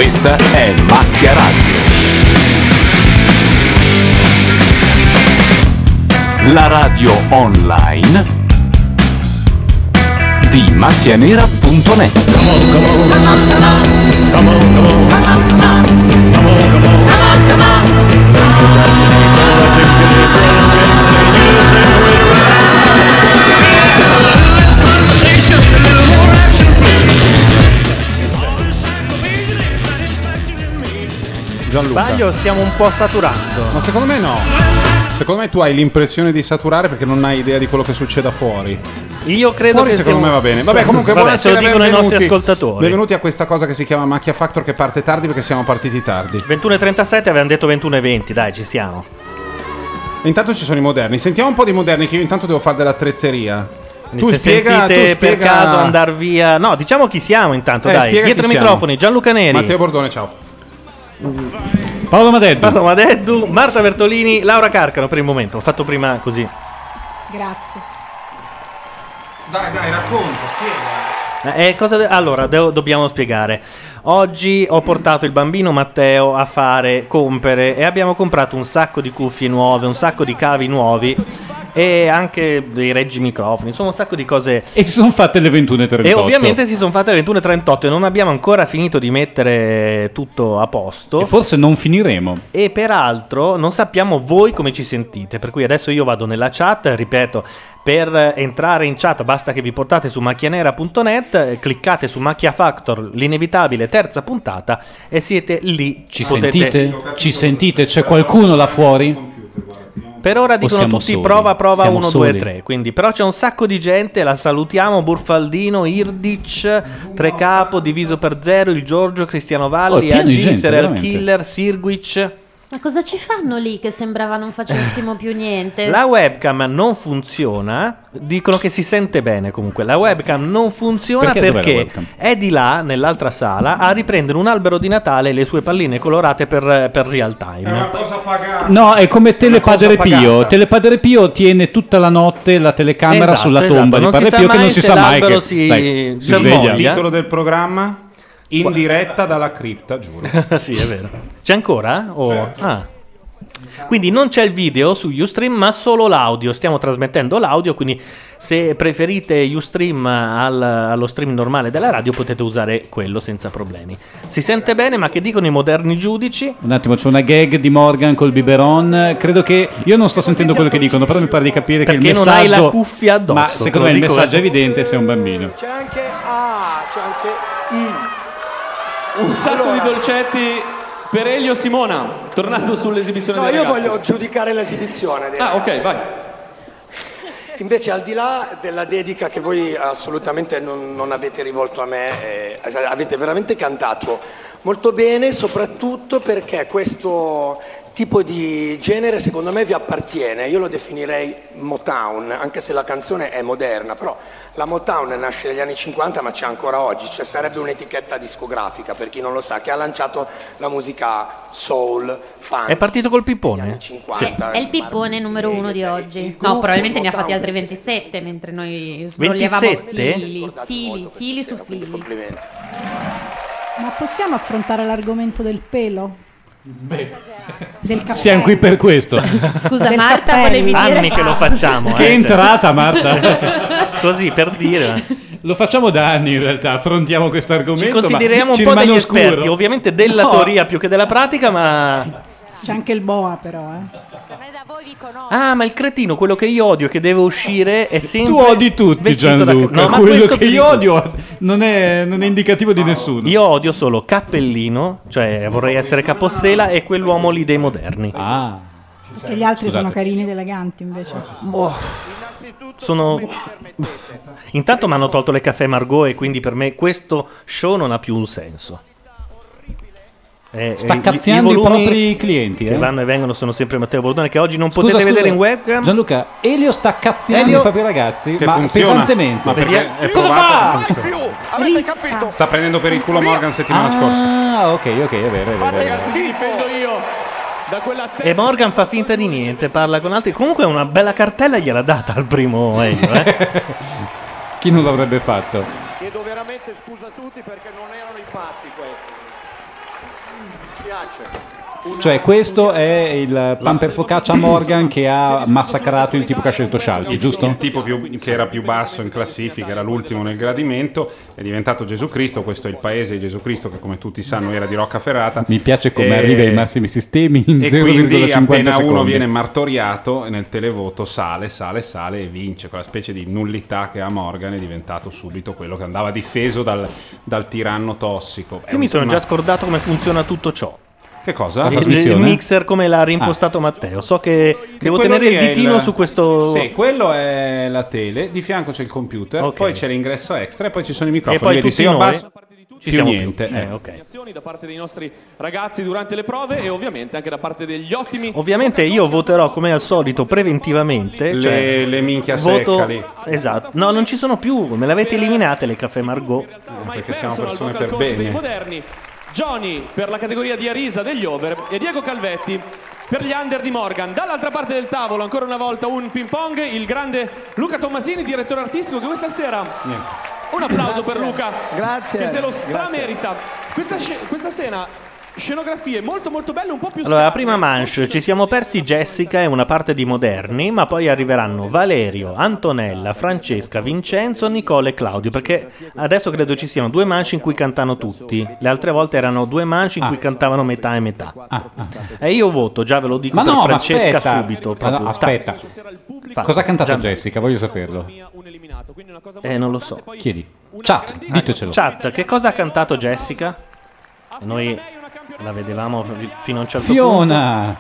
Questa è Macchia Radio. La radio online di macchianera.net. Gianluca. Sbaglio, stiamo un po' saturando. Ma secondo me no. Secondo me tu hai l'impressione di saturare perché non hai idea di quello che succeda fuori. Io credo Fuori che secondo me va bene. Vabbè, comunque Vabbè, buonasera, se lo dicono i nostri benvenuti. ascoltatori. Benvenuti a questa cosa che si chiama Macchia Factor, che parte tardi perché siamo partiti tardi. 21:37, avevano detto 21:20, dai, ci siamo. E intanto ci sono i moderni. Sentiamo un po' di moderni che io intanto devo fare dell'attrezzeria. Se sentite per caso andar via. No, diciamo chi siamo intanto, dai. Dietro i microfoni, Gianluca Neri, Matteo Bordone, ciao. Paolo Madeddu, Marta Bertolini, Laura Carcano per il momento. Ho fatto prima così. Grazie. Dai, racconta, spiega. Allora, dobbiamo spiegare. Oggi ho portato il bambino Matteo a fare compere e abbiamo comprato un sacco di cuffie nuove, un sacco di cavi nuovi e anche dei reggi microfoni, insomma un sacco di cose. E si sono fatte le 21:38. E ovviamente si sono fatte le 21:38 e non abbiamo ancora finito di mettere tutto a posto. E forse non finiremo. E peraltro non sappiamo voi come ci sentite, per cui adesso io vado nella chat, ripeto, per entrare in chat basta che vi portate su macchianera.net, cliccate su Macchia Factor, l'inevitabile terza puntata e siete lì. Ci sentite? Ci sentite? C'è qualcuno là fuori? Per ora dicono tutti soli? prova Siamo 1, soli? 2, 3. Quindi, però c'è un sacco di gente, la salutiamo: Burfaldino, Irdic, Trecapo, Diviso per Zero, il Giorgio, Cristiano Valli, pieno di AG, gente, Serial veramente. Killer, Sirguic. Ma cosa ci fanno lì che sembrava non facessimo più niente? La webcam non funziona. Dicono che si sente bene comunque. La webcam non funziona Perché? Dov'è la perché webcam? è di là, nell'altra sala, a riprendere un albero di Natale e le sue palline colorate per real time. cosa pagata. No, è come Telepadre cosa pagata. Pio. Telepadre Pio tiene tutta la notte la telecamera Esatto, sulla tomba esatto. di Padre Non si Pio sa che non mai si se sa mai l'albero che si sai, si germoglia. sveglia. Il titolo del programma? In diretta dalla cripta, giuro. Sì, è vero. C'è ancora? Ah. Quindi non c'è il video su Ustream, ma solo l'audio. Stiamo trasmettendo l'audio, quindi se preferite Ustream allo stream normale della radio potete usare quello senza problemi. Si sente bene, ma che dicono i moderni giudici? Un attimo, c'è una gag di Morgan col biberon. Credo che io non sto sentendo quello che dicono, però mi pare di capire che il Perché non messaggio hai la cuffia addosso, Ma te secondo lo me il dico, messaggio è evidente se è un bambino. C'è anche I. Un sacco di dolcetti per Elio Simona, tornando sull'esibizione No, dei io ragazzi. voglio giudicare l'esibizione. Ah, ok, vai. Invece, al di là della dedica che voi assolutamente non avete rivolto a me, avete veramente cantato molto bene, soprattutto perché questo tipo di genere secondo me vi appartiene. Io lo definirei Motown, anche se la canzone è moderna, però la Motown nasce negli anni 50 ma c'è ancora oggi, cioè sarebbe un'etichetta discografica, per chi non lo sa, che ha lanciato la musica soul, funk. È partito col pippone? 50. È il pippone numero 1 di oggi. No, probabilmente ne ha fatti altri 27, mentre noi sbrogliavamo 27? fili su fili. Complimenti. Ma possiamo affrontare l'argomento del pelo? Del cappello? Siamo qui per questo. Scusa Del Marta, cappello. volevi dire? Anni che lo facciamo. Che entrata, Marta. Così, per dire. Lo facciamo da anni in realtà, affrontiamo questo argomento. Ci consideriamo ma un ci po' rimane degli oscuro. esperti, ovviamente della No. teoria più che della pratica, ma... C'è anche il boa però, Ah, ma il cretino, quello che io odio, che deve uscire, è sempre Tu odi tutti, vestito da- Gianluca. No, ma quello questo che ti io dico. odio non è indicativo di nessuno. Io odio solo Cappellino, cioè vorrei essere Capossela, e quell'uomo lì dei moderni. Ah. e gli altri Scusate. sono carini ed eleganti invece. Sono... Intanto mi hanno tolto le caffè Margot e quindi per me questo show non ha più un senso. Sta cazziando i volumi propri clienti, che vanno e vengono sono sempre Matteo Bordone, che oggi non Scusa, potete vedere scusa. in webcam. Gianluca, Elio sta cazziando Elio- i propri ragazzi, Che ma funziona. pesantemente. Ma perché è Cosa provato? fa? Rissa. Sta prendendo per il culo Morgan settimana scorsa. Ah, ok, è vero, è vero. Ti difendo io da quella E Morgan fa finta di niente, parla con altri. Comunque una bella cartella gliel'ha data al primo Elio, Chi non l'avrebbe fatto? Chiedo veramente scusa a tutti perché non erano i fatti questi. Cioè, questo è il pan per focaccia Morgan che ha massacrato il tipo che ha scelto Scialpi, giusto? Il tipo che era più basso in classifica, era l'ultimo nel gradimento, è diventato Gesù Cristo. Questo è il paese di Gesù Cristo, che come tutti sanno era di Roccaferrata. Mi piace come arriva ai massimi sistemi in 0,50 quindi appena secondi. uno viene martoriato nel televoto sale e vince. Quella specie di nullità che ha Morgan è diventato subito quello che andava difeso dal tiranno tossico. Io mi sono già scordato come funziona tutto ciò. Che cosa? Il mixer come l'ha reimpostato Matteo. So che devo tenere il ditino su questo. Sì, quello è la tele, di fianco c'è il computer, Ok. poi c'è l'ingresso extra e poi ci sono i E microfoni. poi Vedi, tutti se io noi abbasso ci più siamo niente. ok. Da parte dei nostri ragazzi durante le prove e ovviamente anche da parte degli ottimi. Ovviamente io voterò come al solito preventivamente. Le minchia voto... secca lì. Esatto. No, non ci sono più. Me le avete eliminate le caffè Margot. Perché siamo Perso al persone vocal per coach dei bene. moderni, Johnny per la categoria di Arisa degli over e Diego Calvetti per gli under di Morgan. Dall'altra parte del tavolo ancora una volta un ping pong, il grande Luca Tommasini, direttore artistico, che questa sera un applauso per Luca, Grazie. che se lo stramerita. Questa sera scenografie molto molto belle, un po' più Allora, la scarne. prima manche ci siamo persi Jessica e una parte di Moderni, ma poi arriveranno Valerio, Antonella, Francesca, Vincenzo, Nicole e Claudio, perché adesso credo ci siano 2 manche in cui cantano tutti. Le altre volte erano 2 manche in cui cantavano metà e metà. E io voto, già ve lo dico Ma per no, ma Francesca aspetta. subito. Ah, no, proprio. aspetta. Fa- Cosa ha cantato già- Jessica? Voglio saperlo. Non lo so. Chiedi. Chat, ditecelo. Chat, che cosa ha cantato Jessica? Noi la vedevamo fino a un certo punto. Fiona.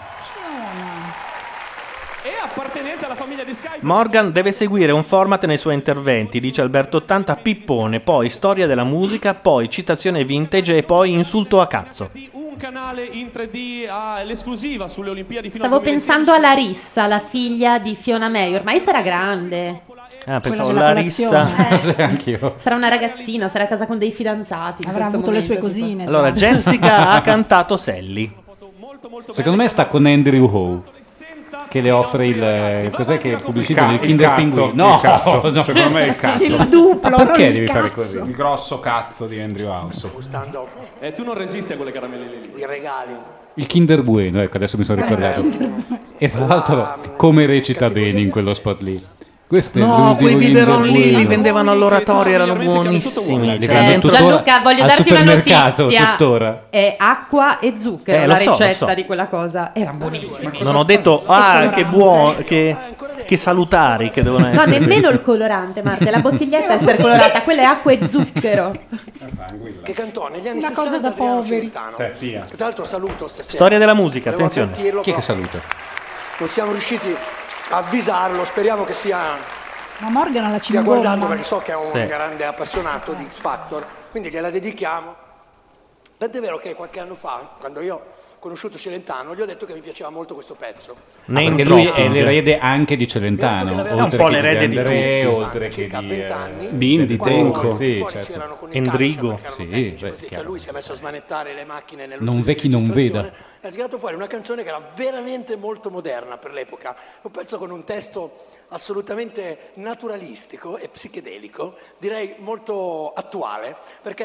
E appartenente alla famiglia di Sky. Morgan deve seguire un format nei suoi interventi, dice Alberto 80, pippone, poi storia della musica, poi citazione vintage e poi insulto a cazzo. Un canale in 3D all'esclusiva sulle Olimpiadi fino Stavo al 2016. pensando a Larissa, la figlia di Fiona May. Ormai sarà grande. Pensavo della Larissa. Anch'io. Sarà una ragazzina, sarà a casa con dei fidanzati. in Avrà questo avuto le sue momento, tipo. cosine. Allora, Jessica ha cantato Sally. Secondo me sta con Andrew Ho, che le offre il... Cos'è che pubblicizza il Kinder Pinguino? No, il cazzo. no. Secondo me è il cazzo. Il duplo, Ma perché non il devi fare cazzo. così? Il grosso cazzo di Andrew House. Gustando Tu non resisti a quelle caramelle lì. i regali. Il Kinder Bueno, ecco, adesso mi sono ricordato. E tra l'altro, come recita bene in quello spot lì. Questo è No, l'ultimo quei biberon Kinder lì li Bueno. vendevano all'oratorio, erano buonissimi. Li Cioè, vendono tuttora Gianluca, voglio al darti una supermercato, notizia. tuttora. È acqua e zucchero lo la so, lo ricetta so. di quella cosa. Era buonissima. non ho detto, che buono, che salutari che devono No, essere. nemmeno il colorante, Marta. La bottiglietta deve essere colorata. Quella è acqua e zucchero. Che cantò negli anni Una 60 cosa da Adriano poveri. Celentano. via. Che tra l'altro saluto stasera. Storia della musica, Volevo attenzione. avvertirlo, Chi è che però saluta? non siamo riusciti a avvisarlo. Speriamo che sia... Ma Morgan alla stia guardando, cingomma. perché so che è un Sì. grande appassionato di X Factor, quindi gliela dedichiamo. Tant'è vero che qualche anno fa, quando io ho conosciuto Celentano, gli ho detto che mi piaceva molto questo pezzo. Name Perché lui dropping. è l'erede anche di Celentano, È oltre un po' che l'erede di André, tutti. oltre che Circa di 20 anni. Bindi, Quando Tenco. fuori Sì, c'erano certo. con i Endrigo. calci, perché erano Sì, tecnici beh, così, chiaro. lui si è messo a smanettare le macchine nello Non studio v'è chi di non registrazione veda. e ha tirato fuori una canzone che era veramente molto moderna per l'epoca, un pezzo con un testo assolutamente naturalistico e psichedelico, direi molto attuale, perché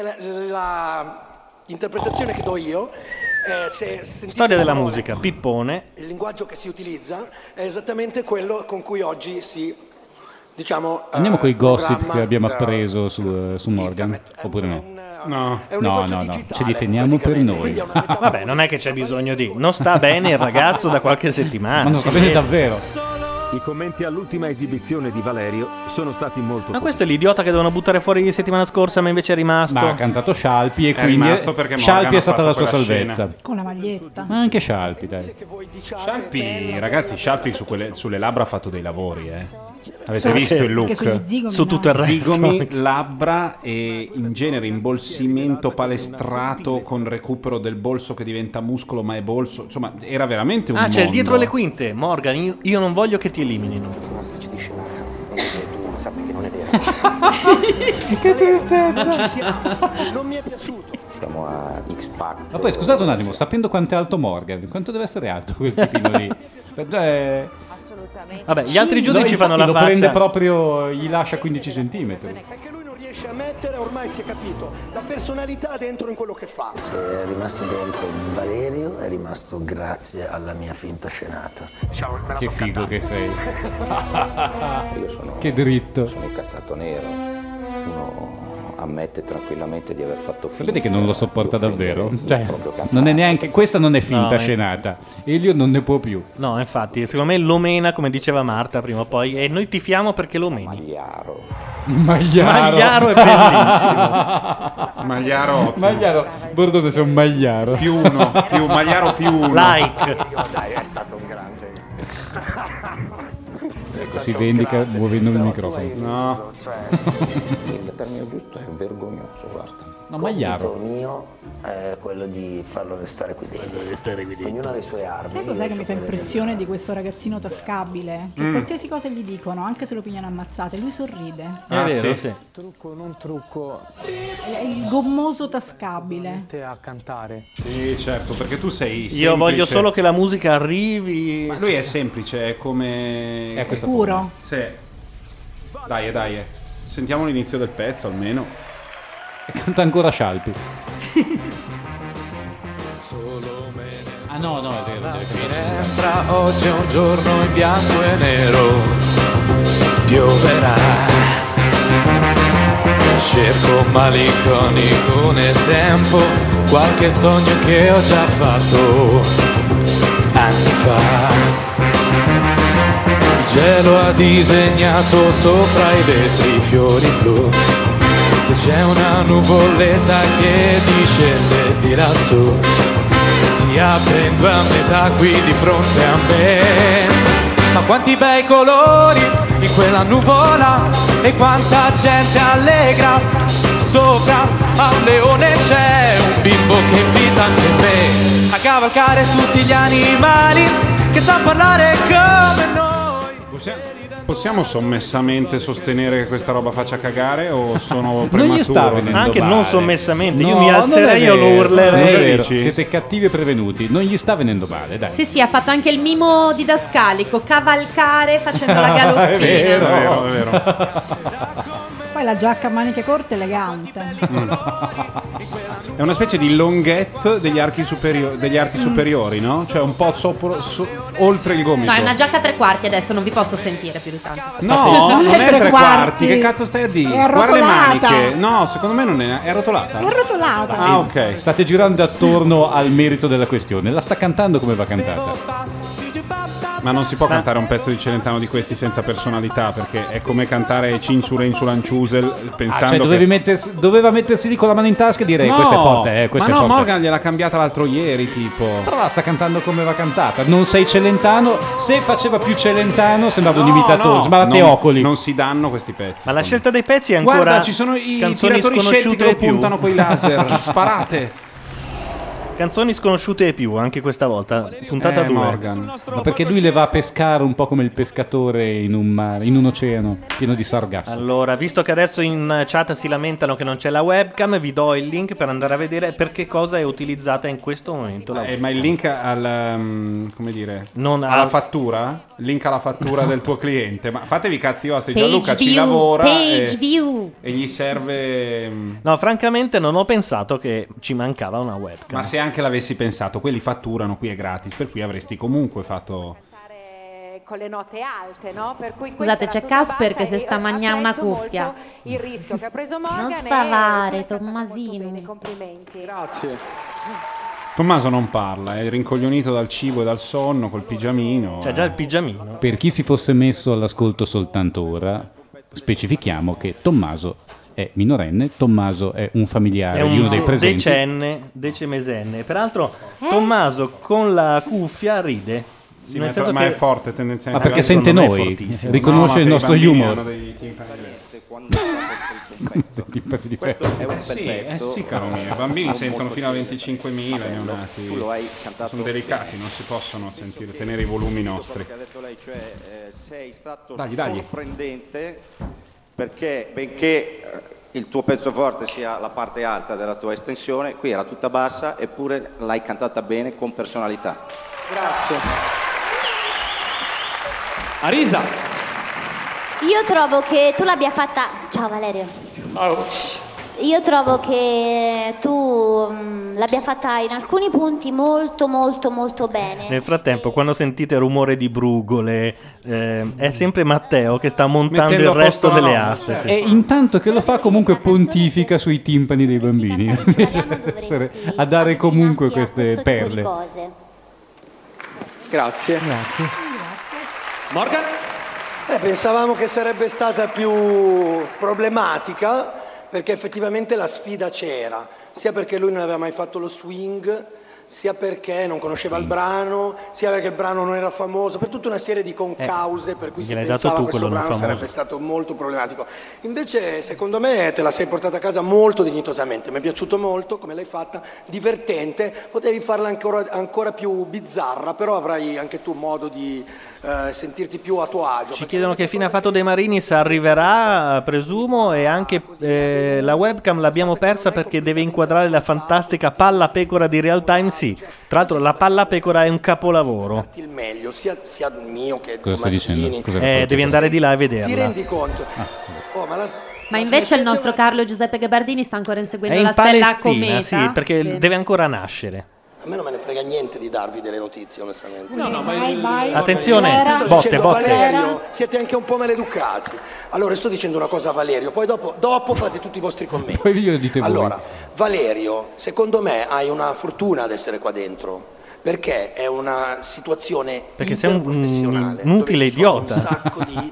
l'interpretazione che do io, se sentite Storia le della parole, musica, pippone. il linguaggio che si utilizza è esattamente quello con cui oggi si, diciamo, Andiamo con i gossip programma, che abbiamo appreso su Morgan, internet. oppure no? No. È un No, linguaggio no, no, digitale, ce li teniamo per praticamente, noi. quindi è una metafora Vabbè, non è che c'è bisogno di. Non sta bene il ragazzo da qualche settimana. Ma non si sta bene vede. davvero. I commenti all'ultima esibizione di Valerio sono stati molto Ma questo è l'idiota che dovevano buttare fuori settimana scorsa, ma invece è rimasto. Ma ha cantato Scialpi e È quindi rimasto perché Morgan Scialpi è ha stata fatto la sua quella salvezza. Con la maglietta. Ma anche Scialpi, dai. Scialpi, ragazzi, Scialpi sulle labbra ha fatto dei lavori, Avete Solo visto che- il look? perché sugli zigomi Su no. tutto il resto. Zigomi, labbra e in genere imbolsimento palestrato con recupero del bolso che diventa muscolo ma è bolso. Insomma, era veramente un Ah, c'è il mondo. dietro le quinte. Morgan, io non voglio che ti eliminino. una specie di scenata, tu sappi che non è vero. Che tristezza. Non ci siamo, non mi è piaciuto. Siamo a X Factor. Ma poi scusate un attimo, sapendo quanto è alto Morgan, quanto deve essere alto quel tipino lì? Vabbè, gli altri giudici fanno la lo faccia. prende proprio, gli lascia 15 centimetri. È che lui non riesce riesce a mettere, ormai si è capito, la personalità dentro in quello che fa. Se è rimasto dentro Valerio, è rimasto grazie alla mia finta scenata. Diciamo, me la Che so figo cantata. che sei. Io sono, Che dritto. sono incazzato nero. Uno ammette tranquillamente di aver fatto finta. Sapete che non lo sopporta di offendere davvero? il Cioè, proprio cantante. non è neanche, questa non è finta No, scenata. Elio non ne può più. No, infatti, secondo me lo mena, come diceva Marta prima o poi, e noi tifiamo perché lo meni. Magliaro. Magliaro è bellissimo. Magliaro Bordone c'è un Magliaro. più uno, più Magliaro più uno. Like. Dai, è stato un grande. Ecco, si vendica muovendo il microfono. No. Il termine giusto è vergognoso, guarda. No, Magliaro. Il mio è quello di farlo restare qui dentro. Ognuno ha le sue armi. Sai Io cos'è che so mi fa quelle impressione del- di questo ragazzino tascabile? Che qualsiasi cosa gli dicono, anche se lo pigliano ammazzate, lui sorride. È vero, sì? sì. Trucco, non trucco, È il gommoso tascabile. te a cantare. Sì, certo, perché tu sei semplice. Io voglio solo che la musica arrivi. Ma lui è semplice, è come... È questo Puro. Sì. Dai. Sentiamo l'inizio del pezzo almeno. Canta ancora Scialpi. Ah no, è vero. Finestra, oggi è un giorno in bianco e nero, pioverà. Cerco malinconico nel tempo qualche sogno che ho già fatto anni fa. Il cielo ha disegnato sopra i vetri fiori blu. C'è una nuvoletta che discende di lassù, si apre in due a metà qui di fronte a me. Ma quanti bei colori in quella nuvola e quanta gente allegra. Sopra a un leone c'è un bimbo che invita anche me a cavalcare tutti gli animali che sa parlare come noi. Possiamo sommessamente sostenere che questa roba faccia cagare o sono prematuro? Non gli sta venendo Anche male. non sommessamente, io No, mi non alzerei è o lo vero, urlerei. non è vero. Dici? Siete cattivi e prevenuti. Non gli sta venendo male, dai. Sì, ha fatto anche il mimo didascalico, cavalcare facendo la È galoppina. vero. È vero. Poi la giacca a maniche corte elegante. È una specie di longhette degli archi superiori, no? Cioè un po' oltre il gomito. No, è una giacca a 3/4 adesso, non vi posso sentire più di tanto. No, non è tre 3 quarti. quarti. Che cazzo stai a dire? È Guarda le arrotolata. maniche. No, secondo me non è arrotolata. È arrotolata. Ah, ok. State girando attorno al merito della questione. La sta cantando come va cantata. Ma non si può cantare un pezzo di Celentano di questi senza personalità, perché è come cantare Cinsure in Sulanciusel pensando Doveva mettersi lì con la mano in tasca e dire No, questa è forte, questa ma è no, forte. Morgan gliel'ha cambiata l'altro ieri, tipo. Però la sta cantando come va cantata. Non sei Celentano. Se faceva più Celentano sembrava un No, imitatore, no, sembrava Teocoli. non si danno questi pezzi. Ma la scelta dei pezzi è ancora. Guarda, ci sono i canzoni tiratori scelti sconosciute che lo e più. puntano coi laser. Sparate. Canzoni sconosciute e più, anche questa volta. Puntata 2. Morgan. Ma perché lui le va a pescare un po' come il pescatore in un mare, in un oceano pieno di sargassi. Allora, visto che adesso in chat si lamentano che non c'è la webcam, vi do il link per andare a vedere per che cosa è utilizzata in questo momento. Ma il link come dire, Non alla ha- fattura? Link alla fattura del tuo cliente. Ma fatevi i cazzi vostri. Page Gianluca ci view, lavora page view. e gli serve. No, francamente non ho pensato che ci mancava una webcam. Ma se anche l'avessi pensato, quelli fatturano, qui è gratis, per cui avresti comunque fatto. Con le note alte, no? Per cui Scusate, c'è Casper che si sta mangiando una cuffia. Il rischio che ha preso Morgan Non spavare, Tommasino. Complimenti. Grazie. Tommaso non parla, è rincoglionito dal cibo e dal sonno, col pigiamino. C'è già il pigiamino. Per chi si fosse messo all'ascolto soltanto ora, specifichiamo che Tommaso è minorenne, Tommaso è un familiare È di uno dei presenti. decemesenne. Peraltro, Tommaso con la cuffia ride. Sì, Nel ma, senso ma che è forte Ma tendenzialmente. perché sente non è noi, fortissimo. riconosce il nostro humor. Sì, caro mio, i bambini sentono fino a 25.000 neonati. Tu lo hai cantato. Sono delicati, non si possono sentire, tenere i volumi nostri. Che ha detto lei, cioè sei stato Dagli. sorprendente perché benché il tuo pezzo forte sia la parte alta della tua estensione, qui era tutta bassa eppure l'hai cantata bene con personalità. Grazie. Arisa. Io trovo che tu l'abbia fatta. Ciao Valerio. Io trovo che tu l'abbia fatta in alcuni punti molto molto molto bene. Nel frattempo, quando sentite rumore di brugole, è sempre Matteo che sta montando Mettendo il a resto posto la delle nonna, aste. sì. E intanto che lo fa comunque pontifica sui timpani dei bambini. A dare comunque queste perle. Grazie. Morgan? Pensavamo che sarebbe stata più problematica perché effettivamente la sfida c'era, sia perché lui non aveva mai fatto lo swing, sia perché non conosceva il brano, sia perché il brano non era famoso, per tutta una serie di concause per cui si gliel'hai dato pensava tu questo quello non brano famoso. sarebbe stato molto problematico. Invece secondo me te la sei portata a casa molto dignitosamente, mi è piaciuto molto come l'hai fatta, divertente, potevi farla ancora più bizzarra, però avrai anche tu modo di sentirti più a tuo agio. Ci chiedono che fine ha fatto De Marinis, arriverà presumo, e anche la webcam l'abbiamo persa perché deve inquadrare la fantastica palla pecora di Real Time. Sì, tra l'altro la palla pecora è un capolavoro. Il meglio, sia mio che Cosa stai dicendo? Devi andare di là e Ti vederla. rendi conto? Oh, Ma invece il nostro Carlo Giuseppe Gabardini sta ancora È inseguendo in la stella a Palestina, cometa. sì, perché Bene. deve ancora nascere. A me non me ne frega niente di darvi delle notizie, onestamente. Vai. Attenzione, Sto botte, dicendo, botte. Valerio, siete anche un po' maleducati. Allora, sto dicendo una cosa a Valerio, poi dopo fate tutti i vostri commenti. Poi glielo dite voi. Allora, Valerio, secondo me hai una fortuna ad essere qua dentro. Perché è una situazione Perché sei un iperprofessionale, utile dove ci sono idiota. un sacco di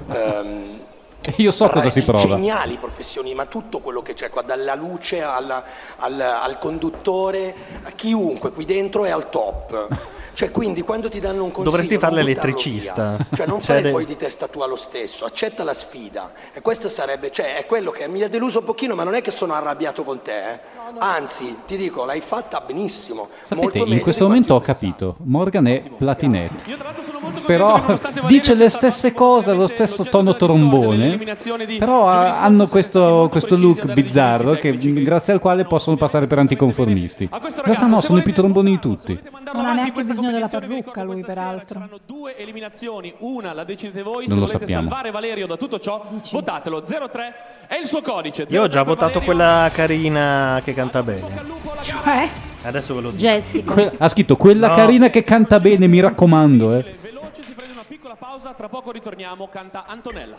Io so cosa si prova. geniali professioni, ma tutto quello che c'è qua, dalla luce al conduttore, a chiunque qui dentro è al top. Cioè, quindi quando ti danno un consiglio Dovresti fare non buttarlo l'elettricista. via. Cioè non Cioè, fare poi di testa tua lo stesso, accetta la sfida. E questo sarebbe, cioè è quello che mi ha deluso un pochino, ma non è che sono arrabbiato con te, eh. Anzi, ti dico, l'hai fatta benissimo. Sapete, molto in meglio questo di momento ho capito, Morgan è platinette, però dice le stesse cose, allo stesso tono trombone, però hanno questo look bizzarro grazie al quale possono passare per anticonformisti. In realtà no, sono i più tromboni di tutti. Non ha neanche bisogno della parrucca lui, peraltro. Due eliminazioni, una la decidete voi. Non Se lo volete sappiamo. salvare Valerio da tutto ciò, votatelo 03 è il suo codice. Io ho già votato quella carina che canta bene. Cioè? Adesso ve lo dico. Jessica. Ha scritto quella No. carina che canta bene, mi raccomando. Veloce, si prende una piccola pausa, tra poco ritorniamo, canta Antonella.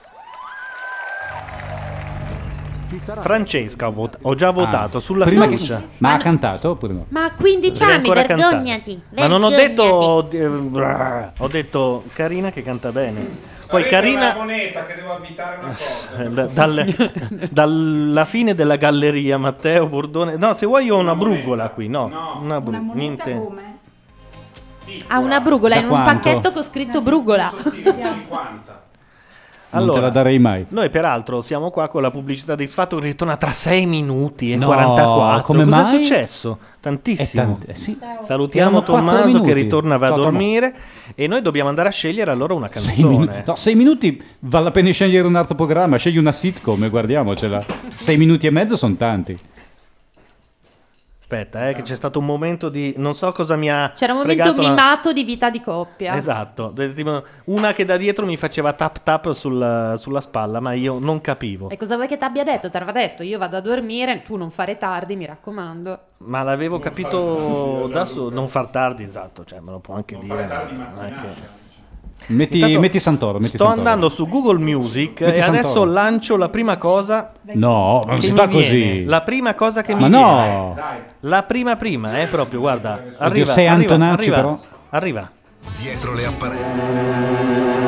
Francesca ho già votato sulla Prima fiducia. Ma ha cantato oppure no? Ma a 15 Deve anni, ancora cantare. vergognati. Ma non ho detto ho detto Carina che canta bene. Poi Carina la moneta che devo avvitare una cosa. dalla fine della galleria Matteo Bordone. No, se vuoi io ho una brugola qui, no. Una niente. Ha una brugola Da in un quanto? pacchetto con scritto brugola. Non te la darei mai. Noi peraltro siamo qua con la pubblicità di X Factor che ritorna tra 6 minuti e No, 44. come Cosa mai? è successo? Tantissimo. Sì. Salutiamo Erano 4 Tommaso minuti. che ritorna, va a Ciao, Tommaso. dormire e noi dobbiamo andare a scegliere allora una 6 canzone. minuti. No, 6 minuti vale la pena scegliere un altro programma. Scegli una sitcom e guardiamocela. 6 minuti e mezzo sono tanti. Aspetta, che c'è stato un momento di non so cosa mi ha C'era un momento fregato la- mimato di vita di coppia. Esatto, tipo, una che da dietro mi faceva tap tap sulla spalla, ma io non capivo. E cosa vuoi che ti abbia detto? Ti aveva detto, io vado a dormire, tu non fare tardi, mi raccomando. Ma l'avevo capito da solo, non far tardi, esatto, cioè me lo può anche dire. non è che- Metti Intanto Santoro. Metti sto Santoro. andando su Google Music Metti e Santoro. adesso lancio la prima cosa. No, non che si mi fa viene. così. La prima cosa che Ma mi no. viene. La prima, proprio, guarda. Oddio, sei Antonacci, però. Arriva. Dietro le apparenze.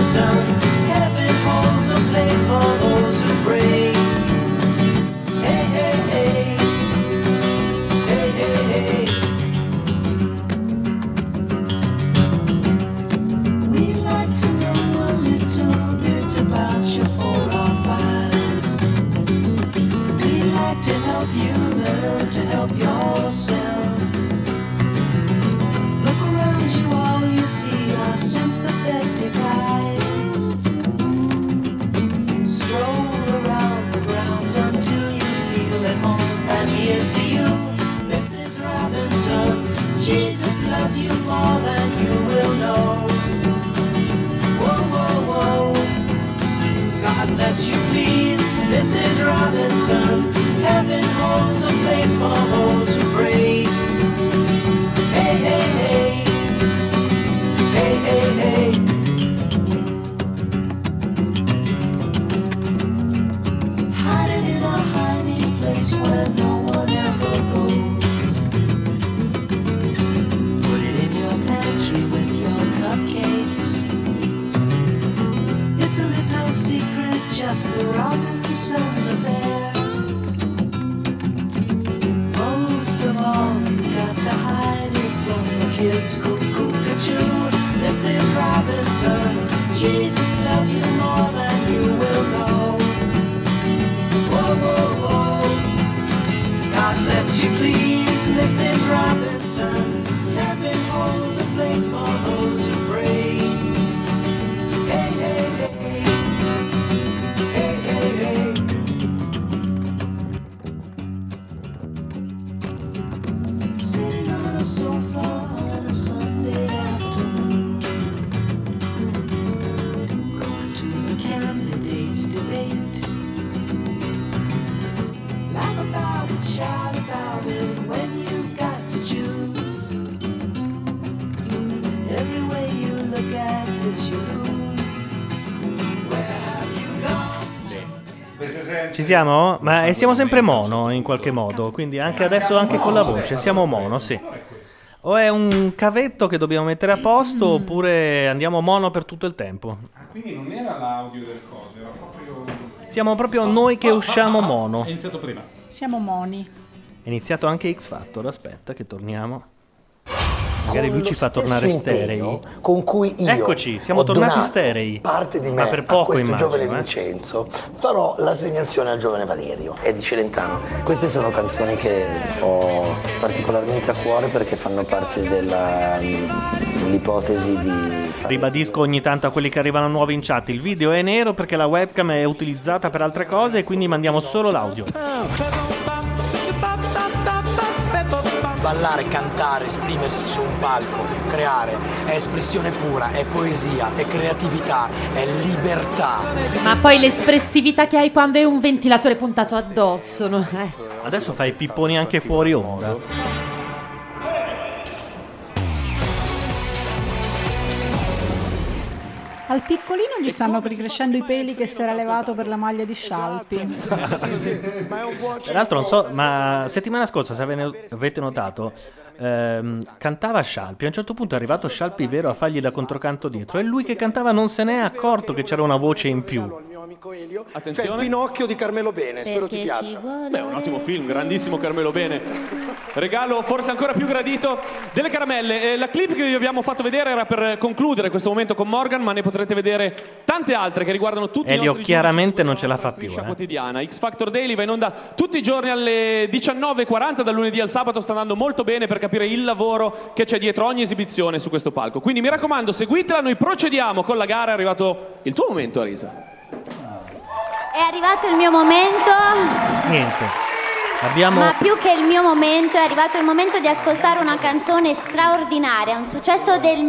Robinson. Heaven holds a place for those who pray. Hey, hey, hey. Hey, hey, hey. We'd like to know a little bit about your 4 or 5s. We'd like to help you learn to help yourself. Look around you, all you see are sympathetic eyes. Stroll around the grounds until you feel at home. And here's to you, Mrs. Robinson. Jesus loves you more than you will know. Whoa, whoa, whoa. God bless you, please, Mrs. Robinson. Heaven holds a place for those who pray. Hey, hey, hey. Hey, hey, hey. Hiding in a hiding place where no one ever goes. Put it in your pantry with your cupcakes. It's a little secret, just the Robinsons affair. Most of all, you got to hide it from the kids. Cuckoo-cuckoo, Mrs. Robinson. Jesus loves you more than you will know. Whoa, whoa, whoa. God bless you, please, Mrs. Robinson. Heaven holds a place for those who pray. Hey, hey, hey. Hey, hey, hey. Sitting on a sofa on a Sunday afternoon, going to the candidates' debate. Laugh about it, shout about it when you've got to choose. Every way you look at it, you lose. Where have you gone? Ci siamo? Ma siamo sempre mono in qualche modo, quindi anche adesso anche con la voce siamo mono, sì. O è un cavetto che dobbiamo mettere a posto oppure andiamo mono per tutto il tempo? Quindi non era l'audio del coso, era proprio... Siamo proprio noi che usciamo mono. È iniziato prima. Siamo moni. È iniziato anche X Factor, aspetta che torniamo. Magari Con lui ci lo fa tornare stesso sterei. impegno con cui io Eccoci, siamo ho tornati donato sterei. parte di me Ma per a poco questo immagino, giovane Vincenzo, farò l'assegnazione al giovane Valerio. È di Celentano. Queste sono canzoni che ho particolarmente a cuore perché fanno parte dell'ipotesi di Ribadisco ogni tanto a quelli che arrivano nuovi in chat, il video è nero perché la webcam è utilizzata per altre cose e quindi mandiamo solo l'audio. Ballare, cantare, esprimersi su un palco, creare, è espressione pura, è poesia, è creatività, è libertà. Ma poi l'espressività che hai quando hai un ventilatore puntato addosso, no? Adesso fai pipponi anche fuori onda. Al piccolino gli stanno ricrescendo i peli che si era levato per la maglia di Scialpi. Tra l'altro non so, ma settimana scorsa, se avete notato, cantava Scialpi. A un certo punto è arrivato Scialpi vero a fargli da controcanto dietro e lui che cantava non se n'è accorto che c'era una voce in più. Attenzione. Cioè il Pinocchio di Carmelo Bene, spero ti piaccia. Beh, un ottimo film, grandissimo Carmelo Bene. Regalo forse ancora più gradito delle caramelle. La clip che vi abbiamo fatto vedere era per concludere questo momento con Morgan, ma ne potrete vedere tante altre che riguardano tutti i Elio nostri chiaramente non ce la fa più. quotidiana. X Factor Daily va in onda tutti i giorni alle 19:40 dal lunedì al sabato, sta andando molto bene per capire il lavoro che c'è dietro ogni esibizione su questo palco. Quindi mi raccomando, seguitela, noi procediamo con la gara, è arrivato il tuo momento, Arisa. È arrivato il mio momento. Niente. Abbiamo... Ma più che il mio momento, è arrivato il momento di ascoltare una canzone straordinaria, un successo del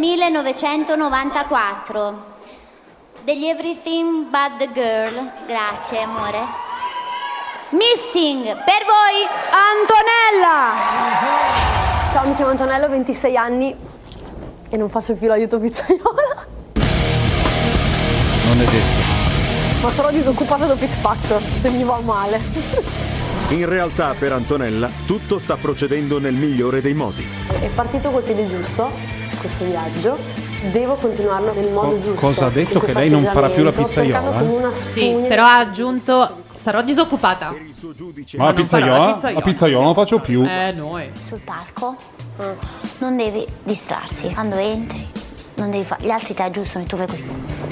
1994, degli Everything But The Girl. Grazie, amore. Missing, per voi, Antonella! Ciao, mi chiamo Antonella, ho 26 anni e non faccio più l'aiuto pizzaiola. Non è detto. Ma sarò disoccupata dopo X Factor, se mi va male. In realtà per Antonella tutto sta procedendo nel migliore dei modi. È partito col piede giusto questo viaggio devo continuarlo nel modo giusto. Cosa ha detto? in Che questo lei non farà più la atteggiamento, cercando pizzaiola? come una Sì, spugna. però ha aggiunto sarò disoccupata. Ma la non farò la pizzaiola non la faccio più. Noi. Sul palco non devi distrarti. Quando entri, non devi fare. Gli altri ti aggiustano e tu fai così.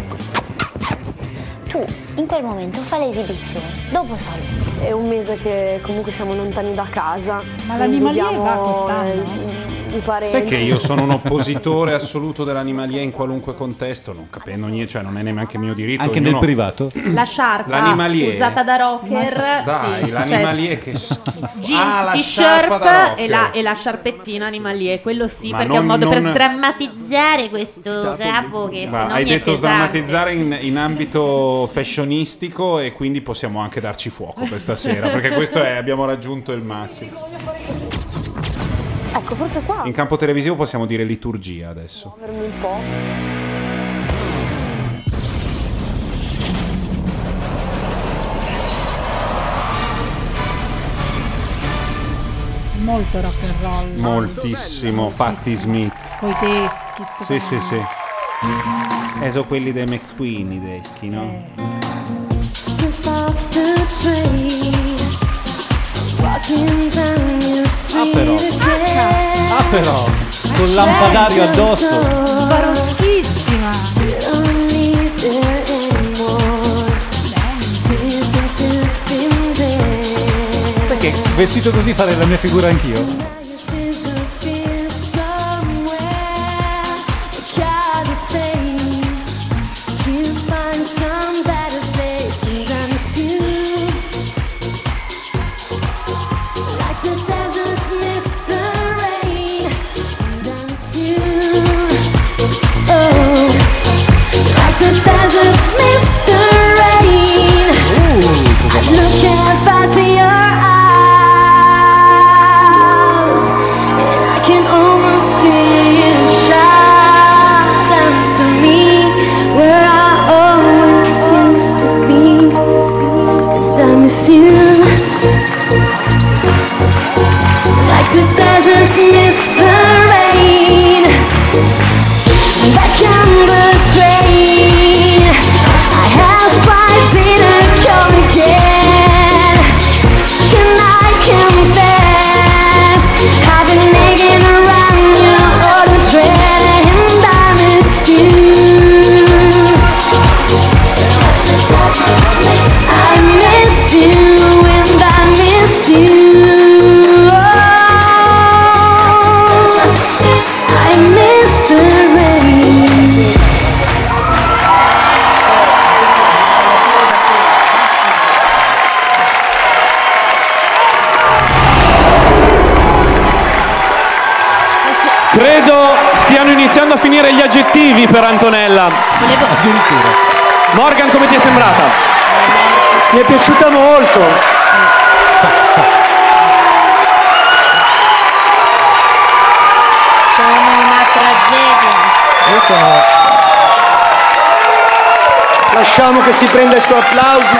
Tu in quel momento fai l'esibizione, dopo sali. È un mese che comunque siamo lontani da casa. Ma l'Animalier Vediamo, va quest'anno? I parenti. Sai che io sono un oppositore assoluto dell'Animalier in qualunque contesto, non capendo niente, cioè non è neanche mio diritto. Anche nel privato? La sciarpa L'Animalier. usata da rocker. Dai, sì. l'Animalier che schifo. Jeans, la t-shirt sciarpa da rocker. e la sciarpettina Animalier, quello sì, Ma perché è un non- modo per non- sdrammatizzare questo capo che Ma sennò hai mi è detto pesante. sdrammatizzare in ambito fashionistico e quindi possiamo anche darci fuoco questa sera, perché questo è, abbiamo raggiunto il massimo. Ecco, forse qua. In campo televisivo possiamo dire liturgia adesso. Muovermi un po'. Molto rock and roll. Moltissimo, Patti Smith. Coi teschi. Sì, sì, sì. Sono quelli dei McQueen, i teschi, no? Step off the train, walking down your street però. again. Ah però, col lampadario addosso. Sbaroschissima. You don't need it anymore. Season to be there. Sai che vestito così farei la mia figura anch'io? Disappear somewhere, careless space. You find some better place and I miss you. Like the deserts miss the rain and I miss you. Oh, like the deserts miss the rain. I look up into your eyes and I can almost hear you shout down to me where I always used to be, and I miss you. Like the deserts miss the rain. Back on the train, I have slides in a come again. Can I confess? I've been hanging around you all the dread, and I miss you. I miss you, and I miss you. I miss the rain. Credo stiano iniziando a finire gli aggettivi per Antonella. Addirittura. Morgan, come ti è sembrata? Mi è piaciuta molto. Sono una tragedia. Lasciamo che si prenda i suoi applausi.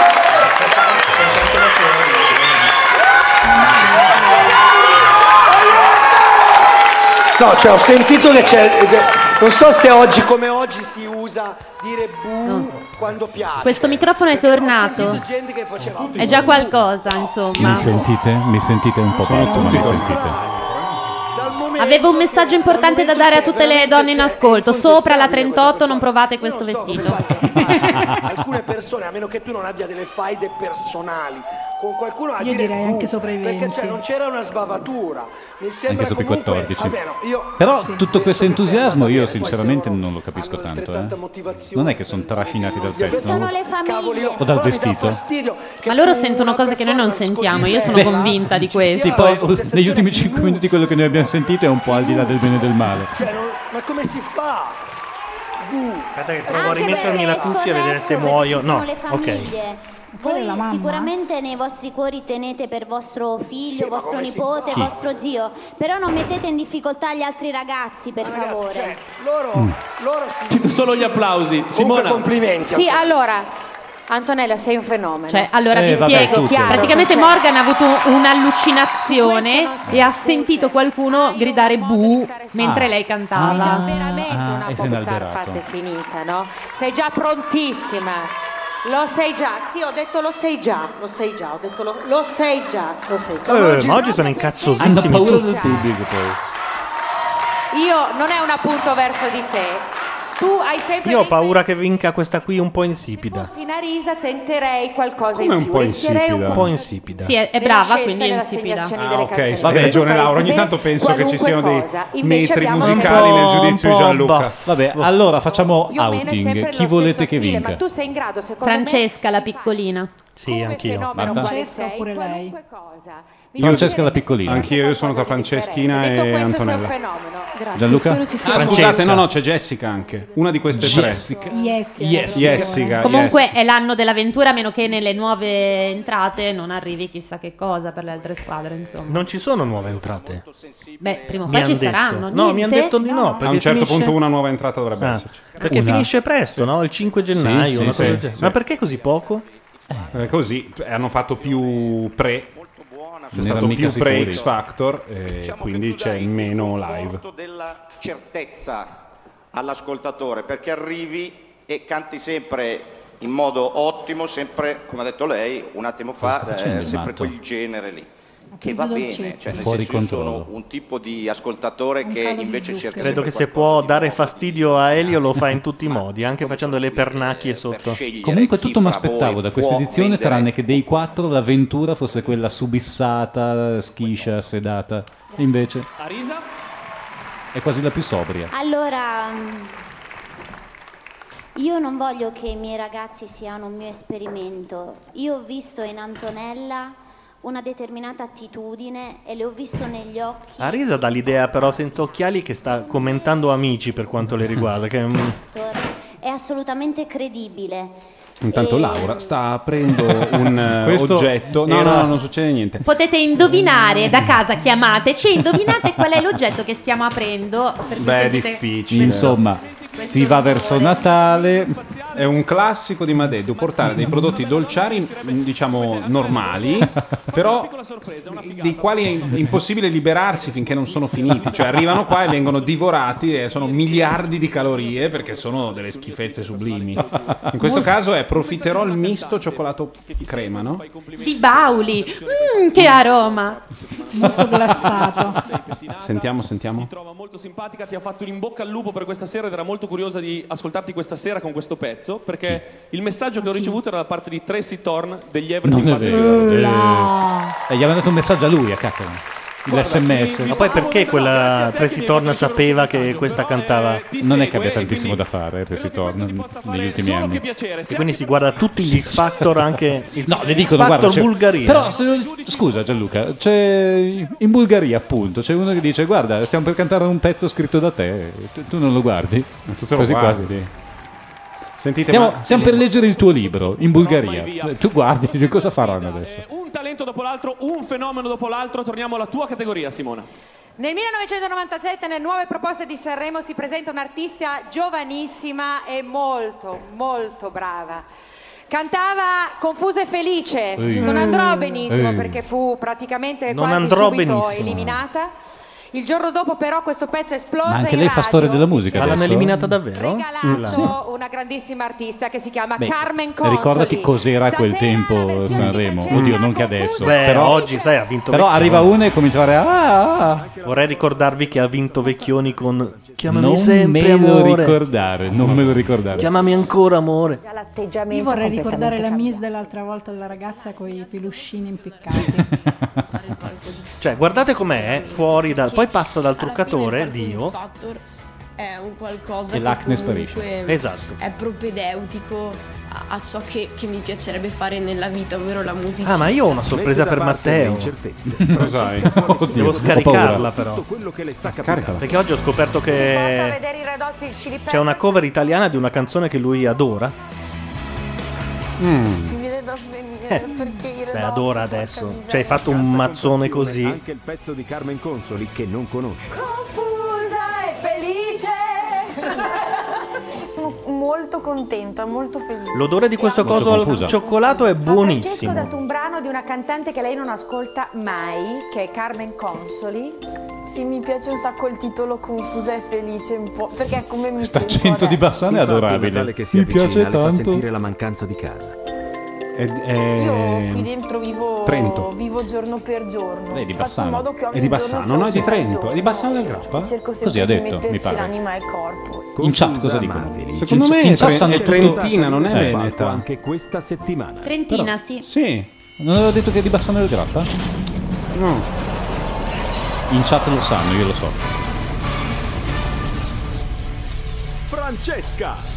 No, cioè ho sentito che c'è. Non so se oggi come oggi si usa dire bu quando piace. Questo microfono è tornato. Gente che faceva È già qualcosa, insomma. Mi sentite? Mi sentite un po' pazzo, ma mi sentite? Avevo un messaggio importante da dare a tutte le donne in ascolto. Sopra la 38 non provate questo vestito. alcune persone, a meno che tu non abbia delle faide personali con qualcuno a Io dire direi bu, anche sopra i 20. perché cioè, non c'era una sbavatura. Mi sembra Anche sopra i comunque 14. vabbè, no, io Però sì, tutto questo penso che sia entusiasmo andata io bene, poi sinceramente se non lo capisco tanto. altrettanta motivazione. Non è che sono trascinati dal pezzo. Sono le famiglie. O dal vestito. Ma loro sentono cose che noi non sentiamo. Io sono convinta di questo. Sì, poi negli ultimi 5 minuti quello che noi abbiamo sentito è un po' al di là del bene e del male. Cioè, ma come si fa? Bu. Aspetta che provo a rimettermi la cuffia e vedere se muoio. No, Sono le ok. famiglie. Voi sicuramente nei vostri cuori tenete per vostro figlio, Sì, ma vostro come si nipote, fa? vostro zio, però non mettete in difficoltà gli altri ragazzi, per favore. Cioè, loro si Sento solo gli applausi. Simona. complimenti. Sì, allora, Antonella, sei un fenomeno. Cioè, allora vi spiego. Praticamente Morgan ha avuto un'allucinazione e ha sentito qualcuno gridare bu mentre lei cantava. Sei già veramente una e se n'è popstar alberato. fatta e finita, no? Sei già prontissima. Lo sei già. Sì, ho detto lo sei già. Lo sei già. Ho detto lo sei già. Lo sei già. Ma oggi sono incazzosissimi. Hanno paura tutti. del pubblico poi. Io non è un appunto verso di te. Tu hai sempre Io ho paura che vinca questa qui un po' insipida. in Arisa tenterei qualcosa Come in un più. po' Rischierei insipida? Un po' insipida. Sì, è nella brava, scelta quindi è della insipida. assegnazione delle Ok, canzoni. sì, hai ragione Laura, ogni Faresti tanto penso che ci siano dei qualunque cosa. Invece metri abbiamo musicali sempre- nel giudizio di Gianluca. Vabbè, allora facciamo Più o meno è sempre outing. lo Chi volete stesso che stile, vinca? Ma tu sei in grado, secondo Francesca, la piccolina. Sì, anch'io. fenomeno Marta? quale Francesca sei, oppure lei? qualunque cosa. Francesca la piccolina. Anch'io, io sono tra Franceschina Detto e questo, sei un Antonella. fenomeno. Grazie. Gianluca? Spero ci sia- Scusate, no, c'è Jessica anche. Una di queste Jessica. Jessica. Comunque yes. è l'anno dell'avventura, a meno che nelle nuove entrate non arrivi chissà che cosa per le altre squadre, insomma. Non ci sono nuove entrate. Beh, prima o Mi poi ci han detto. saranno. No, mi hanno niente? detto di no. A perché un certo finisce- punto una nuova entrata dovrebbe Ah, esserci. perché Una. finisce presto, no? Il 5 gennaio. Sì, una sì, cosa del sì, genere. sì. Ma perché così poco? Così hanno fatto più pre. C'è Non erano stato mica più pre sicuri. X Factor e quindi c'è meno live. della certezza all'ascoltatore, perché arrivi e canti sempre in modo ottimo, sempre come ha detto lei un attimo fa, Sta facendo il sempre matto. quel genere lì. Che preso va dolcetti. bene, cioè nel Fuori senso io sono controllo. un tipo di ascoltatore che calo di invece zucchero. cerca Credo sempre che se qualcosa può di dare nuovo, fastidio a Elio lo fa in tutti i modi, anche facendo le pernacchie per sotto. scegliere Comunque chi tutto mi fra aspettavo voi da questa può edizione, vendere tranne che dei 4 l'avventura fosse quella subissata, schiscia, sedata. Invece Arisa? è quasi la più sobria. Allora, io non voglio che i miei ragazzi siano un mio esperimento. Io ho visto in Antonella una determinata attitudine e le ho visto negli occhi. Arisa dà l'idea però senza occhiali che sta commentando Amici per quanto le riguarda. Che È assolutamente credibile. Intanto E- Laura sta aprendo un Questo oggetto. No, era- no, non succede niente. Potete indovinare da casa, chiamateci e indovinate qual è l'oggetto che stiamo aprendo. Per cui Beh, è sentite difficile. Insomma, si va verso Natale. È un classico di Madeddu portare dei prodotti dolciari, diciamo normali, però dei quali è impossibile liberarsi finché non sono finiti. Cioè arrivano qua e vengono divorati e sono miliardi di calorie perché sono delle schifezze sublimi. In questo caso è profiterol misto cioccolato crema, no? Di Bauli. Che aroma. Molto glassato. Sentiamo. Ti trova molto simpatica, ti ha fatto un in bocca al lupo per questa sera ed era molto curiosa di ascoltarti questa sera con questo pezzo, perché il messaggio che ho ricevuto era da parte di Tracy Thorn degli Everton. Non è vero. Gli aveva dato un messaggio a lui, a cacchio. L'SMS. Ma poi perché quella Tracy Thorn sapeva che questa cantava? Non è che abbia tantissimo da fare, Tracy Thorn, negli ultimi anni. E quindi si guarda tutti gli X Factor, anche il No, le X dicono, Factor guarda, c'è- Bulgaria. Però, scusa Gianluca, c'è in Bulgaria appunto, c'è uno che dice guarda, stiamo per cantare un pezzo scritto da te, tu non lo guardi? Tu te lo Quasi guardi. quasi. Sentite, Stiamo per leggere il tuo libro in Bulgaria. Tu guardi, dici, cosa faranno adesso? Un talento dopo l'altro, un fenomeno dopo l'altro. Torniamo alla tua categoria, Simona. Nel 1997 nelle nuove proposte di Sanremo si presenta un'artista giovanissima e molto, molto brava. Cantava Confusa e felice, non andrò benissimo perché fu praticamente Non quasi andrò subito benissimo. eliminata. Il giorno dopo però questo pezzo è esploso Ma anche in lei fa radio, storia della musica Ma l'hanno adesso? eliminata davvero? regalato una grandissima artista che si chiama Beh, Carmen Consoli. ricordati cos'era a quel tempo Sanremo. Oddio, non che adesso. Beh, però oggi sai, ha vinto però Vecchioni. arriva uno e comincia a fare ah. Vorrei ricordarvi che ha vinto Vecchioni con Chiamami Non sempre me lo amore. ricordare, non me lo ricordare. Chiamami ancora amore. Io vorrei ricordare la Miss dell'altra volta della ragazza con i peluscini impiccati. Cioè, guardate com'è fuori dal. Poi passa dal truccatore, Dio. Factor è un qualcosa E che l'acne comunque sparisce. Esatto. è propedeutico a ciò che mi piacerebbe fare nella vita, ovvero la musica. Ah, ma io ho una sorpresa per Matteo. Cos'hai? Devo scaricarla però. Quello che le sta Scaricala. Perché oggi ho scoperto Porta a che vedere i Red Hot il Chili c'è una cover italiana di una canzone che lui adora. Mi viene da svenire perché i Red Beh, Hot, adora porca adesso. miseria. Cioè, hai fatto un mazzone così. Anche il pezzo di Carmen Consoli che non conosce. Confusa e felice sono molto contenta, molto felice. L'odore di questo Molto coso al confusa. cioccolato è Francesco ha buonissimo. dato un brano di una cantante che lei non ascolta mai, che è Carmen Consoli. Sì, mi piace un sacco il titolo Confusa e felice, un po', perché è come mi sento L'accento di adesso. Bassano è Infatti, il adorabile. Natale che si Mi avvicina piace le fa tanto. sentire la mancanza di casa. Io qui dentro Trento. vivo giorno per giorno. Lei è di Faccio in Bassano. modo che ogni È di giorno Bassano, sia no? un È di bel Trento. giorno. È di Bassano del Grappa? Cerco sempre Così ha di detto, mi metterci pare. l'anima e il corpo. In chat cosa dicono? Secondo me In è chat sanno tutto. trentina, non è Sul veneta. palco anche questa settimana. Trentina, sì. Sì. Non avevo detto che è di Bassano del Grappa? No. In chat lo sanno, io lo so. Francesca!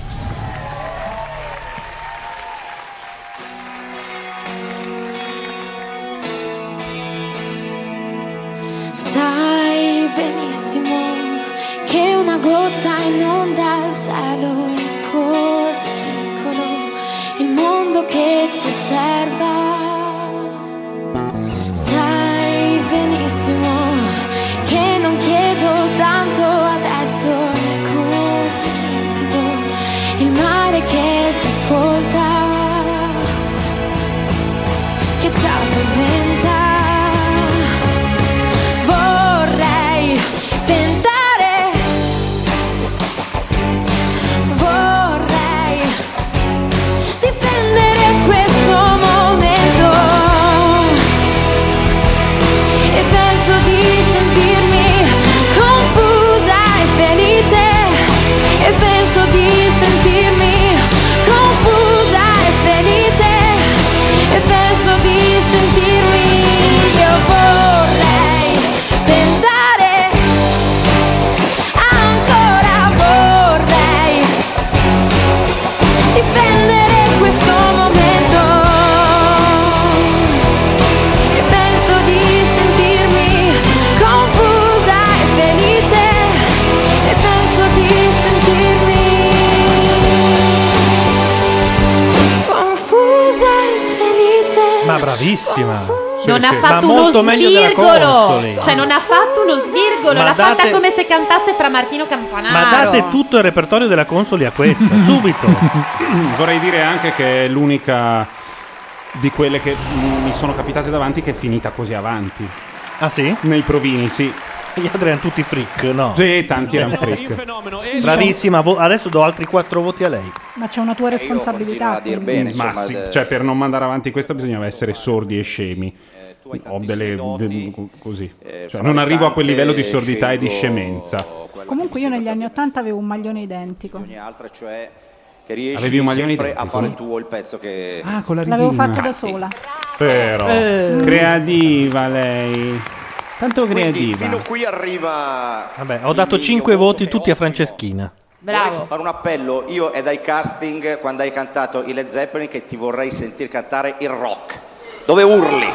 Sai benissimo che una goccia inonda il cielo è così piccolo il mondo che ci osserva. Sai benissimo che non chiedo tanto adesso, è così limpido il mare che ci ascolta, che ci addormenta. Vorrei tentare, vorrei difendere questo momento e penso di sentirmi confusa e felice, e penso di sentirmi confusa e felice, e penso di sentirmi, io vorrei tentare ancora, vorrei difendere questo momento e penso di sentirmi confusa e felice, e penso di sentirmi confusa e felice. Ma bravissima. Non ha Ma fatto molto uno meglio della svirgolo, Consoli. cioè non ha fatto uno svirgolo, Ma l'ha date- fatta come se cantasse fra Martino Campanaro. Ma date tutto il repertorio della Consoli a questa, subito. Vorrei dire anche che è l'unica di quelle che mi sono capitate davanti che è finita così avanti. Ah sì? Nei provini, sì. Gli altri erano tutti freak, no? Sì, tanti erano freak. Bravissima, adesso do altri 4 voti a lei. Ma c'è una tua responsabilità. quindi. Ma sì, cioè per non mandare avanti questa bisognava essere sordi e scemi. Ho così. Cioè non arrivo a quel livello di sordità e di scemenza. Comunque io negli anni '80 avevo un maglione identico. Altra, cioè che riesci Avevi un maglione sempre a identico? fare Sì. tuo il pezzo che con la L'avevo righina. fatto da sola. Però creativa lei. Tanto Quindi creativa. fino qui arriva. Vabbè, ho dato 5 voti tutti a Franceschina. Vorrei fare un appello. Io è dai casting quando hai cantato i Led Zeppelin che ti vorrei sentire cantare il rock, dove urli.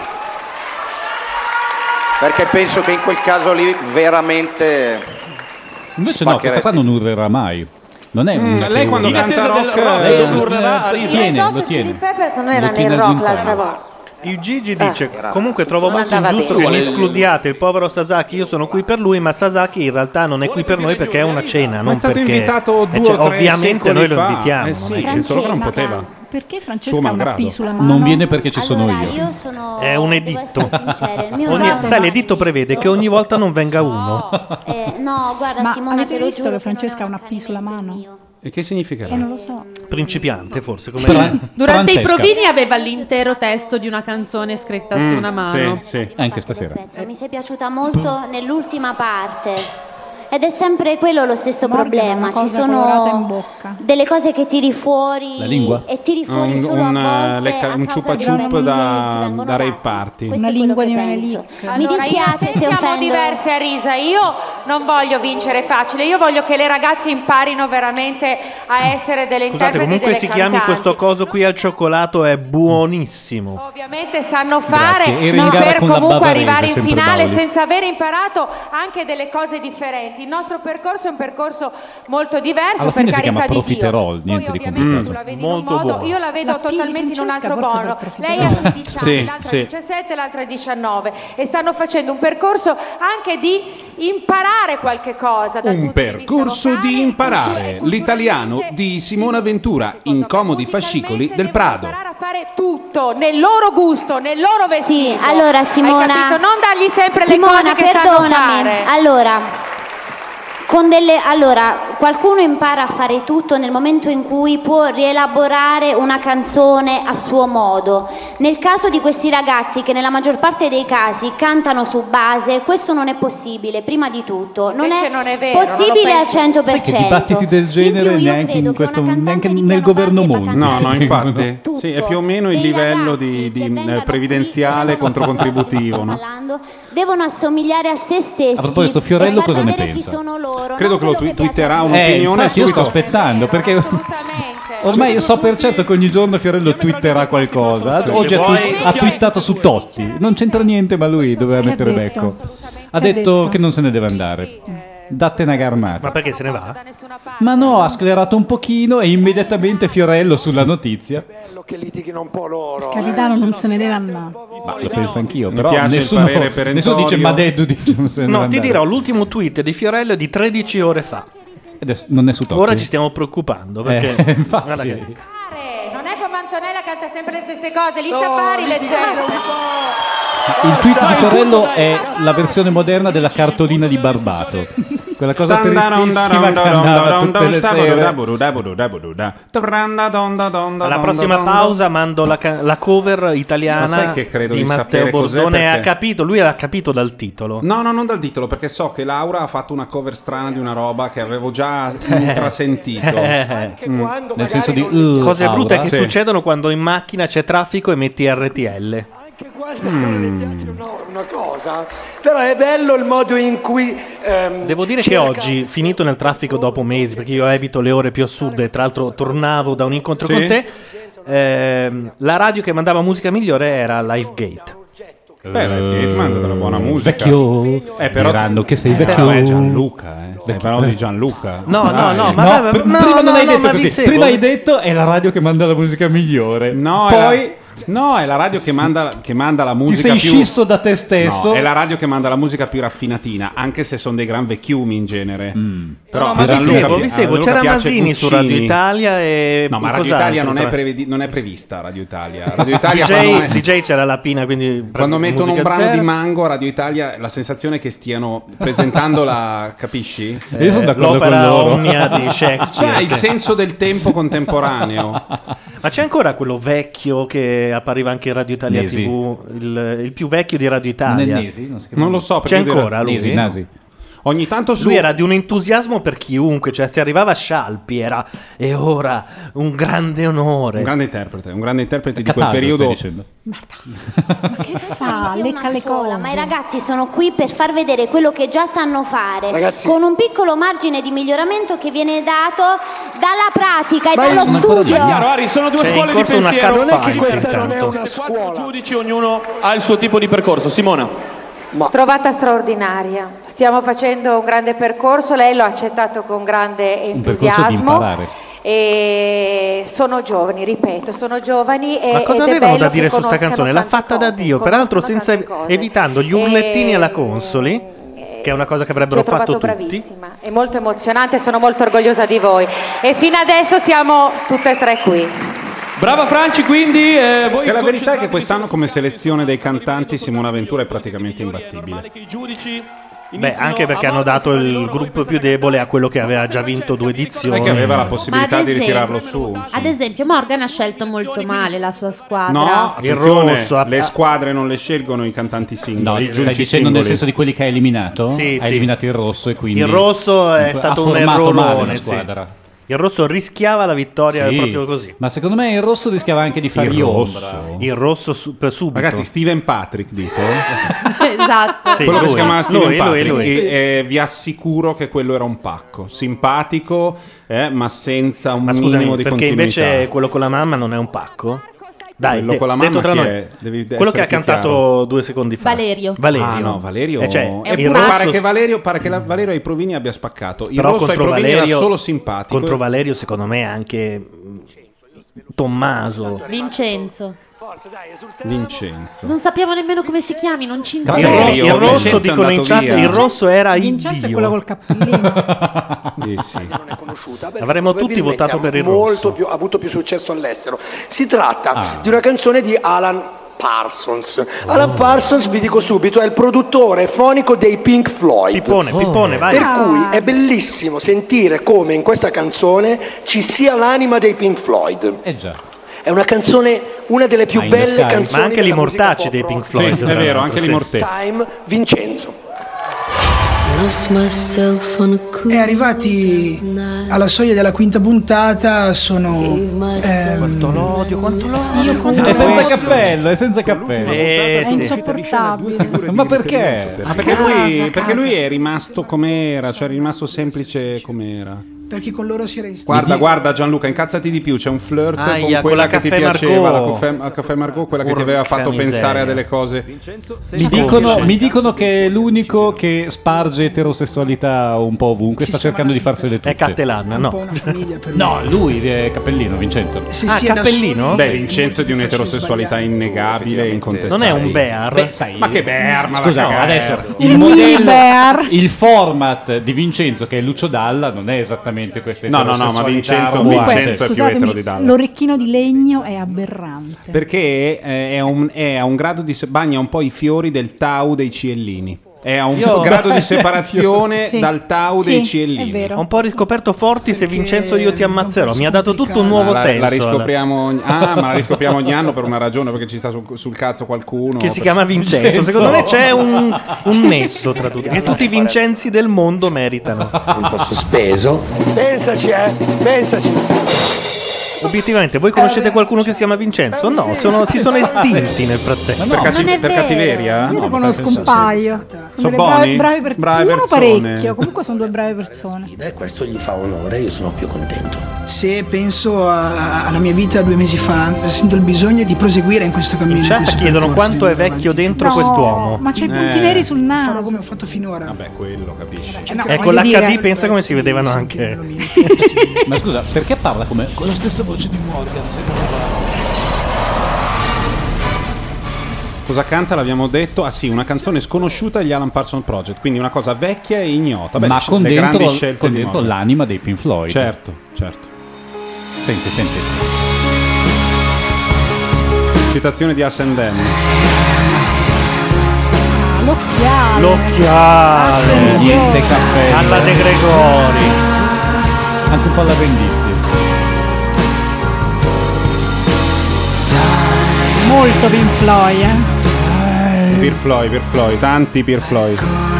Perché penso che in quel caso lì veramente. Invece no, questa qua non urlerà mai. Non è una lei che quando urla. canta rock, lei urlerà a riso. lo tiene. Pepper non era Lo tiene nel al rock guinzaglio. l'altra volta. Il Gigi dice: comunque trovo Non molto andava ingiusto bene. che escludiate il povero Sasaki. Io sono qui per lui, ma Sasaki in realtà non è qui per noi perché è una cena. Ma Non è stato perché... invitato Eh, 2 o 3 ovviamente noi lo fa. invitiamo. Eh non sì, è che- solo che non poteva. Perché Suo Francesca ha una malgrado. P sulla mano? Non viene perché ci sono Allora, io. io sono. È un devo editto. essere sincera, il mio Ogni- stato- sai, l'editto prevede che ogni volta non venga uno. No, guarda, Ma Simona, avete te lo visto giuro che Francesca ha una P sulla mano? E che significa? Non lo so. Principiante, forse. Come Durante i Francesca. provini aveva l'intero testo di una canzone scritta su una mano. Anche stasera. Mi sei piaciuta molto nell'ultima parte. Ed è sempre quello lo stesso problema. Ci cosa colorata in sono bocca. delle cose che tiri fuori La lingua? e tiri fuori Un, solo a volte a un causa ciupa di ciup momenti da, vengono da rave dati. party. Questo è quello che penso. Mi dispiace se siamo offendo. diverse a Risa. Io non voglio vincere facile. Io voglio che le ragazze imparino veramente a essere delle Scusate, interpreti comunque delle si chiami cantanti. questo coso qui al cioccolato, è buonissimo. Ovviamente sanno fare, Grazie. Era in ma gara per con la comunque bavarese, arrivare in sempre finale Bauli. senza aver imparato anche delle cose differenti. il nostro percorso è un percorso molto diverso, Alla per fine si chiama carità di Dio. profiterol, niente di complicato. La vedi in un modo, io la vedo totalmente in un altro modo. Lei ha 16 anni, Sì, l'altra sì. 17, l'altra 19 e stanno facendo un percorso anche di imparare qualche cosa. Un percorso di imparare l'italiano di Simona Ventura, Incomodi fascicoli del Prado. A fare tutto nel loro gusto, nel loro vestito. Sì, allora Simona, hai capito? Non dargli sempre Simona, le cose che sanno perdonami. fare. Allora, qualcuno impara a fare tutto nel momento in cui può rielaborare una canzone a suo modo. Nel caso di questi ragazzi, che nella maggior parte dei casi cantano su base, questo non è possibile, prima di tutto. Non Invece è non è vero, possibile non al lo penso. 100%. Sai che dibattiti del genere neanche, in questo, neanche nel governo Monti. No, infatti. Sì, è più o meno il livello di previdenziale contro contributivo. No? Devono assomigliare a se stessi. A proposito, Fiorello e far cosa ne vedere chi pensa? sono loro. Credo che lo twitterà un'opinione infatti io sto subito. aspettando perché ormai io so per certo che ogni giorno Fiorello twitterà qualcosa. Oggi ha twittato su Totti, non c'entra niente, ma lui doveva mettere becco. Ha detto che non se ne deve andare. Dattene a garmata. Ma perché se ne va? Ma no, ha sclerato un pochino e immediatamente Fiorello sulla notizia. Che litighino un po' loro. Capitano non se ne deve andare. Ma lo penso anch'io, Mi però piace il nessuno parere perentorio. dice Madeddu dice non se ne deve No, ti andare. dirò, l'ultimo tweet di Fiorello è di 13 ore fa. Adesso non è su Totti. Ora ci stiamo preoccupando perché infatti. guarda che- Non è come Antonella canta sempre le stesse cose, lì Sapari le Il tweet di Fiorello è la versione moderna della cartolina di Barbato. Quella cosa tristissima che andava tutte le sere. alla prossima pausa mando la cover Ma italiana sai che credo di di Matteo sapere cos'è, Bordone. perché- Ha capito, lui ha capito dal titolo. No, non dal titolo, perché so che Laura ha fatto una cover strana di una roba che avevo già intrasentito. Nel senso di Cose Laura. brutte che Sì. succedono quando in macchina c'è traffico e metti RTL. Una cosa, però è bello il modo in cui Devo dire che oggi, finito nel traffico dopo mesi, perché io evito le ore più assurde, tra l'altro tornavo da un incontro Sì. con te, la radio che mandava musica migliore era Lifegate. Beh, Lifegate manda della buona musica. Vecchio. Però Diranno che sei però vecchio. è Gianluca, Stai parlando di Gianluca. No, Dai. no, ma No, vabbè, prima non hai detto ma vi così. seguo. Prima hai detto è la radio che manda la musica migliore. No, Poi no, è la radio che manda la ti musica sei più... scisso da te stesso. No, è la radio che manda la musica più raffinatina, anche se sono dei gran vecchiumi in genere. Però No, a ma vi Gianluca seguo, pi- vi a seguo. Gianluca C'era piace Masini su Guccini. Radio Italia e No, ma Radio cos'altro, Italia non tra- è prevista, Radio Italia. Radio Italia quando, DJ c'era la Pina, quindi quando mettono un musica brano zero. di Mango a Radio Italia, la sensazione è che stiano presentando la... capisci? Io sono d'accordo l'opera con loro. Omnia di Shakespeare. Cioè, il sì. senso del tempo contemporaneo. Ma c'è ancora quello vecchio che appariva anche in Radio Italia Nesi. TV, il più vecchio di Radio Italia. Non è Nesi? Non si chiama Non lo Nesi. so, perché C'è lui era- ancora lui? Nasi. Ogni tanto su... Lui era di un entusiasmo per chiunque, cioè se arrivava a Scialpi era e ora un grande onore. un grande interprete di quel Cataldo, periodo. stai dicendo. Che fa? Sì, Lecca una le scuola, cose. ma i ragazzi sono qui per far vedere quello che già sanno fare, Ragazzi- con un piccolo margine di miglioramento che viene dato dalla pratica e Ma dallo sono ancora studio. lì. Chiaro, Ari, sono due C'è scuole in di corso una pensiero. car non è che fight, questa non è intanto. una Quattro scuola. giudici, ognuno ha il suo tipo di percorso. Simona. Trovata straordinaria. Stiamo facendo un grande percorso, lei lo ha accettato con grande Un percorso di entusiasmo. imparare. E sono giovani, ripeto, sono giovani e Ma cosa ed è avevano bello da dire che su sta conoscano canzone? L'ha tante fatta da cose, Dio, peraltro conoscono senza, tante cose. evitando gli urlettini alla consoli, che è una cosa che Ci avrebbero ho trovato fatto tutti. bravissima, è molto emozionante, sono molto orgogliosa di voi e fino adesso siamo tutte e tre qui. Brava Franci, quindi voi Che la verità è che concentratevi quest'anno su- come selezione dei cantanti Simona Ventura è praticamente imbattibile. che i giudici Beh, inizino anche perché a hanno dato valutare il loro gruppo più representanti. debole a quello che aveva già vinto 2 edizioni. E che aveva la Ma possibilità ad di esempio- ritirarlo su. Ad esempio, Morgan ha scelto molto male la sua squadra. No, Il attenzione, rosso, le squadre non le scelgono i cantanti singoli, No, i stai giudici dicendo nel singoli. senso di quelli che ha eliminato? Sì, Ha sì. eliminato il rosso e quindi... Il rosso è ha stato un formato male errorone, la sì. squadra. Il rosso rischiava la vittoria Sì, proprio così. ma secondo me il rosso rischiava anche di fargli Il ombra. rosso. Il rosso per subito. Ragazzi, Steven Patrick, dico. Esatto. Sì, quello che lui. si chiamava Steven Lui, Patrick. lui. E vi assicuro che quello era un pacco. Simpatico, ma senza un Ma minimo scusami, di perché continuità. invece quello con la mamma non è un pacco? Dai, quello con la detto mamma tra chi noi. è? Devi Quello essere che ha più cantato chiaro. 2 secondi fa. Valerio. Ah no, Valerio. Cioè, Eppure il pare rosso- che Valerio ai provini abbia spaccato. Il Però rosso ai contro provini Valerio, era solo simpatico. Contro Valerio, secondo me, anche Tommaso. Vincenzo. Vincenzo. Non sappiamo nemmeno come si chiami, non ci Il interessa. rosso Vincenzo è dicono in andato chat, via. il rosso era il Vincenzo è dio. quello col cappellino. Sì. Avremmo tutti votato per il molto rosso. ha avuto più successo all'estero. Si tratta di una canzone di Alan Parsons. Alan Parsons, vi dico subito, è il produttore fonico dei Pink Floyd. Pippone, vai. Per cui è bellissimo sentire come in questa canzone ci sia l'anima dei Pink Floyd. Già. È una canzone, una delle più belle canzoni. Ma anche della gli mortacci dei Pink Floyd. Sì, è vero, anche li mortacci. Time, Vincenzo. E arrivati alla soglia della quinta puntata sono Quanto l'odio. È senza cappello, è senza cappello. È insopportabile. Ma perché? Perché lui è rimasto com'era, cioè è rimasto semplice com'era. perché con loro si era istinto. Guarda Gianluca, incazzati di più, c'è un flirt Aia, con quella con la che ti Caffè piaceva, Margaux. la Caffè Margaux, quella che ti aveva fatto miseria. pensare a delle cose. Mi dicono che è l'unico che sparge eterosessualità un po' ovunque, sta cercando di farsele tutte. È Cattelan, no? Una famiglia per No, lui è Cappellino, Vincenzo. Se si è da Cappellino? Beh, Vincenzo è di un'eterosessualità innegabile e incontestabile. Non è un bear? Beh, sai, Ma che bear, ma scusa, va a cagare. adesso il modello, il format di Vincenzo, che è Lucio Dalla, non è esattamente questa No, ma eterosessualità Vincenzo roboante. è più etero Scusatemi, di Dalla. l'orecchino di legno è aberrante. Perché è a un grado di bagna un po' i fiori del tau dei ciellini. È a un Io- grado di separazione Sì. dal tau Sì, dei è ciellini. vero. Ho un po' riscoperto Forti, se Vincenzo io ti ammazzerò. Mi ha dato tutto un nuovo senso. La riscopriamo ma la riscopriamo ogni anno per una ragione, perché ci sta sul cazzo qualcuno Che si per- chiama Vincenzo. Secondo me c'è un nesso tra tutti. E tutti i Vincenzi del mondo meritano. Un po' sospeso. Pensaci, pensaci. Obiettivamente, voi conoscete qualcuno che si chiama Vincenzo? No, si sono estinti nel frattempo. per cattiveria? Io ne No, conosco un paio. Sono Sono delle buoni? brave persone. Brave Uno persone. parecchio. Comunque sono due brave persone. E questo gli fa onore, io sono più contento. Se penso alla mia vita 2 mesi fa, sento il bisogno di proseguire in questo cammino. In in chat questo chiedono percorso, quanto è di andare vecchio avanti. dentro No, quest'uomo. ma c'hai i punti neri sul Farò naso. come ho fatto finora. Vabbè, quello capisci. No, Con voglio l'HD dire- pensa come si vedevano anche. Ma scusa, perché parla come con la stessa voce di Morgan? Cosa canta? L'abbiamo detto. Ah sì, una canzone sconosciuta agli Alan Parsons Project, quindi una cosa vecchia e ignota. Beh, Ma le con grandi dentro, scelte con di dentro Morgan. l'anima dei Pink Floyd. Certo. Senti. Citazione di Assendem. L'occhiale. L'occhiale. Niente cappello. Alla De Gregori. Anche un po' alla Venditti. Molto Pink Floyd, Peer Floyd, tanti Peer Floyd.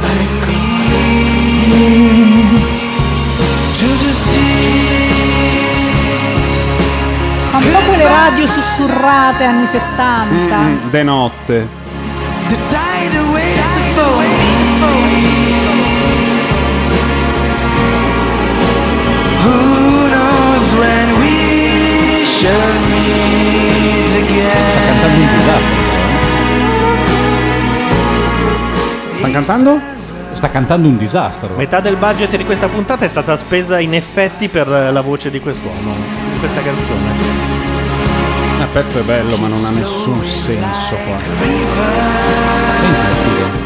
Fa un po' quelle radio sussurrate anni 70. De notte. Sta cantando? Sta cantando un disastro. Metà del budget di questa puntata è stata spesa in effetti per la voce di quest'uomo, di questa canzone. Il pezzo è bello, ma non ha nessun senso qua. Senti, scusa.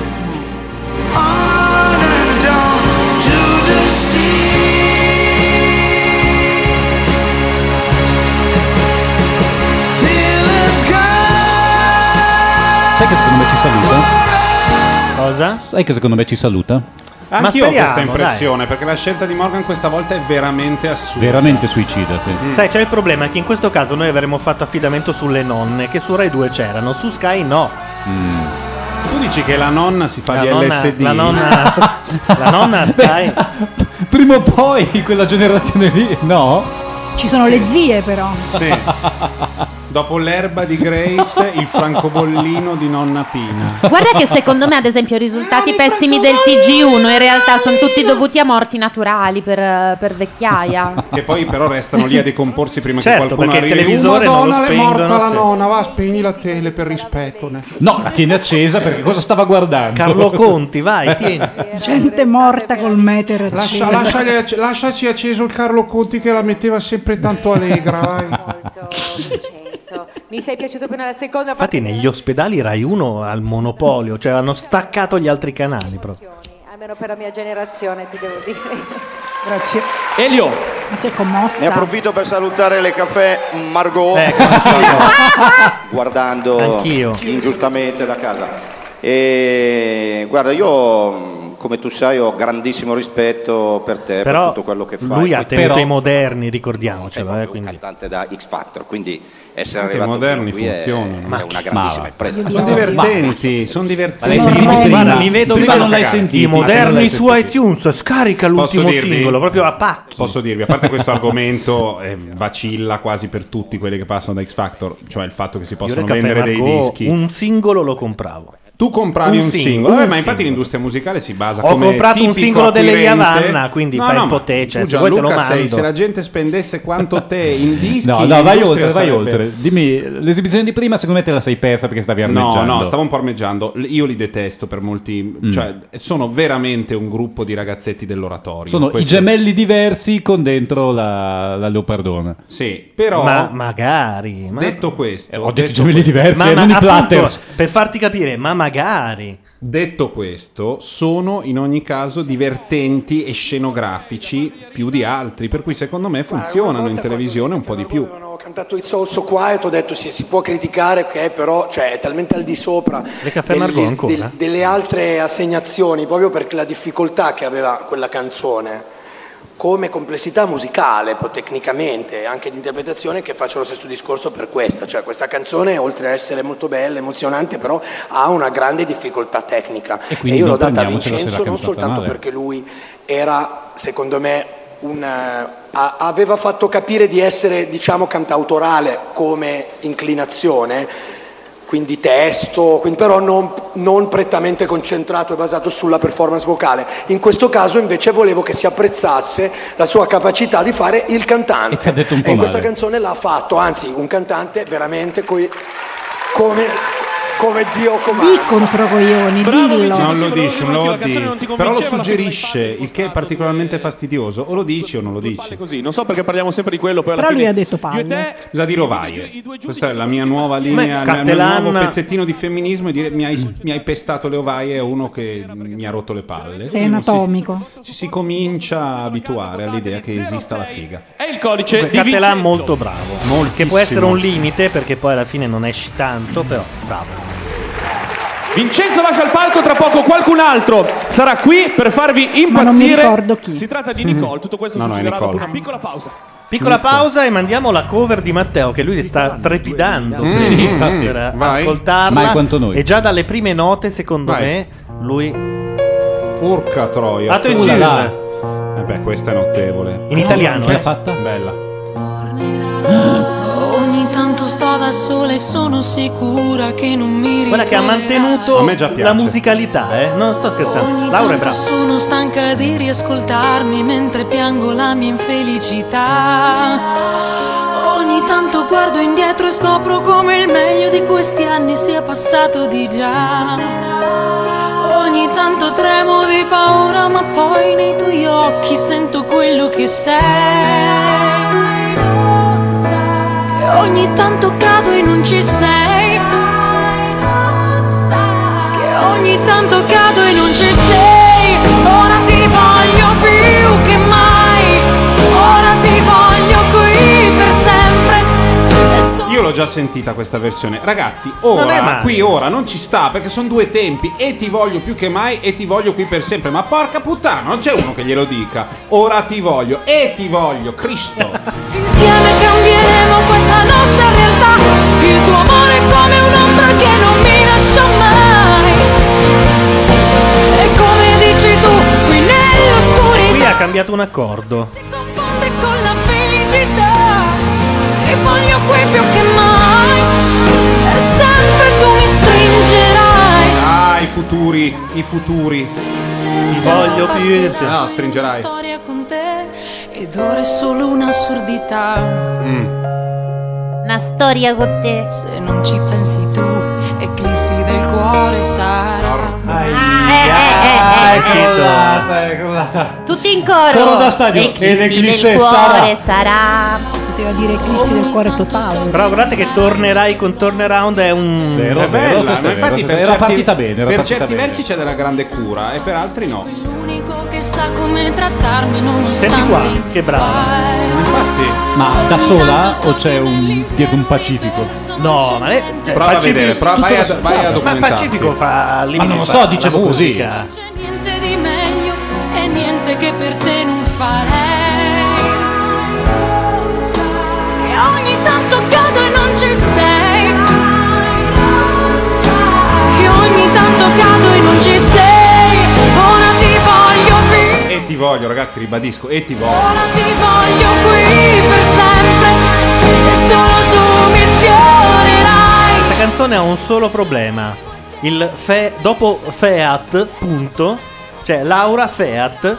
Sai che secondo me ci saluta? Cosa? Sai che secondo me ci saluta? Anch'io ho speriamo, questa impressione, perché la scelta di Morgan questa volta è veramente assurda. Veramente suicida, sì. Sai, c'è il problema che in questo caso noi avremmo fatto affidamento sulle nonne, che su Rai 2 c'erano, su Sky no. Tu dici che la nonna si fa di LSD? La nonna Sky. Prima o poi quella generazione lì, no? Ci sono le zie però. Sì. Dopo l'erba di Grace, il francobollino di nonna Pina. Guarda che secondo me, ad esempio, i risultati pessimi del TG1 in realtà sono tutti dovuti a morti naturali per vecchiaia. Che poi però restano lì a decomporsi prima Certo, che qualcuno perché il arrivi. televisore non lo Madonna, è spengono, morta la sì. nonna, va, spegni la tele per rispetto. No, la tieni accesa perché cosa stava guardando? Carlo Conti, vai, tieni. Gente morta col meter acceso. Lasciaci acceso il Carlo Conti che la metteva sempre tanto allegra, vai. Mi sei piaciuto più nella seconda Infatti negli ospedali Rai 1 al monopolio, cioè hanno staccato gli altri canali proprio. almeno per la mia generazione, ti devo dire. Grazie. Elio. Mi si è commossa. Ne approfitto per salutare le caffè Margot, guardando Anch'io. ingiustamente da casa. E guarda, io come tu sai ho grandissimo rispetto per te, Però per tutto quello che fai. lui ha tenuto Però i moderni, ricordiamocelo. Quindi. un cantante da X Factor, quindi essere Anche i arrivato moderni fino qui funzionano. è una grandissima impresa. Sono divertenti, sono divertenti. Guarda, mi vedo non l'hai sentito. i moderni su iTunes, scarica l'ultimo singolo proprio a pacchi. Posso dirvi, a parte questo argomento vacilla quasi per tutti quelli che passano da X Factor, cioè il fatto che si possono Io del Caffè vendere dei Margot, dischi. un singolo lo compravo. Tu compravi un singolo, un ma infatti singolo. l'industria musicale si basa Ho come comprato un tipico singolo delle acquirente. Yavanna, quindi fai un po' te, cioè, tu se vuoi te lo Gianluca sei, mando. se la gente spendesse quanto te in dischi, No, vai l'industria oltre, vai sarebbe- oltre. Dimmi, l'esibizione di prima secondo me te la sei persa perché stavi armeggiando. No, stavo un po' armeggiando. Io li detesto per molti, cioè sono veramente un gruppo di ragazzetti dell'oratorio. Sono Questo- i gemelli diversi con dentro la leopardona. Sì, però Ma magari. detto questo, ho detto detto gemelli questo- diversi, Ma non i appunto, Platters. per farti capire, ma magari. Detto questo, sono in ogni caso divertenti e scenografici più di altri, per cui secondo me funzionano in televisione un po' di più. Ho cantato It's So So Quiet, ho detto sì, si può criticare, ok, però cioè, è talmente al di sopra Le Caffè Margot ancora? delle altre assegnazioni, proprio per la difficoltà che aveva quella canzone, come complessità musicale, poi tecnicamente, anche di interpretazione, che faccio lo stesso discorso per questa. Cioè questa canzone, oltre a essere molto bella, emozionante, però ha una grande difficoltà tecnica. E quindi io l'ho non data a prendiamocela se Vincenzo l'ha non cantata soltanto male. perché lui era, secondo me, aveva fatto capire di essere, diciamo, cantautorale come inclinazione, quindi testo, però non prettamente concentrato e basato sulla performance vocale. In questo caso invece volevo che si apprezzasse la sua capacità di fare il cantante. E ti ha detto un po' in questa male. canzone l'ha fatto, anzi un cantante veramente come Dio comanda. Di controcoglioni, dillo. Non lo dici, non lo la canzone non ti dici, però lo convinceva, suggerisce, il che è particolarmente fastidioso. O lo dici o non lo dici. Così, non so perché parliamo sempre di quello, poi alla Però lui fine ha detto palle. Bisogna dire ovaie. Questa è la mia nuova linea, il mio Cattelan- nuovo pezzettino di femminismo, e dire mi hai pestato le ovaie, è uno che mi ha rotto le palle. Sei Quindi anatomico. Ci si comincia a abituare all'idea che esista la figa. È il codice di Cattelan Vincenzo. molto bravo. Che può essere un limite perché poi alla fine non esci tanto, però bravo. Vincenzo lascia il palco, tra poco qualcun altro sarà qui per farvi impazzire. Ma non mi ricordo chi. Si tratta di Nicole, tutto questo No, no, è succederà dopo Nicole. una piccola pausa. Piccola pausa e mandiamo la cover di Matteo che lui sta trepidando per vai. ascoltarla. Mai quanto noi. E già dalle prime note, secondo Vai. me, lui. Porca troia. Attenzione. Là. Beh, questa è notevole. In italiano, Chi l'ha fatta? Bella. Ogni tanto sto da sola e sono sicura che non mi Quella che ha mantenuto A me già piace. la musicalità, Non sto scherzando. Ogni Laura è tanto brava. sono stanca di riascoltarmi mentre piango la mia infelicità. Ogni tanto guardo indietro e scopro come il meglio di questi anni sia passato di già. Ogni tanto tremo di paura, ma poi nei tuoi occhi sento quello che sei. Che ogni tanto cado e non ci sei. Che ogni tanto cado e non ci sei. Ora ti voglio più che mai. Ora ti voglio qui per sempre. Se so- Io l'ho già sentita questa versione. Ragazzi, Non è ora, male. qui ora non ci sta perché sono due tempi. E ti voglio più che mai e ti voglio qui per sempre. Ma porca puttana, non c'è uno che glielo dica. Ora ti voglio e ti voglio, Cristo. Insieme cambieremo questa nostra realtà. Il tuo amore è come un'ombra che non mi lascia mai. E come dici tu, qui nell'oscurità Qui ha cambiato un accordo. si confonde con la felicità. Ti voglio qui più che mai. futuri. Ti voglio più. No, stringerai. Storia con te ed ora è solo un'assurdità. Una storia con te. Se non ci pensi tu, eclissi del cuore sarà. È crollata. Tutti in coro. Coro da stadio. Eclissi del cuore sarà. Poteva dire eclissi del cuore totale. Però guardate che tornerai con turnaround è un... È bella, ma infatti per era certi, partita bene. Era per partita certi bene. versi c'è della grande cura e per altri no. L'unico che sa come trattarmi nonostante. Senti qua, che brava. Infatti. Ma da sola o c'è dietro un Pacifico? No, ma lei... Prova a vedere, vai a Ma il documentarti. Pacifico fa... Ma non lo so, dicevo così. C'è niente di meglio e niente che per te non farei. Che ogni tanto cado e non ci sei. Che ogni tanto cado e non ci sei. Ora ti voglio qui. E ti voglio, ragazzi, ribadisco, e ti voglio. Ora ti voglio qui per sempre. Se solo tu mi sfiorerai. Questa canzone ha un solo problema. Dopo Feat, punto, c'è Laura Feat.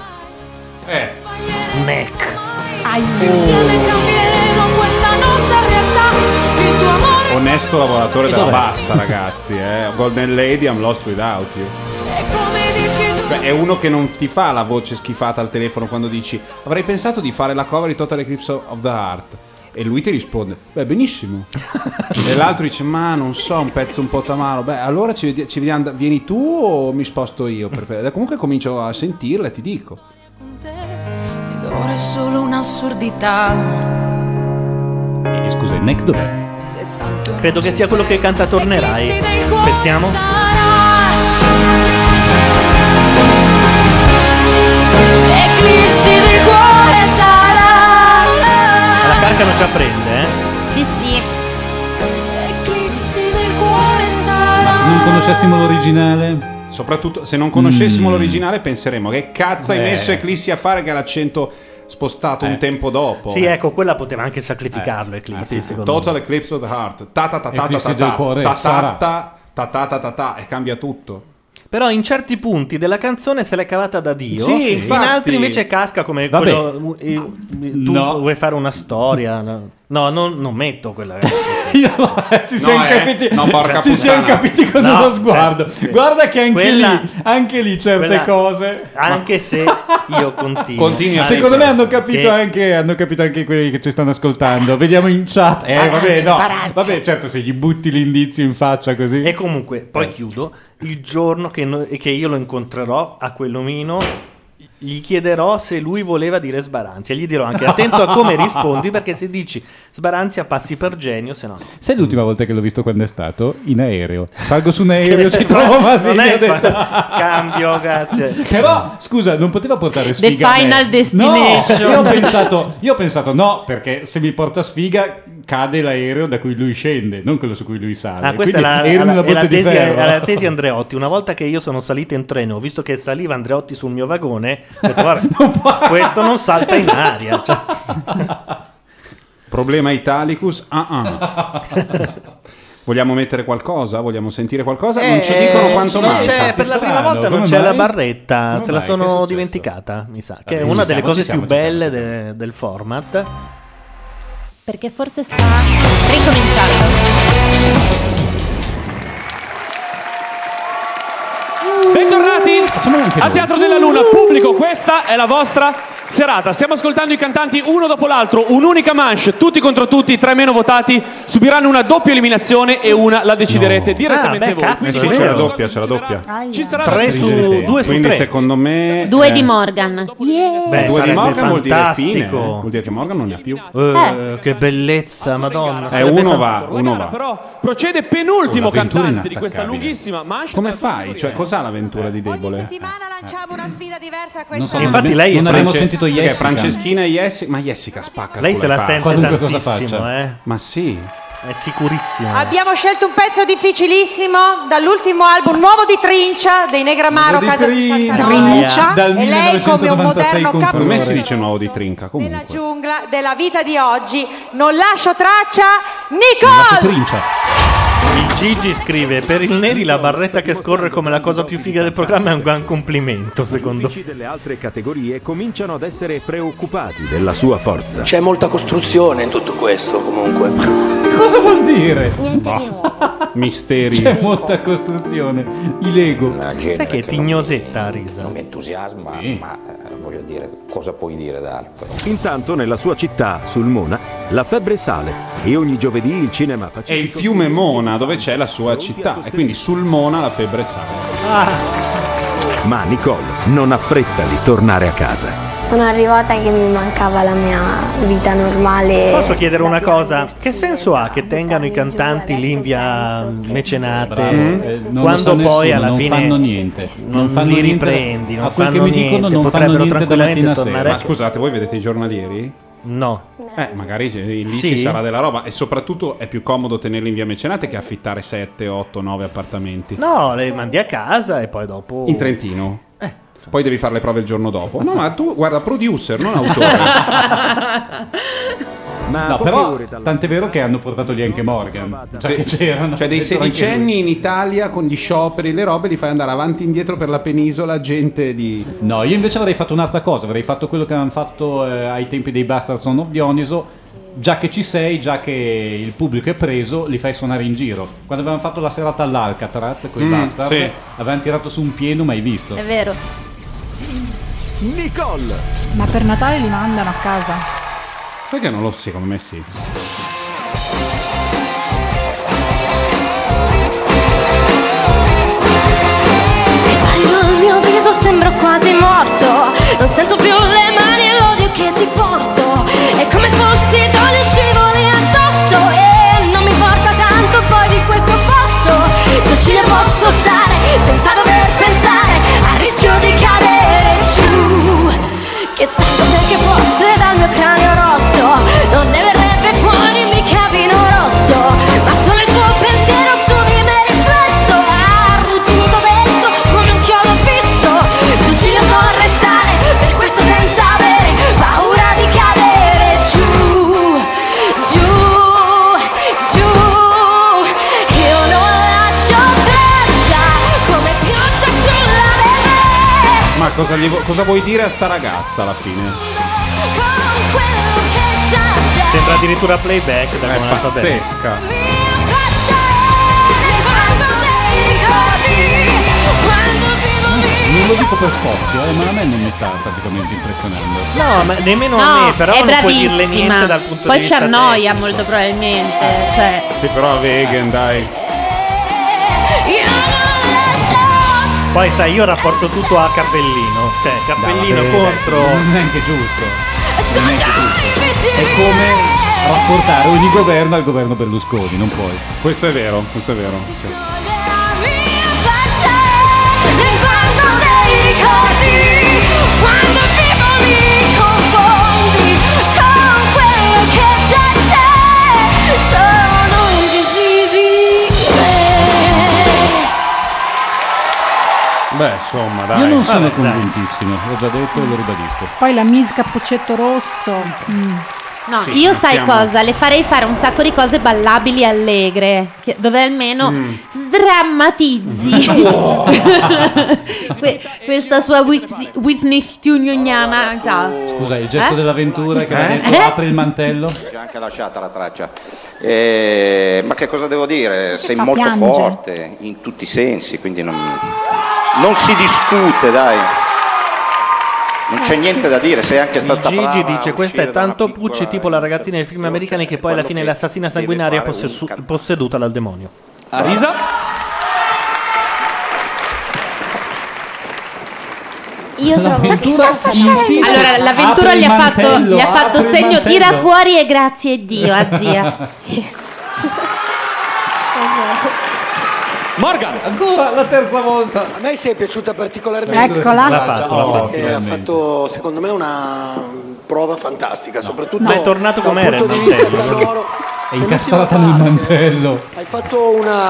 Neck. Insieme cambieremo questa nostra realtà. Il tuo amore Onesto lavoratore della dov'è? bassa, ragazzi, Golden Lady, I'm lost without you. è come dici tu. Beh, è uno che non ti fa la voce schifata al telefono quando dici avrei pensato di fare la cover di Total Eclipse of the Heart. E lui ti risponde, beh, benissimo. E l'altro dice, ma non so, un pezzo un po' tamaro. Beh, allora ci vediamo, vieni tu o mi sposto io? Comunque comincio a sentirla e ti dico. Ed ora è solo un'assurdità. Scusa, il neck dov'è? Credo che sia quello che canta Tornerai. Aspettiamo. Eclissi del cuore sarà. La carcano già prende, eh? Sì, sì. Eclissi del cuore sarà. Ma se non conoscessimo l'originale? Soprattutto se non conoscessimo l'originale penseremo che cazzo hai messo Eclissi a fare che ha l'accento spostato un tempo dopo. Sì, ecco, quella poteva anche sacrificarlo Eclissi, secondo Total me. Eclipse of the Heart. Ta ta ta ta ta Eclissi ta del ta cuore, ta ta sarà. ta ta ta ta ta ta e cambia tutto. Però in certi punti della canzone se l'è cavata da Dio, Sì, in infatti. altri invece casca come Vabbè. quello, tu No. vuoi fare una storia. No, non metto quella. Si siamo capiti, no, porca ci siamo puttana. capiti con No, uno sguardo. cioè, Guarda che quella- anche lì certe quella- cose. Anche se io continuo. Continui a Secondo me hanno che- capito anche quelli che ci stanno ascoltando. Vediamo in chat. Vabbè, no. Vabbè, certo, se gli butti l'indizio in faccia così. E comunque, poi chiudo, il giorno che io lo incontrerò a quell'omino, gli chiederò se lui voleva dire Sbaranzia. Gli dirò anche attento a come rispondi, perché se dici Sbaranzia passi per genio, se no. Sai l'ultima volta che l'ho visto quando è stato? In aereo. Salgo su un aereo, ci trovo Masini. Non è ho detto- cambio, grazie. Però, scusa, non poteva portare The sfiga a me. Final Destination. No, io ho pensato no, perché se mi porta sfiga cade l'aereo da cui lui scende, non quello su cui lui sale. Ah, questa è Quindi ero in una botte di ferro. è la tesi Andreotti. Una volta che io sono salito in treno, ho visto che saliva Andreotti sul mio vagone, ho detto, vabbè, questo non salta in aria. Cioè. Problema Italicus. Vogliamo mettere qualcosa? Vogliamo sentire qualcosa? Non ci dicono quanto non manca. c'è, per la prima strano, volta non come c'è la mai? barretta, Come se la mai? Che è sono successo? dimenticata, mi sa, che è Vabbè, una ci delle siamo, cose ci siamo, più ci siamo, belle ci siamo. del format. Perché forse sta ricominciando. Bentornati al Teatro della Luna, pubblico, questa è la vostra serata. Stiamo ascoltando i cantanti uno dopo l'altro, un'unica manche, tutti contro tutti, i 3 meno votati subiranno una doppia eliminazione e una la deciderete direttamente voi. cazzo, Quindi Sì, è c'è la vero. doppia, c'è la doppia. ci sarà 3 su 2 su Quindi 3. secondo me 2 di Morgan. Beh, 2 di sarebbe Morgan vuol dire fine. fantastico. Vuol dire che Morgan non ne ha più. Che bellezza, madonna. Uno va, uno va. Però procede penultimo L'avventura cantante di questa inattaccabile. lunghissima manche. Come fai? Cioè, cos'ha l'avventura di debole? Lanciamo una sfida diversa a Non so, Infatti lei è non abbiamo France- sentito Perché Jessica. Franceschina e Jessica. Ma Jessica spacca. Lei il se culo la e sente passa. Qualunque cosa tantissimo, faccia. Ma sì. È sicurissima. Abbiamo scelto un pezzo difficilissimo dall'ultimo album nuovo di Trincia dei Negramaro Di Casa Trincia, dal e lei come un 1996 moderno con Per me si capo dice nuovo di Trinca della comunque. giungla della vita di oggi. Non lascio traccia, Lascio Nicole! Trincia. Il Gigi scrive: per il Neri la barretta che scorre come la cosa più figa del programma è un gran complimento, secondo me. I giudici delle altre categorie cominciano ad essere preoccupati della sua forza. C'è molta costruzione in tutto questo, comunque. Cosa vuol dire? Misteri. C'è molta costruzione. I Lego. Sai che è tignosetta Arisa? Non mi entusiasma, ma voglio dire, cosa puoi dire d'altro? Intanto nella sua città, Sulmona, la febbre sale e ogni giovedì il cinema È il Pacifico fiume Mona dove c'è la sua città e quindi sul Mona la febbre sale. Ma Nicole non ha fretta di tornare a casa. Sono arrivata che mi mancava la mia vita normale. Posso chiedere una cosa? Che senso ha che tengano i cantanti lì in via Mecenate Non lo quando sa poi nessuno, alla non fine fanno niente. non fanno li niente. riprendi, non A quel fanno che mi niente, dicono non fanno potrebbero niente da tranquillamente mattina a tornare. Ma scusate, voi vedete i giornalieri? No. Magari lì Sì? ci sarà della roba e soprattutto è più comodo tenerli in via Mecenate che affittare 7, 8, 9 appartamenti. No, le mandi a casa e poi dopo In Trentino? Poi devi fare le prove il giorno dopo. No, ma tu guarda, producer, non autore. No, però tant'è vero che hanno portato lì anche Morgan. Già che c'erano. Cioè dei sedicenni in Italia con gli scioperi, le robe, li fai andare avanti e indietro per la penisola, gente di... No, io invece avrei fatto un'altra cosa. Avrei fatto quello che avevano fatto ai tempi dei Bastard Son of Dioniso. Già che ci sei, già che il pubblico è preso, li fai suonare in giro. Quando avevamo fatto la serata all'Alcatraz con i Bastard, sì. avevano tirato su un pieno mai visto. È vero. Nicole! Ma per Natale li mandano a casa. Sai che non lo so, secondo me sì. Quando il mio viso sembra quasi morto, non sento più le mani e l'odio che ti porto. È come fossi d'olio scivoli addosso e non mi importa tanto poi di questo passo. Sul ciglio posso stare senza dover pensare al rischio di cadere giù. Che tanto che fosse dal mio cranio rotto, non ne verrebbe fuori mica vino rosso. Ma solo il tuo pensiero su di me riflesso ha arrugginito dentro come un chiodo fisso. Sul ciglio so restare, per questo senza avere paura di cadere giù, giù, giù. Io non lascio traccia come pioggia sulla neve. Ma cosa vuoi dire a sta ragazza alla fine? Sembra addirittura playback da come è andata bene. Pazzesca. Non lo dico per spocchio, ma a me non mi sta praticamente impressionando. No, ma nemmeno No, a me, però è non puoi dirle bravissima. niente dal punto Poi di ci vista annoia molto probabilmente. Cioè. Sì, però vegan, dai. Poi sai, io rapporto tutto a Cappellino, cioè Cappellino Vabbè, contro... Non è neanche giusto. Non è neanche giusto. È come rapportare ogni governo al governo Berlusconi, non puoi. Questo è vero, questo è vero. Sì. Quando vivo mi confondi con quello che già c'è. Sono invisibile. Beh, insomma, dai. Io non sono Vabbè, dai. convintissimo, l'ho già detto e lo ribadisco. Poi la Miss Cappuccetto Rosso. No, Sì, io non sai stiamo- cosa? Le farei fare un sacco di cose ballabili e allegre, dove almeno sdrammatizzi questa sua Whitney Houstoniana. Scusa, il gesto dell'avventura che ha detto Eh? apri il mantello. Già anche lasciata la traccia. Ma che cosa devo dire? Sei fa molto piangere. forte in tutti i sensi, quindi non si discute, dai. Non c'è niente da dire, sei anche stata brava. Gigi a dice questa uscire è da una tanto piccola Pucci tipo la ragazzina dei film americani che poi alla fine è l'assassina sanguinaria posseduta dal demonio. Arisa? Io trovo Ma che sta facendo? Allora, l'avventura Apri gli il ha fatto, mantello, gli ha fatto apri il segno mantello. tira fuori e grazie a Dio, a zia. Morgan! Ancora la terza volta. A me si è piaciuta particolarmente. Eccola. L'ha fatto. Perché ha fatto, secondo me, una prova fantastica, soprattutto Ma è tornato da un com'era punto il di vista mantello? sonoro. È incastrata nel mantello. Hai fatto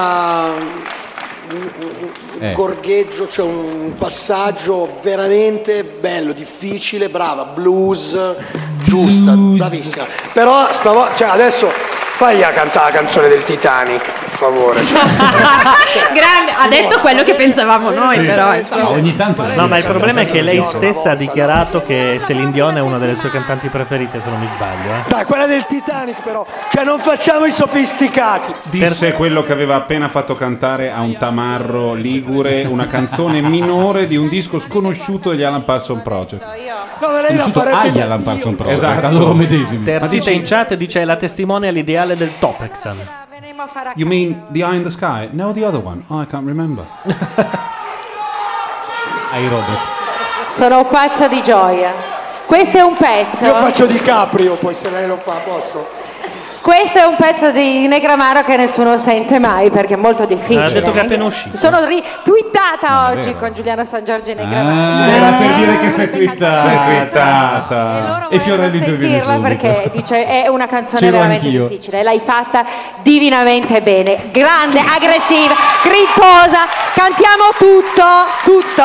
un gorgheggio, cioè un passaggio veramente bello, difficile, brava, blues, giusta, bravissima. Però cioè adesso fai a cantare la canzone del Titanic. favore. Grande, ha detto quello che pensavamo noi, però. Ogni tanto. No, ma il problema è che lei stessa ha dichiarato che Celine Dion è una delle sue cantanti preferite, se non mi sbaglio. Dai, quella del Titanic però, cioè non facciamo i sofisticati. Disse quello che aveva appena fatto cantare a un tamarro ligure una canzone minore di un disco sconosciuto degli Alan Parsons Project. No, ma lei la Conosciuto farebbe agli da Alan Dio. Parsons Project, Esatto. a loro medesimi. Terzita in chat dice è la testimonial ideale del Topexan. You mean The Eye in the Sky? No, the other one. Oh, I can't remember. Ai Robert. Sono pazza di gioia. Questo è un pezzo. Io faccio Di Caprio, poi se lei lo fa, posso? Questo è un pezzo di Negramaro che nessuno sente mai perché è molto difficile. Ha detto che è appena uscito. Sono twittata è oggi vero. con Giuliano San Giorgio e Negramaro. Era per dire che sei twittata. E Fiorelli interviene Sentirla subito. perché dice è una canzone C'ero veramente anch'io. difficile. L'hai fatta divinamente bene. Grande, aggressiva, grintosa. Cantiamo tutto.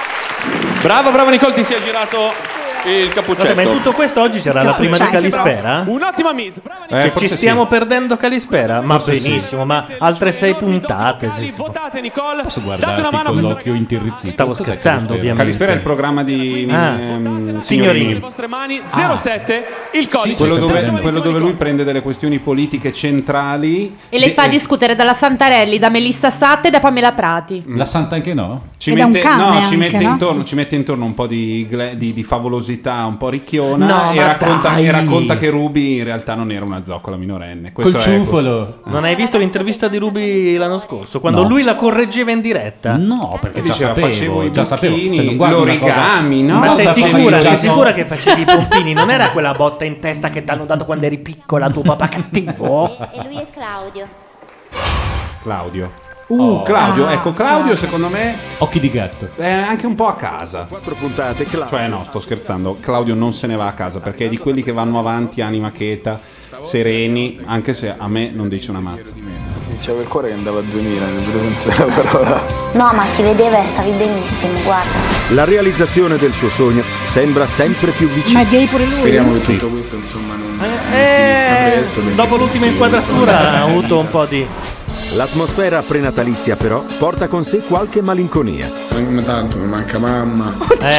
Bravo Nicole, ti si è girato il cappuccetto. Ma in tutto questo oggi c'era la prima di Calispera? Un'ottima miss. Cioè, ci forse stiamo sì. perdendo Calispera? Ma Forse sì. benissimo, ma altre 6 puntate. Sì, sì. Votate Nicole. Posso Date una guardarti mano a con questa l'occhio intirrizzito? Stavo Cos'è scherzando, Calispera? ovviamente. Calispera è il programma di Signorini. Signorini. vostre mani 07 il codice. Quello Sì, dove, sì. quello dove lui prende delle questioni politiche centrali E le fa discutere dalla Santarelli, da Melissa Satte e da Pamela Prati. La Santa anche no? ci Ed è un mette, cane no, anche, ci mette no? intorno, ci mette intorno un po' di favolosità un po' ricchiona No, e ma racconta, dai. e racconta che Ruby in realtà non era una zoccola minorenne. Questo Col è- ciufolo. Non hai visto l'intervista di Ruby l'anno scorso? Quando No. lui la correggeva in diretta? No, perché E già diceva, sapevo, facevo i già sapevo. bocchini, Cioè, non guardi una cosa- l'origami, no? Ma sei Facevo sicura? i- Sei sicura che facevi i pompini? Non era quella botta in testa che ti hanno dato quando eri piccola, tuo papà cattivo? E lui è Claudio. Claudio. Claudio, ecco, Claudio secondo me Occhi di gatto. è anche un po' a casa. 4 puntate, Cioè no, sto scherzando, Claudio non se ne va a casa perché è di quelli che vanno avanti, anima cheta, sereni, anche se a me non dice una mazza. C'avevo il cuore che andava a 2000 nel vero senso della parola. No, ma si vedeva e stavi benissimo, guarda. La realizzazione del suo sogno sembra sempre più Ma vicina. è gay pure lui? Speriamo che tutto questo insomma non finisca presto. perché Dopo l'ultima inquadratura ha avuto un po' di... L'atmosfera prenatalizia però porta con sé qualche malinconia. Ma tanto mi manca mamma.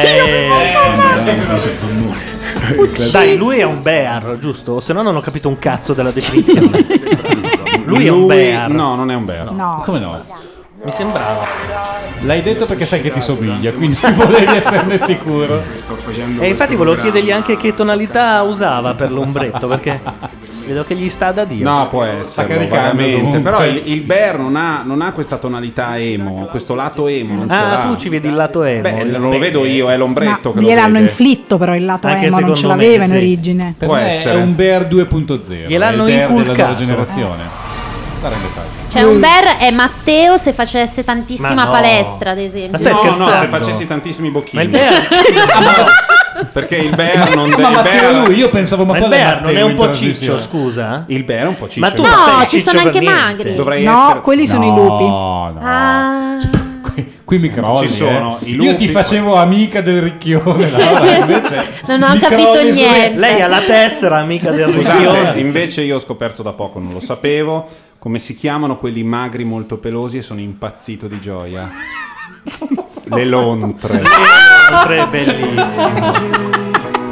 Dai, lui è un bear, giusto? O se no non ho capito un cazzo della definizione. Lui è un bear. No, non è un bear. No. Come no? Mi sembrava. L'hai detto perché sai che ti somiglia, quindi volevi esserne sicuro. Sto facendo E infatti questo volevo programma. chiedergli anche che tonalità usava per l'ombretto, perché vedo che gli sta da Dio. No, può Sta essere caricando vagamente, comunque. però il bear non ha questa tonalità emo, questo lato emo non ce l'ha. tu ci vedi il lato emo. Beh, non lo vedo io, è l'ombretto che lo gliel'hanno vede. inflitto però il lato Anche emo non ce secondo me, l'aveva in sì. origine. Per Può me essere. è un Bear 2.0. Gliel'hanno è il Bear della inculcato. nuova generazione. Sarebbe facile. Cioè, un bear è Matteo se facesse tantissima Ma no. palestra, ad esempio. Ma stai No, scherzando? se facessi tantissimi bocchini. Ma il bear, Perché il bear non Ma il Matteo bear, lui, io pensavo ma il quale bear non Matteo è un in po' trasmissione. ciccio, scusa? il bear è un po' ciccio. Ma tu No, non sei ci ciccio sono per anche niente. magri. Dovrei No, essere quelli sono i lupi. No, no. Ah. Qui mi crolli. Ci sono i Io lupi. ti facevo amica del ricchione, Laura, invece Non ho mi capito crolli su- niente. Lei ha la tessera, amica del Scusate, ricchione. invece io ho scoperto da poco, non lo sapevo, come si chiamano quelli magri molto pelosi e sono impazzito di gioia. Le lontre. È bellissimo.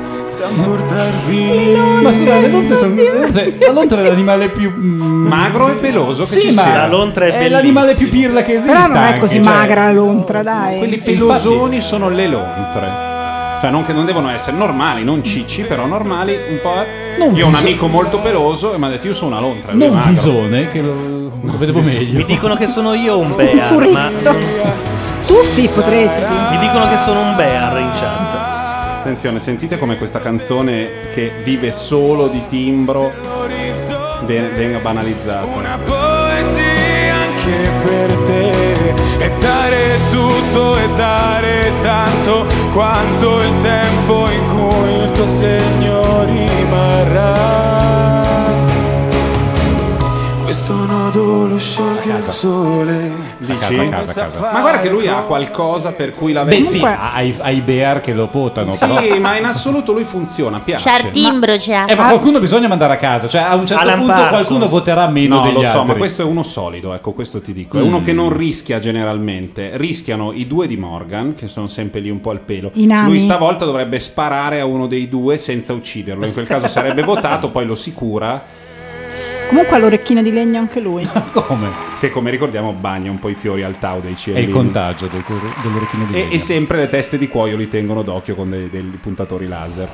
Ma scusa, le lontre sono. La lontra è l'animale più Magro e peloso che Sì, ci ma sia. La lontra è bellissima. l'animale più pirla che esiste. Però non è anche, così cioè- magra la lontra, dai. Quelli pelosoni sono le lontre. Cioè non che non devono essere normali, non cicci, però normali un po'. Non Io ho un viso- amico molto peloso e mi ha detto io sono una lontra. lui è Non magro. visone, che lo vedevo meglio. Mi dicono che sono io un bear, Un ma furetto. Tu sì, potresti. mi dicono che sono un bear in chat. Attenzione, sentite come questa canzone che vive solo di timbro venga banalizzata. Una poesia anche per te, e dare tutto e dare tanto quanto il tempo in cui il tuo segno rimarrà. Questo nodo lo sciolga il sole. Dici? A casa. Ma guarda che lui ha qualcosa per cui la Beh, vede. sì, hai Bear che lo potano. Sì, però. ma in assoluto lui funziona, piace. C'ha il timbro, c'ha. Ma qualcuno bisogna mandare a casa, cioè a un certo Alan punto Parsons. qualcuno voterà meno No, degli lo so, altri. ma questo è uno solido, ecco, questo ti dico. È uno che non rischia generalmente. Rischiano i due di Morgan, che sono sempre lì un po' al pelo. I nani. Lui stavolta dovrebbe sparare a uno dei due senza ucciderlo. In quel caso sarebbe votato, poi lo si cura. Comunque ha l'orecchino di legno anche lui. Come? Che come ricordiamo bagna un po' i fiori al tau dei È cieli. il contagio dell'orecchino di legno. E sempre le teste di cuoio li tengono d'occhio con dei puntatori laser.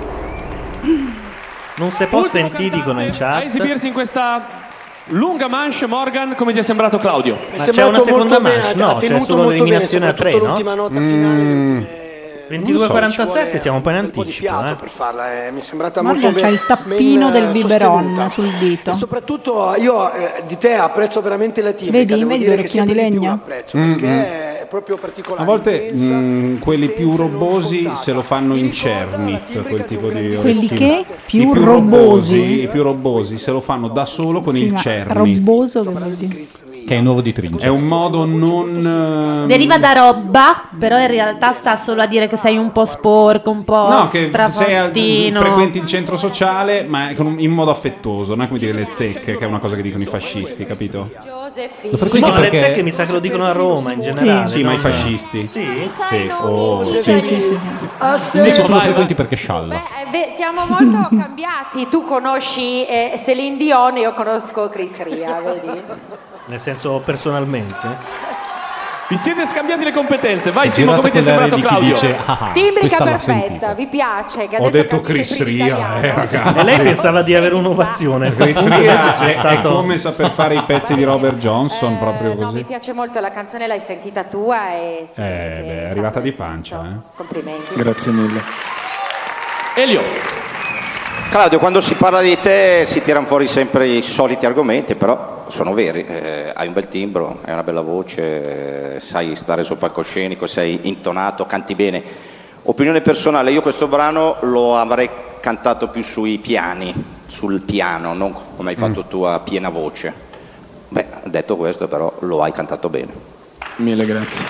Non si può sentire, dicono in A chat. esibirsi in questa lunga manche, Morgan, come ti è sembrato Claudio? Ma c'è una seconda manche? No, ha c'è tenuto solo molto bene, l'eliminazione a 3, soprattutto no? l'ultima nota finale. 22:47, siamo un po' in anticipo. Fiato per farla, mi è sembrata Morgan molto c'ha il tappino del biberon sostenuta. sul dito. E soprattutto io di te apprezzo veramente la tipica. Vedi, devo vedi dire che l'orecchino di sempre più legno? apprezzo, perché è proprio particolare. A volte quelli più robosi se lo fanno in Cernit, quel tipo di Quelli orecchino. che? Più I più robosi? I più robosi se lo fanno da solo con Sì, il ma Cernit. roboso che vuol dire? Che è nuovo di Trinci. È un modo non Deriva da roba, però in realtà sta solo a dire che sei un po' sporco, un po' No, che strafottino. frequenti il centro sociale, ma in modo affettuoso, non è come dire le zecche, che è una cosa che dicono i fascisti, capito? Lo frequenti perché... Le zecche mi sa che lo dicono a Roma in generale. Sì, ma i non- fascisti. Sì? Sì. Oh. Sì. Sì, lo frequenti perché scialla. Siamo molto cambiati. Tu conosci Celine Dion, io conosco Chris Ria, vedi? Nel senso personalmente? Vi siete scambiati le competenze. Vai È Simo, come ti è girato sembrato con l'aria di Claudio? chi dice, Timbrica questa l'ha perfetta, sentita. vi piace? Che Ho adesso detto capite Chris più Ria, l'italiano. ragazzi. E lei pensava di avere un'ovazione. Chris Appunto, Ria invece c'è è stato... come saper fare i pezzi di Robert Johnson, proprio No, così. mi piace molto la canzone, l'hai sentita tua e sì, Beh, è arrivata di pancia, complimenti. Grazie mille. Elio. Claudio, quando si parla di te si tirano fuori sempre i soliti argomenti, però sono veri. Hai un bel timbro, hai una bella voce, sai stare sul palcoscenico, sei intonato, canti bene. Opinione personale, io questo brano lo avrei cantato più sui piani, sul piano, non come hai fatto tu a piena voce. Beh, detto questo però lo hai cantato bene. Mille grazie.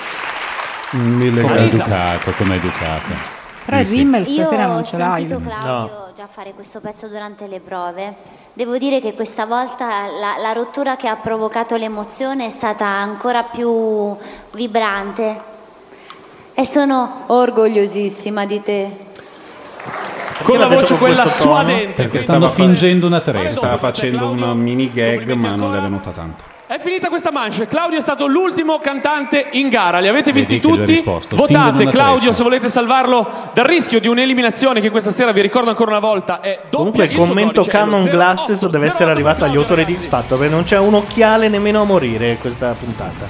Come educato, come educato. Però il rimmel Io stasera non ho ce l'hai. sentito Claudio già fare questo pezzo durante le prove. Devo dire che questa volta la rottura che ha provocato l'emozione è stata ancora più vibrante e sono orgogliosissima di te. Con la voce quella questo tono? suadente. Perché stanno fingendo una tresa. Stava facendo una mini gag, ma non le è venuta tanto. È finita questa manche. Claudio è stato l'ultimo cantante in gara. Li avete visti Vedi che gli ho tutti? risposto. Votate Fingono una Claudio tresca. se volete salvarlo dal rischio di un'eliminazione che questa sera, vi ricordo ancora una volta, è doppia. Comunque il suo commento codice è lo Canon 08. Glasses deve essere arrivato agli autori di X Factor, perché non c'è un occhiale nemmeno a morire in questa puntata.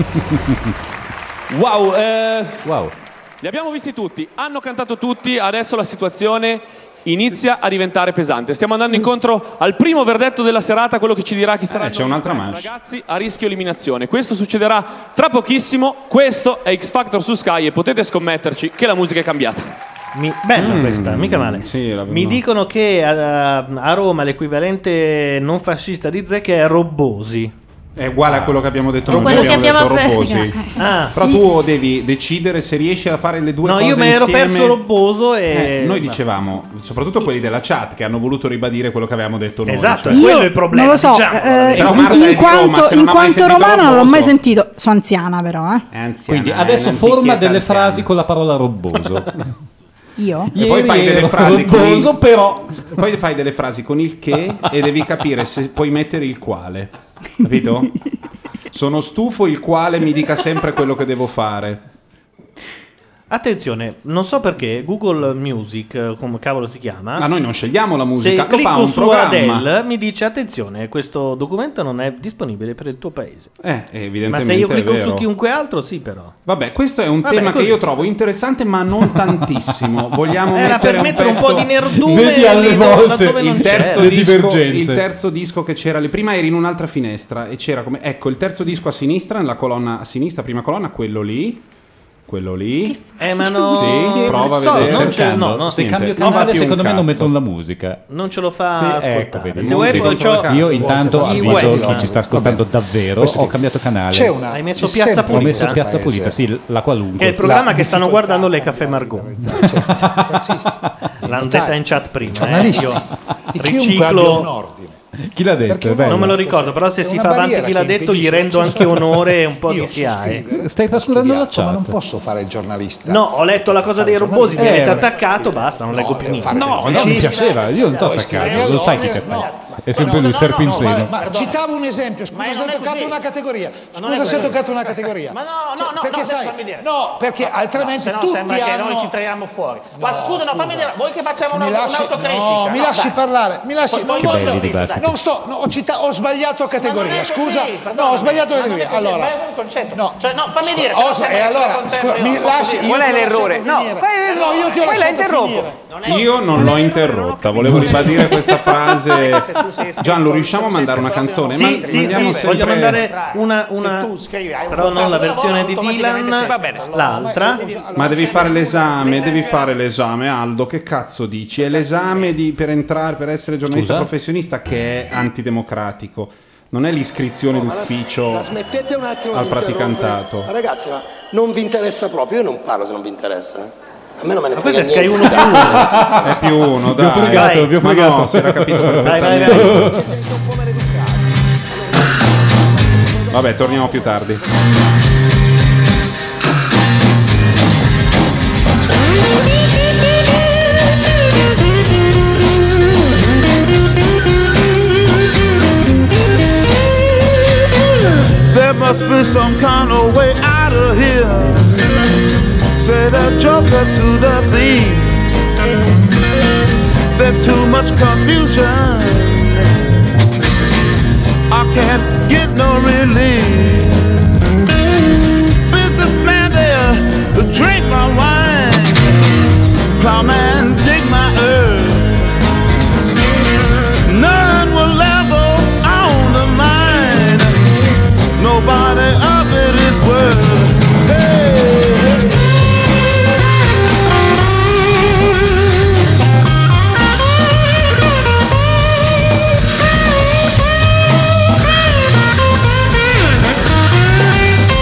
Wow, wow. Li abbiamo visti tutti, hanno cantato tutti, adesso la situazione inizia a diventare pesante. Stiamo andando incontro al primo verdetto della serata, quello che ci dirà chi sarà. C'è un'altra manche. Ragazzi, a rischio eliminazione. Questo succederà tra pochissimo. Questo è X Factor su Sky e potete scommetterci che la musica è cambiata. Bella questa, mica male. Mi dicono che a Roma l'equivalente non fascista di Zecche è Robbosi. È uguale a quello che abbiamo detto Quello noi, che abbiamo abbiamo detto appena- Robbosi. Ah. Però tu devi decidere se riesci a fare le due No, cose io me ero insieme. perso Robboso e... Noi dicevamo, soprattutto quelli della chat, che hanno voluto ribadire quello che avevamo detto noi. Esatto, cioè- è quello il problema. Non lo so, diciamo. Però Marta è in di Roma, quanto, se non in ha mai quanto sentito romana non l'ho Robboso. mai sentito. Sono anziana però, È anziana, Quindi è adesso un'antichietta forma delle anziana. frasi con la parola robboso. Io? E poi fai delle ero frasi con robboso, il... però. Poi fai delle frasi con il che e devi capire se puoi mettere il quale. Capito? Sono stufo il quale mi dica sempre quello che devo fare. Attenzione, non so perché Google Music, come cavolo si chiama, Ma noi non scegliamo la se musica, lo fa clicco un su programma. Adele mi dice attenzione, questo documento non è disponibile per il tuo paese. Evidentemente Ma se io è clicco vero. su chiunque altro, sì però. Vabbè, questo è un Vabbè, tema così. che io trovo interessante, ma non tantissimo. Vogliamo Era mettere per mettere un pezzo... po' di nerdume Vedi alle lì volte laddove non il terzo, le disco, divergenze. il terzo disco che c'era prima eri in un'altra finestra e c'era come ecco il terzo disco a sinistra, nella colonna a sinistra, prima colonna, quello quello lì. Ma no. Sì, prova a vedere. Non c'è, no, Se niente, cambio non va canale, più un secondo me non cazzo. mettono la musica. Non ce lo fa Sì, ascoltare. ecco, vedi. Se vuoi poi c'ho- Io intanto I avviso web. chi ci sta ascoltando davvero. Questo Ho cambiato canale. C'è una- Hai messo c'è Piazza sempre Ho messo Pulita? Piazza Pulita, sì, la qualunque. Che è il programma che stanno guardando le Caffè Margot. L'hanno detta in chat prima. Giornalisti, Io di chiunque abbia un riciclo. ordine. Chi l'ha detto? È bello. Non me lo ricordo, però se È si una fa avanti barriera chi l'ha che detto, gli impedisce rendo anche l'accesso. onore e un po' Io di so SIAE. scrivere, Stai trascurando la ma non chat. posso fare il giornalista. No, ho letto la cosa dei robosi, mi avete vabbè. attaccato, basta, non leggo più niente. No, non mi piaceva, io non t'ho attaccato, lo sai chi ti attacca. È sempre lui, serpe in seno. Ma citavo un esempio, scusa se ho toccato una categoria. Scusa se ho toccato una categoria. Ma no, perché no, sai, fammi dire. no, perché altrimenti se no tutti sembra che hanno... noi ci tiriamo fuori. Guarda, scusa, no, fammi dire, vuoi che facciamo Mi lasci- un'autocritica? no, mi lasci dai. parlare, mi lasci, Poi- non poi voglio- belli dibattiti. non sto, no, ho sbagliato categoria, scusa, no, ho sbagliato categoria, allora, un concetto. no, Cioè, no, fammi dire, oh, se no e allora, scusa, mi lasci, io Qual ti è ho l'errore? lasciato finire. No, io ti ho poi la lasciato interrompo. finire. Io non l'ho interrotta, volevo ribadire questa frase. Gianlu, riusciamo a mandare una canzone? Sì, sì, mandiamo sì, voglio sempre- mandare una però non la versione di Dylan, l'altra. Ma devi fare l'esame, Aldo, che cazzo dici? È l'esame per entrare, per essere giornalista Scusa? professionista che è antidemocratico. Non è l'iscrizione d'ufficio Ma smettete un attimo al di praticantato. interrompere. Ragazzi, ma non vi interessa proprio? Io non parlo se non vi interessa. A me non me ne Ma frega questo è Sky niente. 1 più. È più uno, Vi ho dai. fregato, vi ho Ma fregato. no, si era capito Vai, perfettamente. Vabbè, torniamo più tardi. There must be some kind of way out of here, said the joker to the thief. There's too much confusion, I can't get no relief. Businessman there to drink my wine, plowman dig my earth. None will level on the mine, nobody of it is worth. Hey,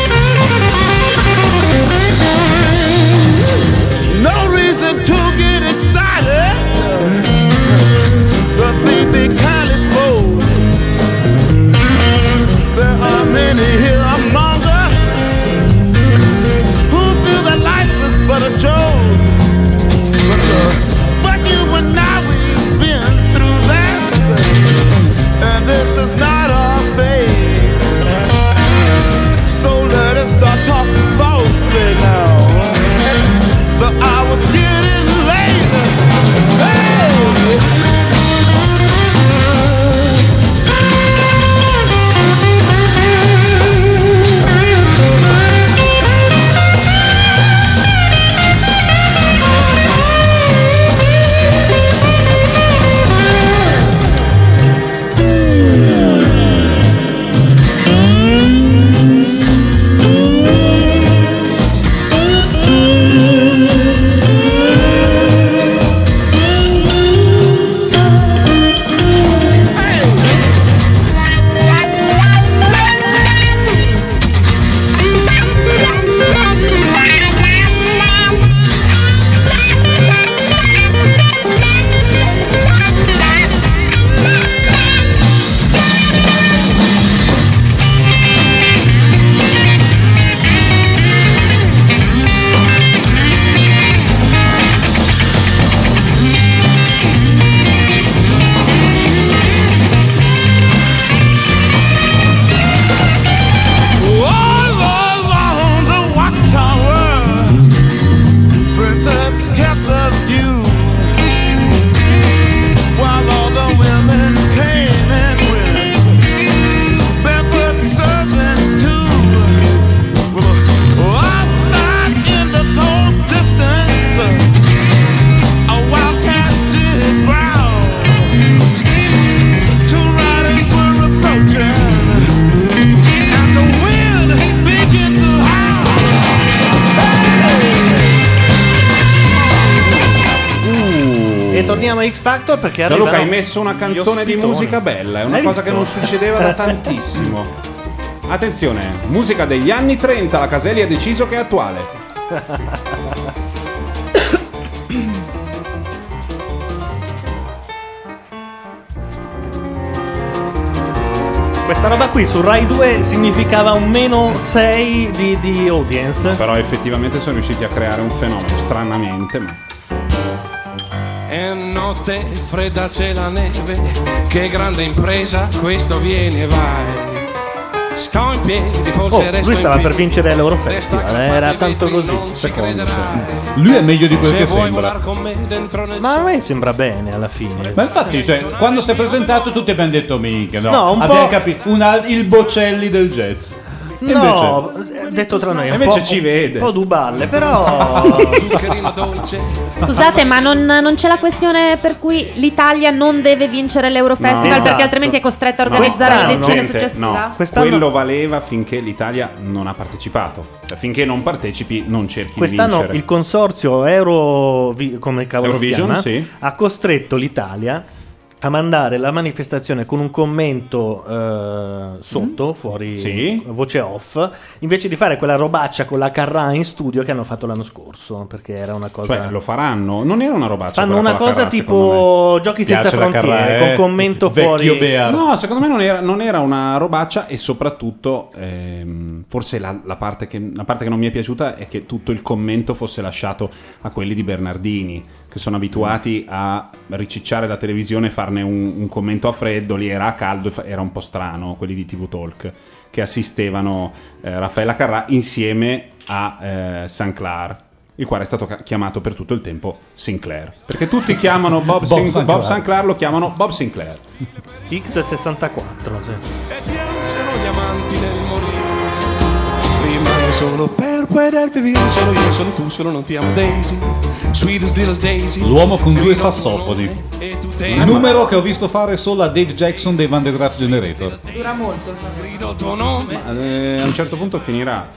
no reason to get prossimo X Factor perché Gianluca, arrivano hai messo una gli canzone di ospitoni. musica bella, è una Hai cosa visto? che non succedeva da tantissimo. Attenzione, musica degli anni 30, la Caselli ha deciso che è attuale. Questa roba qui su Rai 2 significava un -6 di audience. Però effettivamente sono riusciti a creare un fenomeno, stranamente, ma... È notte, fredda c'è la neve, che grande impresa, questo vieni e vai. Sto in piedi, forse resto Lui stava in per piedi. vincere l'Eurofestival, era tanto così. Secondo Lui è meglio di quel Se che vuoi sembra. volar con me dentro nel Ma a me sembra bene alla fine. Ma infatti, cioè, quando si è presentato tutti abbiamo detto minchia, no? No, un abbiamo po'- capito, il Bocelli del jazz. E No, detto tra noi, invece ci vede. Un po' duballe, però. Scusate, ma non c'è la questione per cui l'Italia non deve vincere l'Eurofestival No. perché Esatto. altrimenti è costretta a organizzare Quest'anno, l'edizione niente, successiva? no. Quest'anno- Quello valeva finché l'Italia non ha partecipato. Cioè, finché non partecipi non cerchi di Quest'anno vincere. il consorzio come cavolo si Eurovision, chiama, sì. ha costretto l'Italia a mandare la manifestazione con un commento sotto, fuori, Sì. voce off, invece di fare quella robaccia con la Carrà in studio che hanno fatto l'anno scorso, perché era una cosa... Cioè, lo faranno? Non era una robaccia. Fanno quella una con la cosa Carrà, tipo secondo me. Giochi senza frontiere, con commento fuori... No, secondo me non era una robaccia e soprattutto forse la parte che non mi è piaciuta è che tutto il commento fosse lasciato a quelli di Bernardini, che sono abituati a ricicciare la televisione e farne un commento a freddo. Lì era a caldo e era un po' strano, quelli di TV Talk, che assistevano Raffaella Carrà insieme a Sinclair, il quale è stato chiamato per tutto il tempo Sinclair, perché tutti chiamano Bob Sinclair, lo chiamano Bob Sinclair. X64, sì. Siano gli amanti nel morire. Rimango solo per potervi vivere, solo io, solo tu, solo non ti amo Daisy. Sweet as little Daisy. L'uomo con due sassofoni. Il numero che ho visto fare solo a Dave Jackson dei Van de Graaff Generator. Dura molto. Ma, a un certo punto finirà.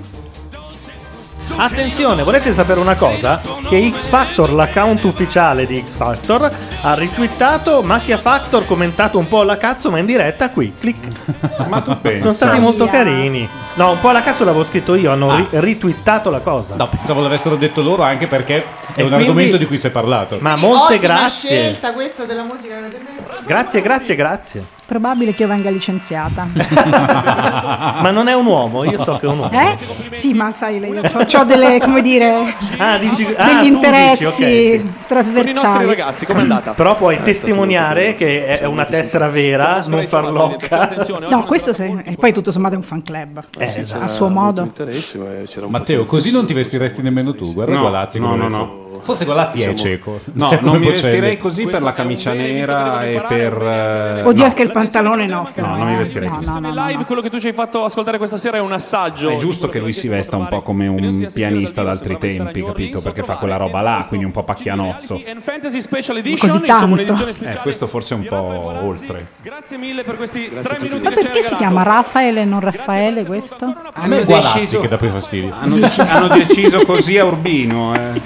Attenzione, volete sapere una cosa? Che X Factor, l'account ufficiale di X Factor, ha retweetato Macchia Factor, commentato un po' alla cazzo, ma in diretta qui, clic. Ma tu pensi? Sono stati molto carini. No, un po' alla cazzo l'avevo scritto io, hanno retweetato la cosa. No, pensavo l'avessero detto loro anche perché è E un quindi- argomento di cui si è parlato. Ma molte Ottima grazie. scelta questa della musica che avete messo. Grazie. Probabile che io venga licenziata. Ma non è un uomo, io so che è un uomo. Sì, ma sai, io ho delle, come dire, dici- degli tu interessi dici, ok, sì. trasversali. com'è andata? Però puoi testimoniare che è una tessera vera, non farlocca. No, questo e poi tutto sommato è un fan club. A suo modo. Matteo, così non ti vestiresti nemmeno tu. Guarda No, Gualazzi no, come no, adesso. no. Forse Gualazzi è cieco. No, Cioè, non come mi Bocelli. vestirei così per la camicia nera e per... Oddio, no. anche il pantalone no. No, non mi vestirei No, così. no, no, no. Live, quello che tu ci hai fatto ascoltare questa sera è un assaggio. È giusto che lui si vesta un po' come un pianista d'altri tempi, capito? Perché fa quella roba là, quindi un po' pacchianozzo. And Fantasy Special Edition, Così insomma, tanto. un'edizione speciale. Questo forse è un po' oltre. Grazie mille per questi 3 minuti Ma che ci hai perché si regalato. chiama Raffaele e non Raffaele questo? A me è Gualazzi che dà più fastidio. Hanno deciso così a Urbino.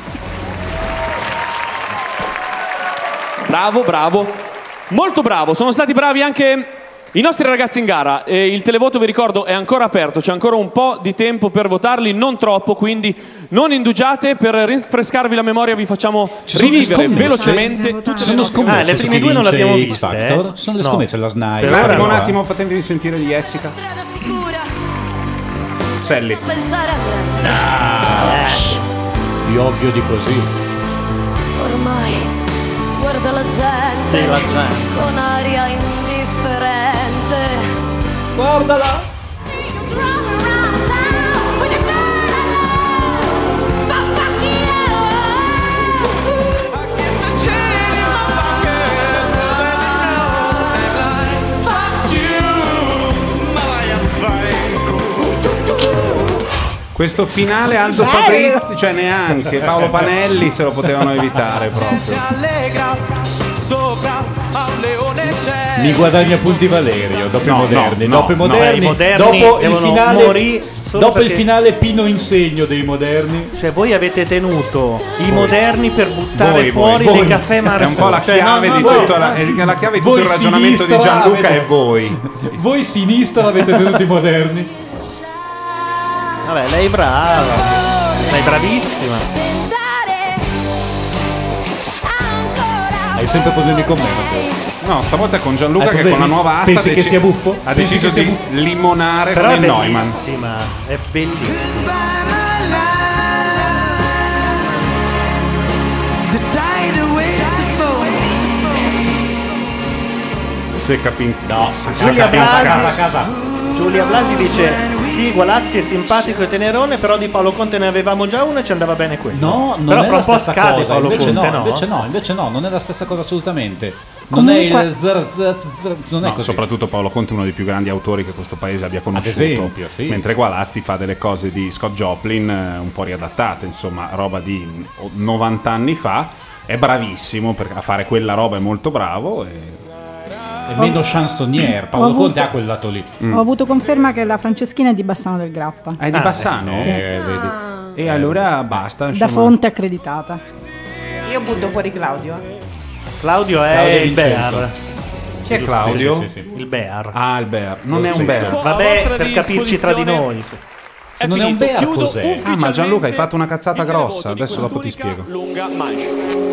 Bravo, molto bravo. Sono stati bravi anche i nostri ragazzi in gara. Il televoto, vi ricordo, è ancora aperto, c'è ancora un po' di tempo per votarli, non troppo, quindi non indugiate. Per rinfrescarvi la memoria vi facciamo rivivere velocemente tutte le Sono nostre- scommesse le su prime chi due non le vince abbiamo X viste, Factor? eh? Sono le No. scommesse, la SNAI. Per ora Un no, attimo, fatemi di sentire Jessica. Sally. Di ovvio di così. Ormai guarda la gente, Sì, la gente. con aria indifferente. Guardala. Questo finale Aldo Fabrizi, cioè neanche Paolo Panelli se lo potevano evitare proprio. Allegra sopra a un leone c'è. Mi guadagna punti Valerio dopo i No, moderni. no, dopo i no, moderni, i moderni dopo il devono finale morire. Dopo il finale Pino Insegno dei moderni. Cioè, voi avete tenuto i moderni per buttare fuori voi. dei caffè Marconi. È un po' la chiave di tutto la chiave di tutto Voi il ragionamento di sinistra Gianluca avete- è voi. Voi sinistra avete tenuto i moderni. Vabbè, lei è brava. Lei è bravissima. Hai sempre problemi con me, Matteo. No, stavolta con Gianluca Ecco, che vedi? con la nuova asta Pensi che sia buffo? ha Pensi deciso che sia di buffo? limonare Però con è il Neumann. bellissima. È bellissima. The tide awaits for me. Se capi. No, Giulia a casa. Giulia Blasi dice: sì, Gualazzi è simpatico e tenerone, però di Paolo Conte ne avevamo già uno e ci andava bene quello. No, non però è fra la un po' stessa scade cosa. Paolo Invece Conte, no, invece no, non è la stessa cosa assolutamente. Comunque- Non è il non è No, così. soprattutto Paolo Conte è uno dei più grandi autori che questo paese abbia conosciuto. esempio, sì. Mentre Gualazzi fa delle cose di Scott Joplin un po' riadattate, insomma, roba di 90 anni fa. È bravissimo a fare quella roba, è molto bravo. È meno chansonnière. Paolo Ho avuto- Conte ha quel lato lì. Ho avuto conferma che la Franceschina è di Bassano del Grappa. È di Bassano? Vedi. E allora basta. Da Insomma. fonte accreditata. Io butto fuori Claudio. Claudio è Claudio il Vincenzo. Bear. Chi è Claudio? Sì. Il Bear. Ah, il Bear. Non è un Bear. Vabbè, per capirci tra di noi. Se non è un Bear, cos'è? Ah, ma Gianluca hai fatto una cazzata grossa. Adesso dopo ti spiego. Lunga manche.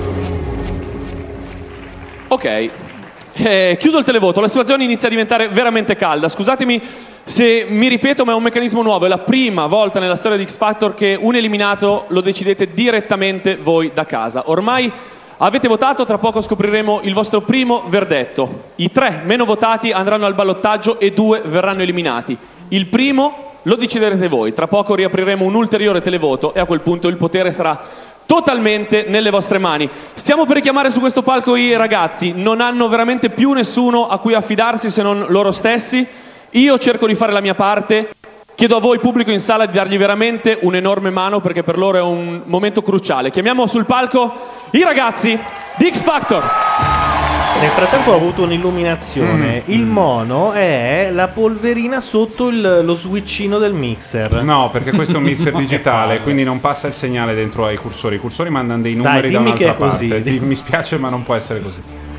Ok. Chiuso il televoto, la situazione inizia a diventare veramente calda. Scusatemi se mi ripeto, ma è un meccanismo nuovo. È la prima volta nella storia di X Factor che un eliminato lo decidete direttamente voi da casa. Ormai avete votato, tra poco scopriremo il vostro primo verdetto. I 3 meno votati andranno al ballottaggio e 2 verranno eliminati. Il primo lo deciderete voi. Tra poco riapriremo un ulteriore televoto e a quel punto il potere sarà totalmente nelle vostre mani. Stiamo per richiamare su questo palco i ragazzi. Non hanno veramente più nessuno a cui affidarsi se non loro stessi. Io cerco di fare la mia parte. Chiedo a voi, pubblico in sala, di dargli veramente un'enorme mano perché per loro è un momento cruciale. Chiamiamo sul palco i ragazzi di X Factor. Nel frattempo ho avuto un'illuminazione. Il mono è la polverina sotto lo switchino del mixer. No, perché questo è un mixer digitale, quindi non passa il segnale dentro ai cursori. I cursori mandano dei numeri da dimmi un'altra che è così. parte. Mi spiace, ma non può essere così.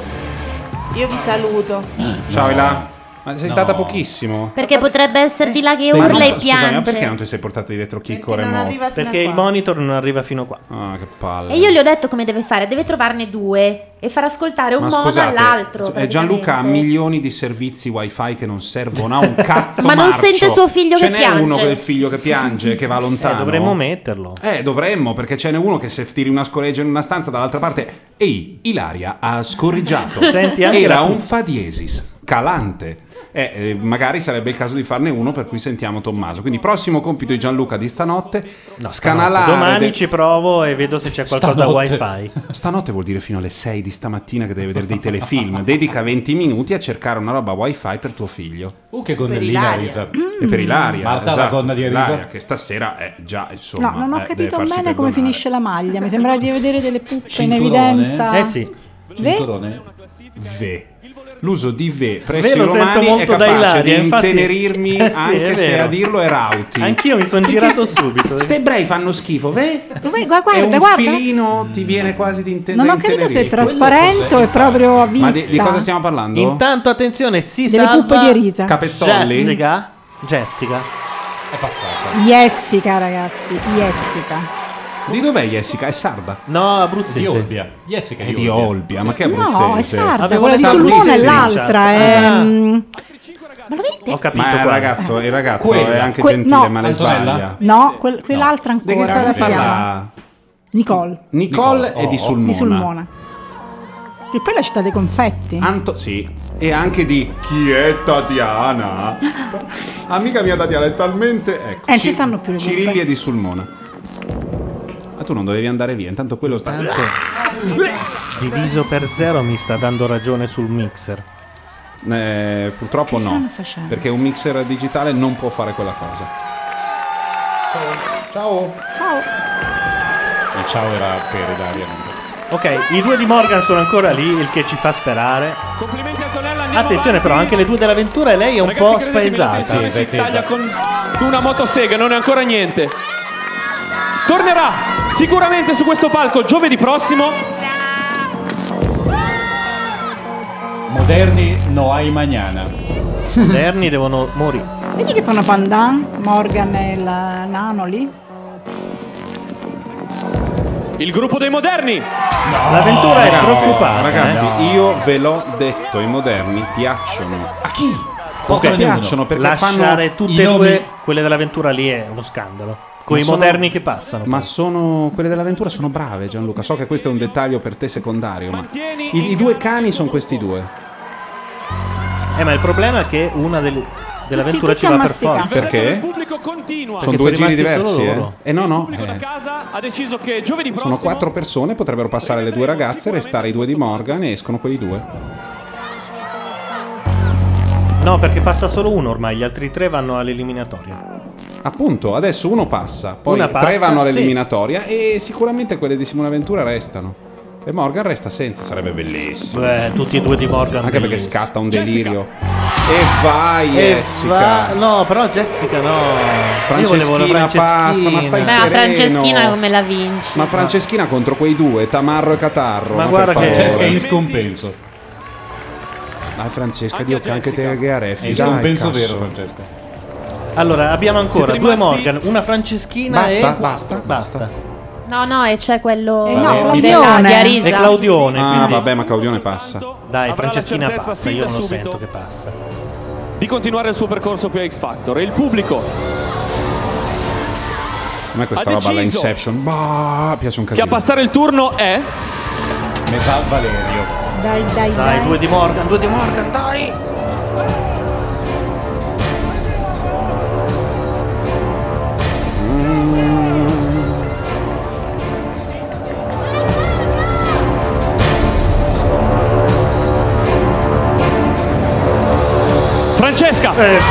Io vi saluto. Ciao, Ila. Ma sei stata pochissimo. Perché potrebbe essere di là che urla e Scusami, ma perché piange. non ti sei portato dietro Chicco non remoto? arriva fino Perché a il qua. monitor non arriva fino qua. Ah, che palle. E io gli ho detto come deve fare, deve trovarne 2 e far ascoltare un Ma mono scusate, all'altro. Gianluca ha praticamente. milioni di servizi wifi che non servono a un cazzo. Ma non marcio. sente suo figlio Ce che n'è piange. uno che è il figlio che piange, che va lontano. Dovremmo metterlo. Dovremmo, perché ce n'è uno che se tiri una scoreggia in una stanza dall'altra parte. Ehi, Ilaria ha scorreggiato. Senti anche Era la un puzza. fa diesis calante. Magari sarebbe il caso di farne uno, per cui sentiamo Tommaso. Quindi prossimo compito di Gianluca di stanotte, scanalare. Domani ci provo e vedo se c'è qualcosa Stanotte. wifi. Stanotte vuol dire fino alle 6 di stamattina che devi vedere dei telefilm. Dedica 20 minuti a cercare una roba wifi per tuo figlio. Che gonnellina, Risa. E per Ilaria. Marta, la gonna di Elisa. Ilaria, che stasera è già, insomma. No, non ho deve capito farsi bene come perdonare. finisce la maglia. Mi sembra di vedere delle puppe in Cinturone? evidenza. Eh sì. Ve? Ve. L'uso di ve presso Ve i lo sento romani è molto da capace Ilaria, di infatti. intenerirmi Sì, anche è se vero. a dirlo è rauti. Anch'io mi sono Perché girato subito. Ste ebrei fanno schifo, ve? Guarda, E un guarda. filino ti viene quasi di intendere. Non ho capito se è trasparente o è proprio a vista. Ma di cosa stiamo parlando? Intanto attenzione, si Delle salva puppe di Elisa. Capezzolli? Jessica. È passata. Jessica, ragazzi. Jessica. Di dov'è Jessica? È sarda? No, abruzzese. Di Olbia. Jessica È di Olbia, ma che è abruzzese? No, è sarda. Avevo Quella di le Sulmona è sardine, l'altra. Ah. Ma lo vedete? Ho capito Ma il qua. ragazzo Quella. è anche Que- gentile, no. ma le Antonella? sbaglia. No, quell'altra ancora. Di che stai come a si chiama? parlare? Nicole. Nicole è di Sulmona. Di Sulmona. Che poi è la città dei confetti. Sì, e anche di chi è Tatiana? Amica mia Tatiana è talmente. Ecco, Non ci stanno più le Cirilli colpe. è di Sulmona. Ma tu non dovevi andare via, intanto quello sta. Diviso per 0 mi sta dando ragione sul mixer. Purtroppo Che no, stanno facendo? perché un mixer digitale non può fare quella cosa. Ciao. Ciao. Il ciao era per Ilaria. Ok, i due di Morgan sono ancora lì, il che ci fa sperare. Complimenti Antonella, andiamo Attenzione però, avanti. anche le due dell'avventura e lei è un Ragazzi, po' credetemi, spaesata. l'attenzione si taglia con una motosega, non è ancora niente. Tornerà sicuramente su questo palco giovedì prossimo. Moderni no hay mañana. Moderni devono morire. Vedi che fanno pandan, Morgan e il nano lì? Il gruppo dei moderni. L'avventura è preoccupante. Ragazzi, io ve l'ho detto, i moderni piacciono. A chi? Ok, piacciono perché lasciare fanno tutte i e nomi- due quelle dell'avventura lì è uno scandalo. Con Ma i sono- moderni che passano. Ma sono quelle dell'avventura sono brave, Gianluca. So che questo è un dettaglio per te secondario, ma i due cani sono questi due. Ma il problema è che una dell'avventura tutti ci va a per masticare. forza. Perché? Il pubblico continua. Sono Perché due sono giri rimasti diversi, solo loro. No, Il no. pubblico da casa ha deciso che giovedì Sono prossimo 4 persone, potrebbero passare le due ragazze, restare i due di Morgan e escono quelli due. No, perché passa solo uno ormai, gli altri tre vanno all'eliminatoria. Appunto, adesso uno passa, poi Una passa, tre vanno sì. all'eliminatoria e sicuramente quelle di Simone Aventura restano. E Morgan resta senza, sarebbe bellissimo. Tutti e due di Morgan. Anche perché bellissimi. scatta un delirio. E vai, Jessica. No, però Jessica no. Io volevo la Franceschina passa, ma stai Beh, sereno. la Franceschina come la vinci? Ma Franceschina contro quei due, Tamarro e Catarro. Ma per guarda che- favore. Francesca è in scompenso. Dai Francesca, Dio che anche te che a È refi. in Dai, scompenso cazzo. vero, Francesca. Allora, abbiamo ancora Siete due rimasti? Morgan, una Franceschina Basta, e... basta. No, e c'è quello no, di Claudione. Arisa. E Claudione, Ah, quindi... vabbè, ma Claudione passa. Dai, Avrà Franceschina la certezza passa, fin io da non lo subito. sento che passa. di continuare il suo percorso qui a X Factor. E il pubblico A me questa Ha roba alla deciso Inception, piace un che a casino. passare il turno è Mesal Valerio. Dai, due di Morgan, dai! Francesca.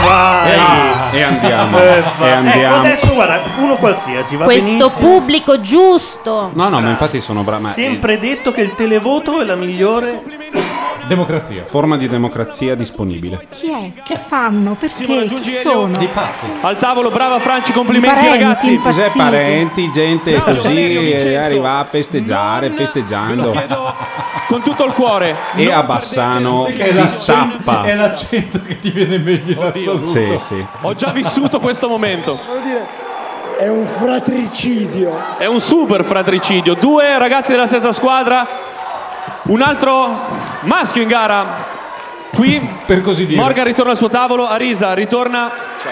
E andiamo. E Ecco, andiamo. adesso guarda, uno qualsiasi, va Questo benissimo. pubblico giusto. No, ma infatti sono bravo. Sempre detto che il televoto è la migliore Democrazia. Forma di democrazia disponibile. Chi è? Che fanno? Perché? Chi Elio. sono? Al tavolo, brava Franci, complimenti Parenti, ragazzi. impazziti. Cos'è parenti, gente Claudio, così Valerio, Vincenzo. arriva a festeggiare, festeggiando. Con tutto il cuore. E a Bassano È si l'accento- stappa. È l'accento che ti viene meglio in assoluto. Sì, sì. Ho già vissuto questo momento. È un fratricidio. È un super fratricidio. Due ragazzi della stessa squadra, un altro maschio in gara. Qui per così dire. Morgan ritorna al suo tavolo, Arisa ritorna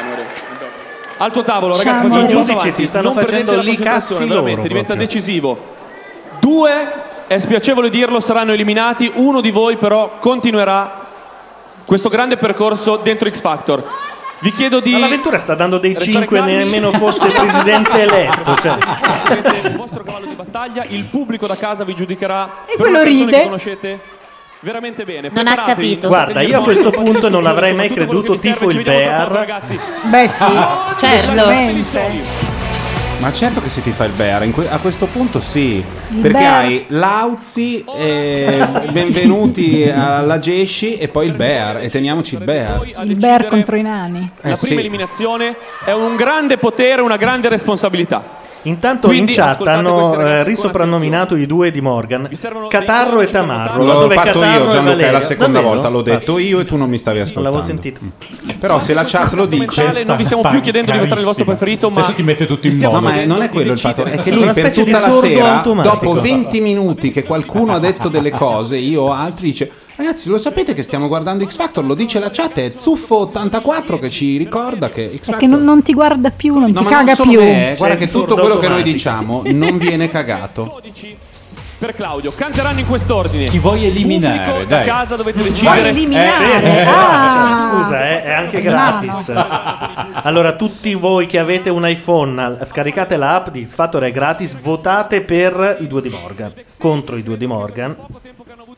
al tuo tavolo. Ragazzi, Ciao, facciamo un amore. passo Giudici avanti. si stanno Non perdete facendo la lì concentrazione, cazzi veramente, loro diventa proprio. decisivo. Due, è spiacevole dirlo, saranno eliminati. Uno di voi però continuerà questo grande percorso dentro X Factor. Vi chiedo di... Ma l'avventura sta dando dei restare 5 calmi. nemmeno fosse presidente eletto, cioè. Avrete il vostro cavallo di battaglia, il pubblico da casa vi giudicherà per quello una canzone ride? che conoscete veramente bene. Non ha Preparatevi. capito. Guarda, io a questo punto non avrei mai Tutto quello che creduto vi serve, tifo ci il vediamo tra poco, Bear. ragazzi. Beh sì, Certo. assolutamente. Ma certo che si ti fa il Bear, a questo punto sì, Il perché Bear. hai Lauzi, benvenuti alla Gesci e poi il Bear, e teniamoci il Bear. Il Bear contro i nani. La sì. prima eliminazione è un grande potere, una grande responsabilità. Intanto Quindi in chat ascoltate hanno questi ragazzi con risoprannominato i due di Morgan, servono Catarro dei e Tamarro. L'ho laddove fatto Catarro io, e Gianluca, è Valerio. la seconda Davvero? volta, l'ho detto io e tu non mi stavi Non ascoltando. l'avevo sentito. Però se la chat lo dice... Non vi stiamo più chiedendo di votare il vostro preferito, ma Adesso ti mette tutto in No, modo. ma non è quello il fatto, è che lui Una per specie tutta di la sordo sera, automatico. dopo 20 minuti che qualcuno ha detto delle cose, io o altri, dice: ragazzi, lo sapete che stiamo guardando X Factor? Lo dice la chat, è Zuffo84 che ci ricorda che X È Factor... che non ti guarda più, non No, ti ma non caga solo più. me, guarda C'è che il tutto sordo quello che noi automatico. diciamo non viene cagato. per Claudio. Canteranno in quest'ordine. Chi vuoi eliminare? Pubblico da Dai. casa dovete Vuoi decidere. eliminare? Ah. Scusa, è anche gratis. Allora, tutti voi che avete un iPhone, scaricate l'app di X Factor, è gratis. Votate per i due di Morgan. Contro i due di Morgan.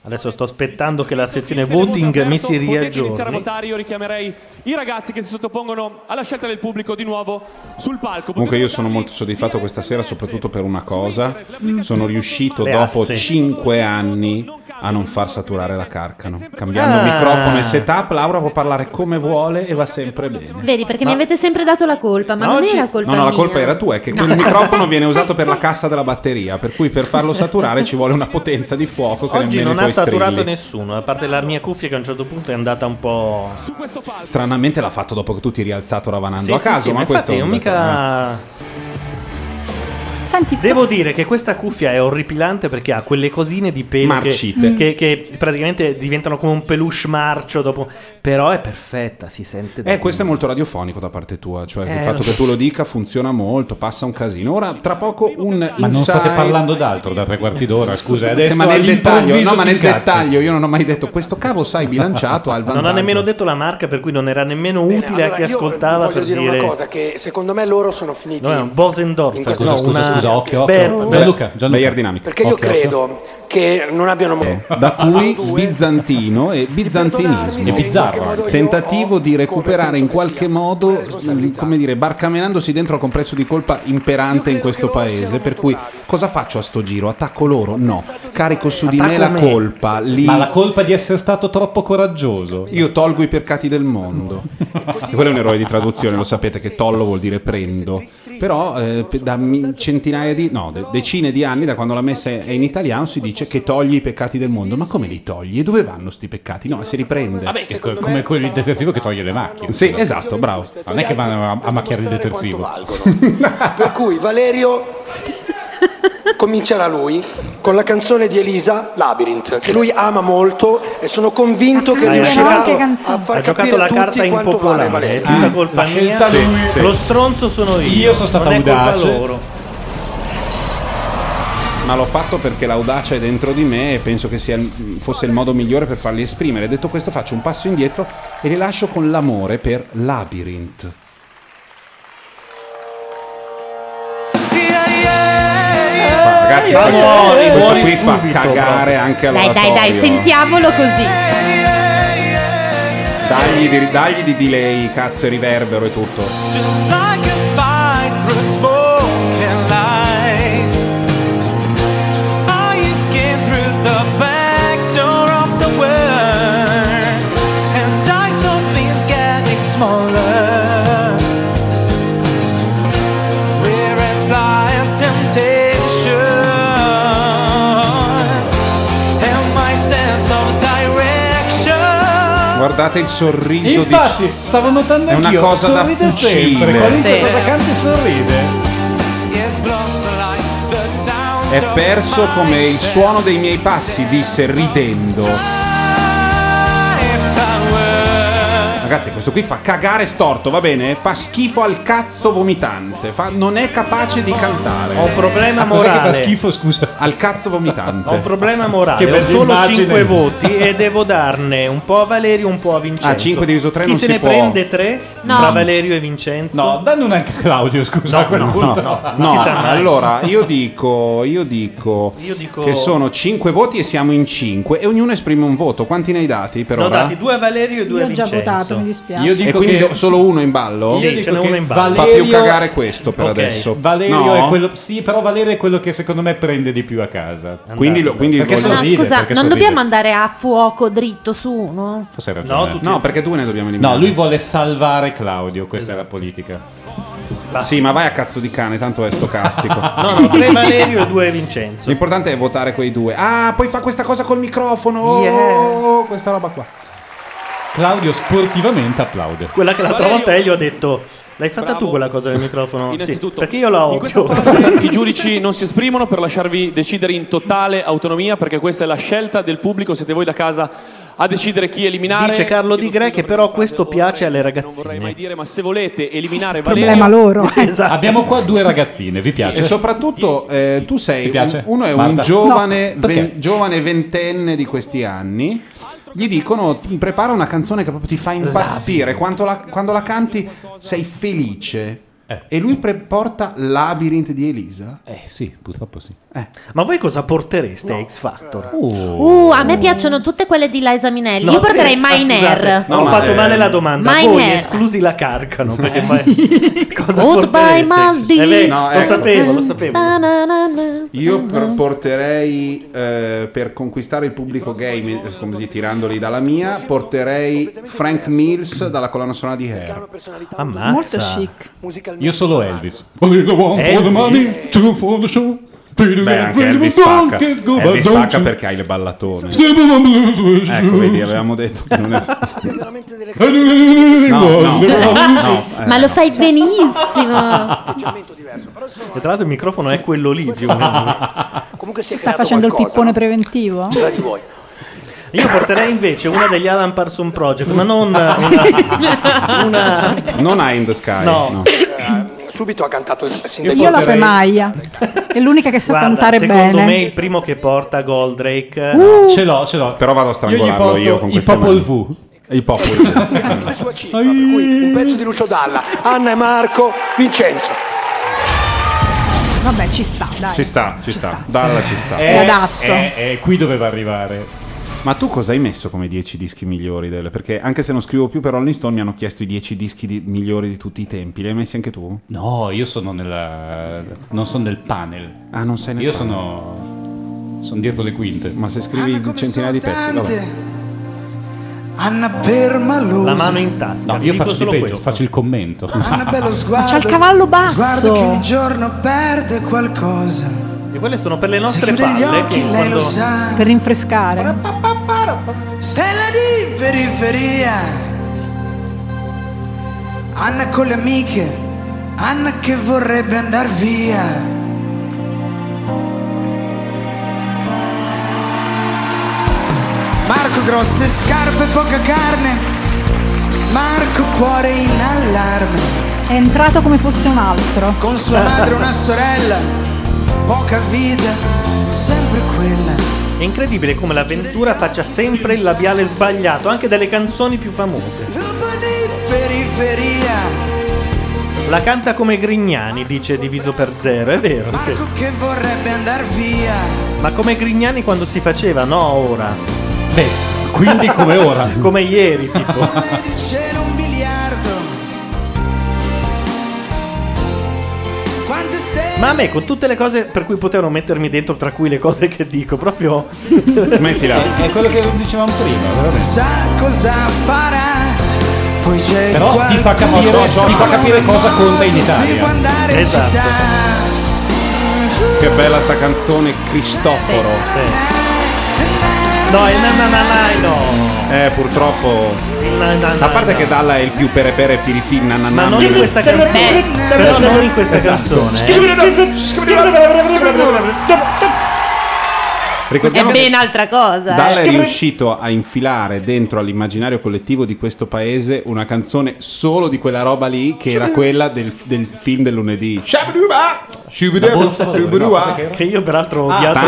Adesso sto aspettando che la sezione voting mi si Potete iniziare a riaggiorni. votare, io richiamerei i ragazzi che si sottopongono alla scelta del pubblico di nuovo sul palco. Comunque io sono molto soddisfatto questa sera, soprattutto per una cosa. Sono riuscito Le dopo aste. 5 anni a non far saturare la Carcano. Cambiando microfono e setup, Laura può parlare come vuole e va sempre bene. Vedi, perché mi avete sempre dato la colpa, ma non era colpa No, la mia. colpa era tua, è che quel microfono viene usato per la cassa della batteria, per cui per farlo saturare ci vuole una potenza di fuoco che Oggi nemmeno non i ha tuoi saturato strilli. nessuno, a parte la mia cuffia che a un certo punto è andata un po'. Stranamente l'ha fatto dopo che tu ti eri alzato ravanando Sì, a sì, caso, sì, ma ma questo infatti non mica. Senti, Devo dire che questa cuffia è orripilante perché ha quelle cosine di pelo Marcite. che praticamente diventano come un peluche marcio dopo. Però è perfetta, si sente. Questo è molto radiofonico da parte tua, cioè il lo fatto so. che tu lo dica funziona molto, passa un casino. Ora, tra poco un Ma non state inside- parlando d'altro da 3 quarti d'ora, scusa. Adesso Sì, ma nel dettaglio, all'improvviso no, ma ti nel incazzi. dettaglio io non ho mai detto questo cavo sai bilanciato al vantaggio. Non ha nemmeno detto la marca, per cui non era nemmeno utile a chi Allora, io ascoltava voglio per dire dire. una cosa, che secondo me loro sono finiti No, è un Bosendorf. in questo- Scusa, occhio. Gianluca. Bayer Dynamic. perché io credo che non abbiano Da cui bizantino e bizantinismo. È bizzarro. Tentativo di recuperare in qualche modo, come dire, barcamenandosi dentro al complesso di colpa imperante in questo paese. Per cui cosa faccio a sto giro? Attacco loro? No. Carico su di me la Attacco me. colpa. Lì Ma la colpa di essere stato troppo coraggioso. io tolgo i peccati del mondo. E quello è un errore di traduzione, lo sapete che tollo vuol dire prendo. Però da centinaia di decine di anni, da quando la messa è in italiano, si dice che togli i peccati del mondo. Ma come li togli? E dove vanno sti peccati? No, si riprende. Vabbè, come quello del detersivo che toglie le macchie. Sì, esatto, bravo. Non è che vanno a macchiare il detersivo. Per cui Valerio comincerà lui con la canzone di Elisa, Labyrinth, che lui ama molto e sono convinto che riuscirà a far Ha giocato capire la a carta tutti quanto vale impopolare, è Valerio. tutta colpa la mia. scelta lui. Sì. Lo stronzo sono io. Io sono stato non è colpa audace. loro. Ma l'ho fatto perché l'audacia è dentro di me e penso che fosse il modo migliore per farli esprimere. Detto questo, faccio un passo indietro e li lascio con l'amore per Labyrinth. Ragazzi, questo qui fa cagare anche all'oratorio. Dai, sentiamolo così. Dagli di delay, cazzo, e riverbero e tutto. Just like a spy through smoke and light, I skim through the back door of the world, and I saw things getting smaller. Whereas flies temptation, and my sense of direction. Guardate il sorriso Infatti, di... stavo notando È una anch'io, cosa da sorride fucile. sempre, qualunque Sì. cosa canti sorride. It's lost like the sound È of perso come il suono dei miei passi, disse ridendo. Ragazzi, questo qui fa cagare storto, va bene? Fa schifo al cazzo vomitante. Non è capace di cantare. Ho un problema Ah, cos'è che morale. fa schifo, scusa? Al cazzo vomitante. Ho un problema morale. Che Ho bella solo immagine. 5 voti e devo darne un po' a Valerio, un po' a Vincenzo. Ah, 5 diviso 3 Chi non se si ne può. prende 3 No. tra Valerio e Vincenzo? No, danno una anche a Claudio, scusa. a quel punto. No, Si sa mai. allora io dico che sono 5 voti e siamo in 5 e ognuno esprime un voto. Quanti ne hai dati per Ne ho ora? dati 2 a Valerio e 2 Io a ho già Vincenzo. votato, mi dispiace. Io dico e quindi che- solo uno in ballo? Sì, Io ce dico n'è che uno in ballo. Fa più cagare questo per Ok. adesso. Valerio No? è quello. Sì, però Valerio è quello che secondo me prende di più a casa. Quindi perché voglio- No, sorride, scusa, perché non sorride. dobbiamo andare a fuoco dritto su uno? Forse hai ragione. No, perché due ne dobbiamo eliminare. No, lui vuole salvare Claudio, questa è la politica. Sì, ma vai a cazzo di cane, tanto è stocastico. No, 3 Valerio e 2 Vincenzo. L'importante è votare quei due. Ah, poi fa questa cosa col microfono. Oh, Yeah. questa roba qua. Claudio sportivamente applaude. Quella che l'altra Valerio- volta io ho detto l'hai fatta Bravo. tu quella cosa del microfono? Innanzitutto, sì, perché io la in questa odio. fase i giudici non si esprimono per lasciarvi decidere in totale autonomia, perché questa è la scelta del pubblico, siete voi da casa a decidere chi eliminare. Dice Carlo Di Gre che però questo piace alle Non vorrei mai ragazzine. dire, ma se volete eliminare Valerio, Problema loro. Esatto. Abbiamo qua 2 ragazzine, vi E piace? soprattutto tu sei Ti piace? uno è un Marta? giovane, No, perché? giovane ventenne di questi anni. Gli dicono prepara una canzone che proprio ti fa impazzire. Quando la canti sei felice. E lui porta Labyrinth di Elisa? Sì, purtroppo sì. Ma voi cosa portereste a X Factor? A me piacciono tutte quelle di Liza Minnelli. No, Io porterei scusate, Miner. ho fatto male la domanda. Miner. Voi esclusi la Carcano, perché poi cosa Goodbye, portereste? Maldives. No, lo sapevo. Io porterei, per conquistare il pubblico gay, così tirandoli dalla mia, porterei Frank Mills dalla colonna sonora di Hair. Ammazza. Molto chic. Io solo Elvis. Beh, anche Elvis spacca. Elvis spacca perché hai le ballatone. Ecco, vedi, avevamo detto che non è... No. Ma lo fai benissimo. E tra l'altro il microfono è quello lì. Comunque si è Sta creato facendo il qualcosa, pippone no? preventivo? C'era di voi. Io porterei invece una degli Alan Parsons Project, ma non una Non Eye in the Sky. No. Subito ha cantato sin dai Io la Pemaia. È l'unica che sa Guarda, cantare secondo bene. me il primo che porta Goldrake Ce l'ho. Però vado a strangolarlo io con il queste Popol mani. V. Il Popol la sua cifra, per cui un pezzo di Lucio Dalla, Anna e Marco, Vincenzo. Vabbè, ci sta, dai. Ci sta. Dalla ci sta. È adatto. Qui doveva arrivare. Ma tu cosa hai messo come 10 dischi migliori? Perché anche se non scrivo più per Rolling Stone mi hanno chiesto i 10 dischi migliori di tutti i tempi. Li hai messi anche tu? No, io sono non sono nel panel. Ah, non sei nel Io panel. sono dietro le quinte. Ma se scrivi centinaia di pezzi, vabbè. Anna permalosa. La mano in tasca. No, vi io dico faccio di solo peggio, questo. faccio il commento. Anna bello sguardo. C'ha il cavallo basso. Sguardo che ogni giorno perde qualcosa. E quelle sono per le Se nostre chiude gli palle occhi che lei lo quando... sa. Per rinfrescare. Stella di periferia. Anna con le amiche. Anna che vorrebbe andar via. Marco grosse scarpe, poca carne. Marco cuore in allarme. È entrato come fosse un altro. Con sua madre una sorella. Poca vita, sempre quella. È incredibile come l'avventura faccia sempre il labiale sbagliato, anche delle canzoni più famose. Periferia. La canta come Grignani, dice Diviso per Zero, è vero, sì. Marco che vorrebbe andar via. Ma come Grignani quando si faceva, no ora. Beh, quindi come ora. Come ieri, tipo. Di cielo un biliardo. Quante stelle. Ma a me con tutte le cose per cui potevano mettermi dentro, tra cui le cose che dico, proprio... Smettila. È quello che dicevamo prima, veramente. Sa cosa farà. Poi c'è Però ti fa capire cosa conta in Si può Italia. andare in Esatto. città. Che bella sta canzone, Cristoforo. No, il nananai no. Purtroppo. A parte che Dalla è il più perepere pirifin Ma nananam. non in questa canzone. Però non in questa canzone. È Ricordiamo ben che altra cosa. Dalla è riuscito a infilare dentro all'immaginario collettivo di questo paese una canzone solo di quella roba lì, che era quella del film del lunedì. Che io peraltro ho odiato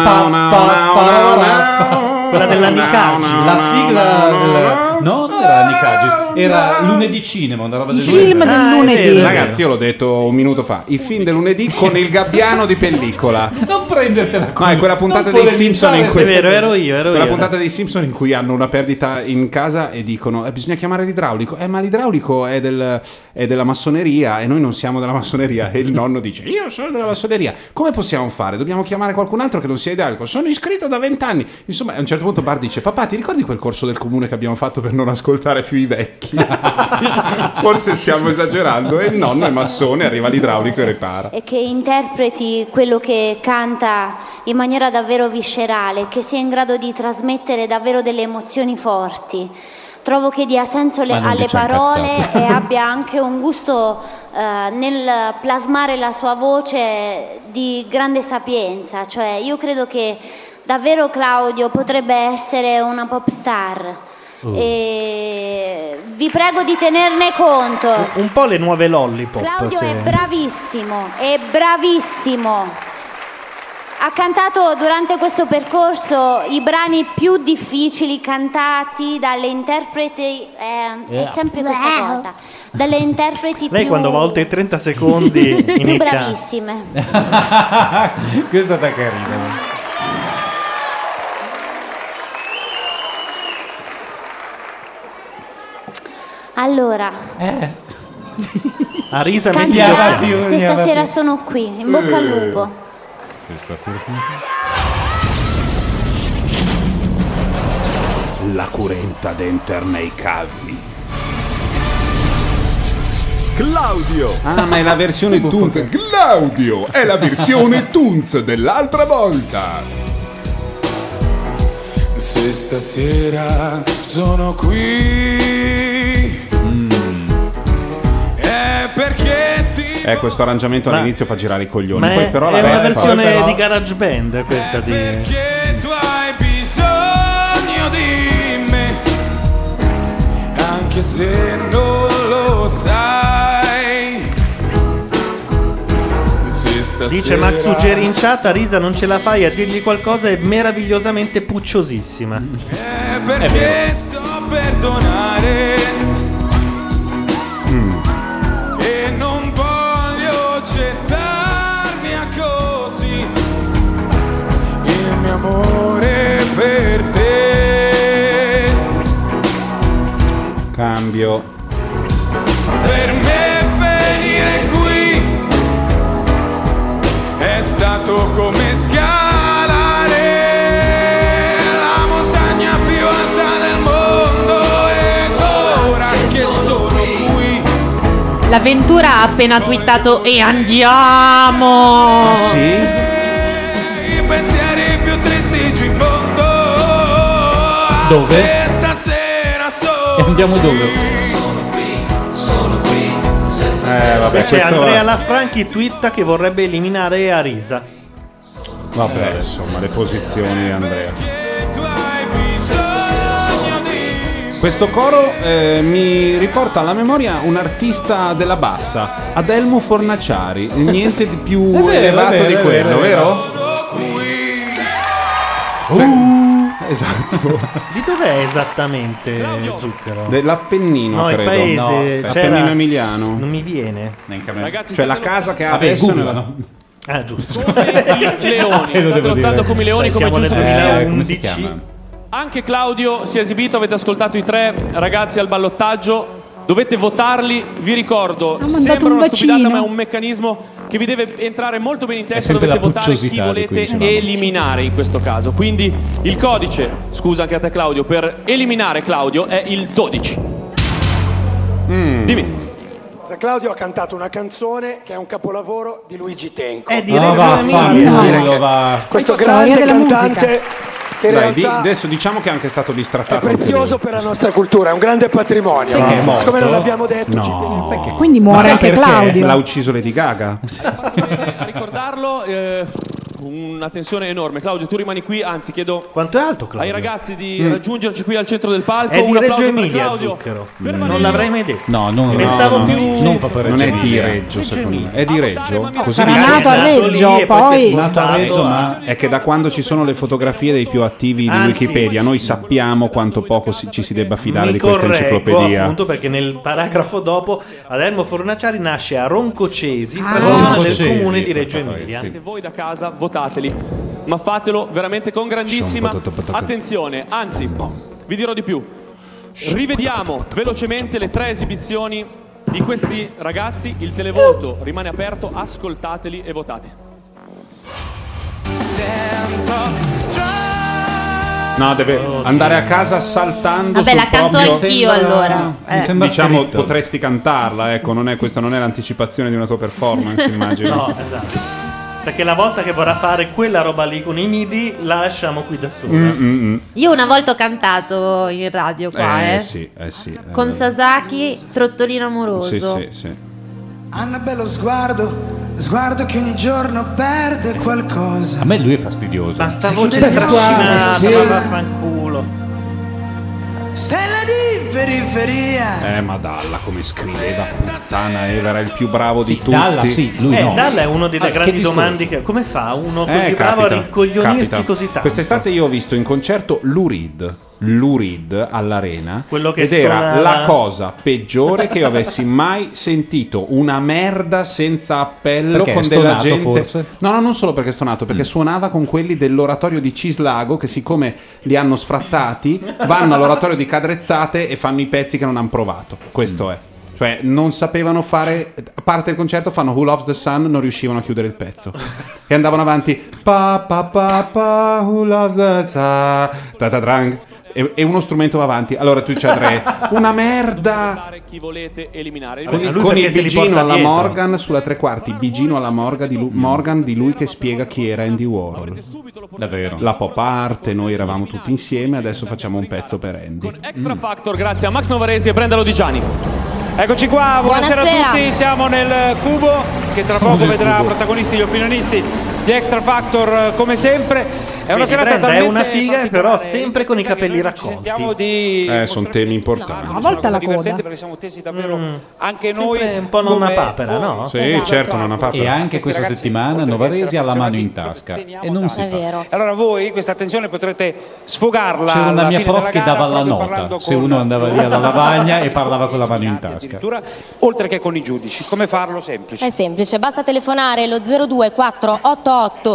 quella dell'Annicaggi. La sigla non era Annicaggi, era Lunedì Cinema, una roba del film genere. del lunedì. Ragazzi, io l'ho detto un minuto fa. I film del lunedì con il gabbiano di pellicola. Non prendertela con No, è quella puntata non dei Simpson in cui È vero, ero io. quella puntata dei Simpson in cui hanno una perdita in casa e dicono bisogna chiamare l'idraulico. Ma l'idraulico è della massoneria e noi non siamo della massoneria. E il nonno dice io sono della massoneria. Come possiamo fare? Dobbiamo chiamare qualcun altro che non sia idraulico. Sono iscritto da 20 anni. Insomma, a un certo punto Bart dice papà, ti ricordi quel corso del comune che abbiamo fatto per non ascoltare più i vecchi? Forse stiamo esagerando. E il nonno è massone, arriva l'idraulico e ripara. E che interpreti quello che canta in maniera davvero viscerale, che sia in grado di trasmettere davvero delle emozioni forti. Trovo che dia senso alle parole e abbia anche un gusto nel plasmare la sua voce di grande sapienza. Cioè, io credo che davvero Claudio potrebbe essere una pop star. E vi prego di tenerne conto. Un po' le nuove lollipop. Claudio sì. è bravissimo, è bravissimo. ha cantato durante questo percorso i brani più difficili cantati dalle interpreti, è sempre questa cosa, dalle interpreti Lei più, quando va oltre i 30 secondi più inizia. bravissime. Questa è stata carina. Allora, Arisa canterò Se stasera sono qui, in bocca al lupo. La curenta dentro nei cavi. Claudio! Ah, ma è la versione Tunz. Claudio! È la versione Tunz dell'altra volta! Se stasera sono qui è perché ti Questo arrangiamento all'inizio fa girare i coglioni. Ma Poi è, però è la una rap versione però- di GarageBand questa di... perché tu hai bisogno di me anche se non lo sai. Se stasera Dice Max Suggeri in chat, Arisa non ce la fai a dirgli qualcosa, è meravigliosamente pucciosissima. è perché so perdonare e non voglio gettarmi a così il mio amore per te. Cambio. Per me venire qui è stato come scalare la montagna più alta del mondo ed ora che sono qui L'avventura ha appena twittato e andiamo. Sì? i pensieri più tristi giù in fondo. Dove? Se stasera sono E andiamo dove? Vabbè, C'è questo Andrea Lafranchi twitta che vorrebbe eliminare Arisa. Vabbè, insomma, le posizioni di Andrea. Questo coro mi riporta alla memoria un artista della bassa, Adelmo Fornaciari, niente di più È vero, elevato è vero, di è quello, vero. vero? Esatto. Di dov'è esattamente Zucchero? Dell'Appennino, No, il credo. paese, No, c'era- Appennino emiliano. Non mi viene. Ragazzi, cioè la casa che ha Vabbè, adesso Google, nella- no? Ah, giusto. I leoni, state lottando come i leoni, come Siamo giusto nel che sia. come si chiama? Anche Claudio si è esibito, avete ascoltato i 3 ragazzi al ballottaggio, dovete votarli, vi ricordo, mandato sembra un una stupidata bacino. ma è un meccanismo che vi deve entrare molto bene in testa, sempre dovete la votare chi pucciosità di cui volete dicevamo. eliminare in questo caso, quindi il codice, scusa anche a te Claudio, per eliminare Claudio è il 12. Dimmi. Claudio ha cantato una canzone che è un capolavoro di Luigi Tenco. È di No, Reggio Emilia. vaffanculo, va. Questo Storia grande della cantante che in Dai, realtà adesso diciamo che è anche stato è bistrattato. prezioso per la nostra cultura, è un grande patrimonio. Sai che è morto? Siccome non l'abbiamo detto, No. ci tenevo. Perché quindi muore Ma anche perché? Claudio. L'ha ucciso Lady Gaga? A ricordarlo, un'attenzione enorme. Claudio, tu rimani qui, anzi chiedo Quanto è alto Claudio? ai ragazzi di raggiungerci qui al centro del palco. È di un applauso Reggio per Emilia, Claudio. Zucchero. Per Non Valerio. l'avrei mai detto. No, non Pensavo no, più- non proprio Non Reggio è di Emilia. Reggio, secondo me. È di Reggio? Così sarà dice. nato a Nato Reggio, lì e poi- si è Nato a Reggio, spostato ma È che da quando ci sono le fotografie dei più attivi di Anzi, Wikipedia, noi sappiamo quanto poco ci si debba fidare Mi di questa correggo, enciclopedia. appunto, perché nel paragrafo dopo Adelmo Fornaciari nasce a Roncocesi, Ah. frazione del Roncocesi, comune di Reggio perfetto, Emilia. Siete voi da casa, votateli, ma fatelo veramente con grandissima attenzione. Anzi, vi dirò di più. Rivediamo velocemente le 3 esibizioni di questi ragazzi. Il televoto rimane aperto, ascoltateli e votate. No, deve andare a casa saltando Vabbè, sul la canto proprio... anch'io allora. Mi sembra Diciamo, scritto. potresti cantarla, ecco, questa non è l'anticipazione di una tua performance, immagino. No, esatto. Perché la volta che vorrà fare quella roba lì con i midi, la lasciamo qui da sola. Io una volta ho cantato in radio qua, Sì, sì. con Sasaki, Trottolino amoroso. Sì, sì, sì. Hanno bello sguardo che ogni giorno perde qualcosa. A me lui è fastidioso. Ma sta voce trascinata, Sì. ma vaffanculo. Stella di periferia. Ma Dalla come scriveva, puttana Eva, era il più bravo di tutti. Dalla sì, lui no. Dalla è una delle Che grandi discorso. domande come fa uno così bravo a rincoglionirsi capita. così tanto? Quest'estate io ho visto in concerto Lou Reed all'Arena, Quello che ed era stonava. la cosa peggiore che io avessi mai sentito, una merda senza appello. Perché con è della stonato, gente forse? no, non solo perché è stonato, perché suonava con quelli dell'oratorio di Cislago che, siccome li hanno sfrattati, vanno all'oratorio di Cadrezzate e fanno i pezzi che non hanno provato. Questo è. Cioè, non sapevano fare. A parte il concerto, fanno Who Loves the Sun, non riuscivano a chiudere il pezzo. E andavano avanti. Pa pa pa pa, Who Loves the Sun. Ta ta drang. E uno strumento va avanti. Allora tu c'hai tre. Una merda. Chi volete eliminare? Con il perché se li bigino porta alla dietro. Morgan sulla tre quarti. Bigino alla Morgan di lui che spiega chi era Andy Warhol. Davvero. La pop art, noi eravamo tutti insieme. Adesso facciamo un pezzo per Andy. Extra Factor, grazie a Max Novaresi e Brenda Lodigiani. Eccoci qua, buonasera Buonasera. a tutti, siamo nel Cubo che tra poco vedrà protagonisti gli opinionisti di Extra Factor come sempre. È una Vedi, serata Brenda è talmente una figa, particolare, però sempre con i capelli raccolti. sentiamo di Sono temi importanti. A volte la divertente coda. perché siamo tesi davvero anche noi Sempre un po' nonna come papera, voi. no? Sì, Esatto. certo, non ha E papera. anche questa ragazzi, settimana oltre che Novaresi essere ha la mano in appassionati, tasca teniamo e non si È fa. vero. Allora voi questa attenzione potrete sfogarla C'era una alla mia fine prof della che gara, dava la proprio nota parlando se con uno andava lì alla lavagna e parlava con la mano in tasca. addirittura, oltre che con i giudici. Come farlo? Semplice. È semplice, basta telefonare lo 02488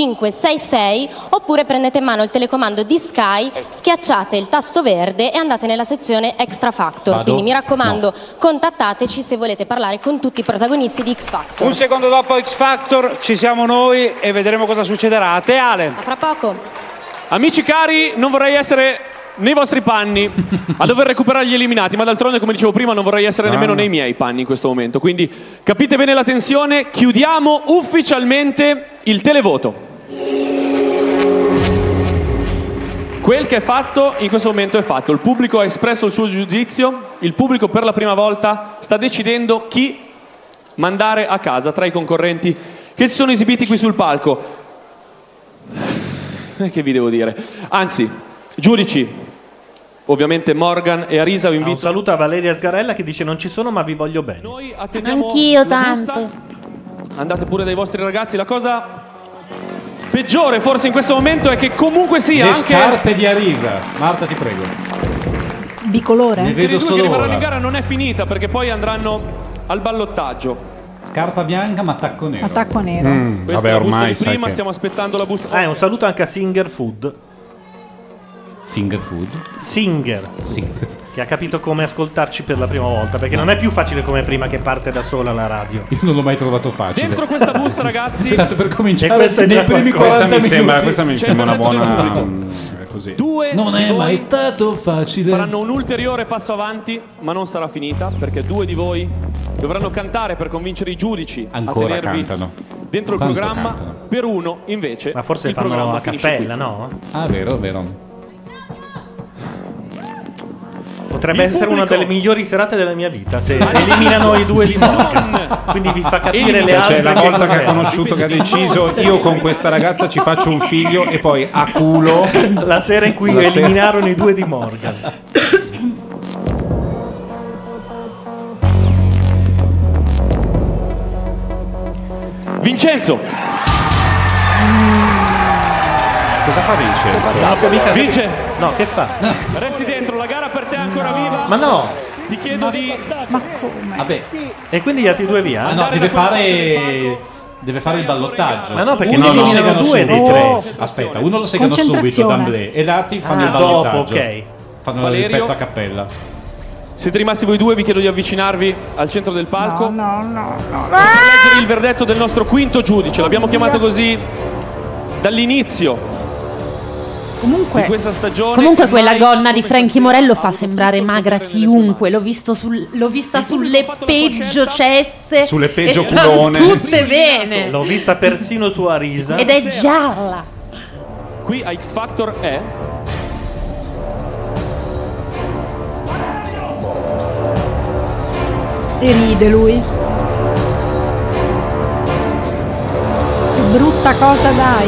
566 oppure prendete in mano il telecomando di Sky, schiacciate il tasto verde e andate nella sezione Extra Factor. Vado? Quindi mi raccomando, contattateci se volete parlare con tutti i protagonisti di X Factor. Un secondo dopo X Factor ci siamo noi e vedremo cosa succederà. A te Ale. A fra poco. Amici cari, non vorrei essere nei vostri panni a dover recuperare gli eliminati, ma d'altronde, come dicevo prima, non vorrei essere nemmeno nei miei panni in questo momento. Quindi capite bene la tensione, chiudiamo ufficialmente il televoto. Quel che è fatto in questo momento è fatto. Il pubblico ha espresso il suo giudizio. Il pubblico per la prima volta sta decidendo chi mandare a casa tra i concorrenti che si sono esibiti qui sul palco. Che vi devo dire? Anzi, giudici, ovviamente Morgan e Arisa, vi Un invito. saluto a Valeria Sgarella che dice non ci sono ma vi voglio bene. Noi attendiamo Anch'io la busta. tanto. Andate pure dai vostri ragazzi. La cosa peggiore forse in questo momento è che comunque sia Le anche scarpe di Arisa. Marta, ti prego. Bicolore? Ne per i vedo due che solo rimarranno in ora. gara non è finita, perché poi andranno al ballottaggio. Scarpa bianca ma tacco nero. Attacco nero. Questa Vabbè, è la busta ormai di sai prima, che- stiamo aspettando la busta. Un saluto anche a Singer Food. Finger food. Singer. Singer. Che ha capito come ascoltarci per la prima volta, perché non è più facile come prima che parte da sola la radio. Io non l'ho mai trovato facile. Dentro questa busta, ragazzi, Tanto per E cominciare questo è nei già primi qualcosa. 40 minuti. Questa mi sembra una buona. Così. due Non di è voi mai stato facile. faranno un ulteriore passo avanti, ma non sarà finita, perché due di voi dovranno cantare per convincere i giudici Ancora a tenervi cantano. dentro il Quanto programma. cantano? Per uno, invece, Ma forse il fanno programma a finisce cappella, qui. no? Ah, vero, vero. Potrebbe Il essere una pubblico- delle migliori serate della mia vita se eliminano i due di Morgan. Quindi vi fa capire le Cioè, altre la volta che ha cos'erano. conosciuto, che ha deciso io con questa ragazza ci faccio un figlio e poi a culo. La sera in cui La sera- eliminarono i due di Morgan. Vincenzo, Cosa fa Vincenzo? vince, No, che fa? resti dentro, la gara per te è ancora viva. Ma no! Ti chiedo di Ma come? Vabbè. E quindi gli altri due via? Ah, no, deve fare il ballottaggio. Ma no, perché uno ne lo eliminano segano due dei subito. tre. Aspetta, uno lo segano subito Concentrazione. d'amblè e gli altri fanno Ah, il ballottaggio. dopo, ok. Fanno il Valerio. pezzo a cappella. Siete rimasti voi due, vi chiedo di avvicinarvi al centro del palco. No, no, no. Per leggere il verdetto del nostro quinto giudice. L'abbiamo chiamato così dall'inizio di Comunque, questa stagione. Comunque quella Mai gonna di come Frankie stasera Morello ha fa avuto sembrare tutto il magra potere nelle sue chiunque. L'ho vista sulle Il pubblico ha fatto la sua peggio scelta. cesse. Sulle peggio e stanno culone. tutte bene. L'ho vista persino su Arisa. Ed è gialla. Qui a X Factor è e ride lui. Che brutta cosa dai.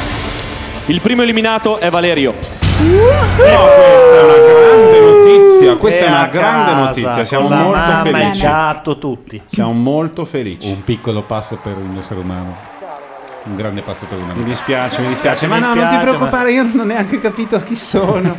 il primo eliminato è Valerio. No, questa è una grande notizia. questa è una a grande casa, notizia, siamo con la molto mamma, felici. il gatto, tutti. Siamo molto felici. Un piccolo passo per un essere umano. Un grande passo per un uomo. Mi dispiace, ma Mi no, non ti dispiace, preoccupare, io non ho neanche capito chi sono.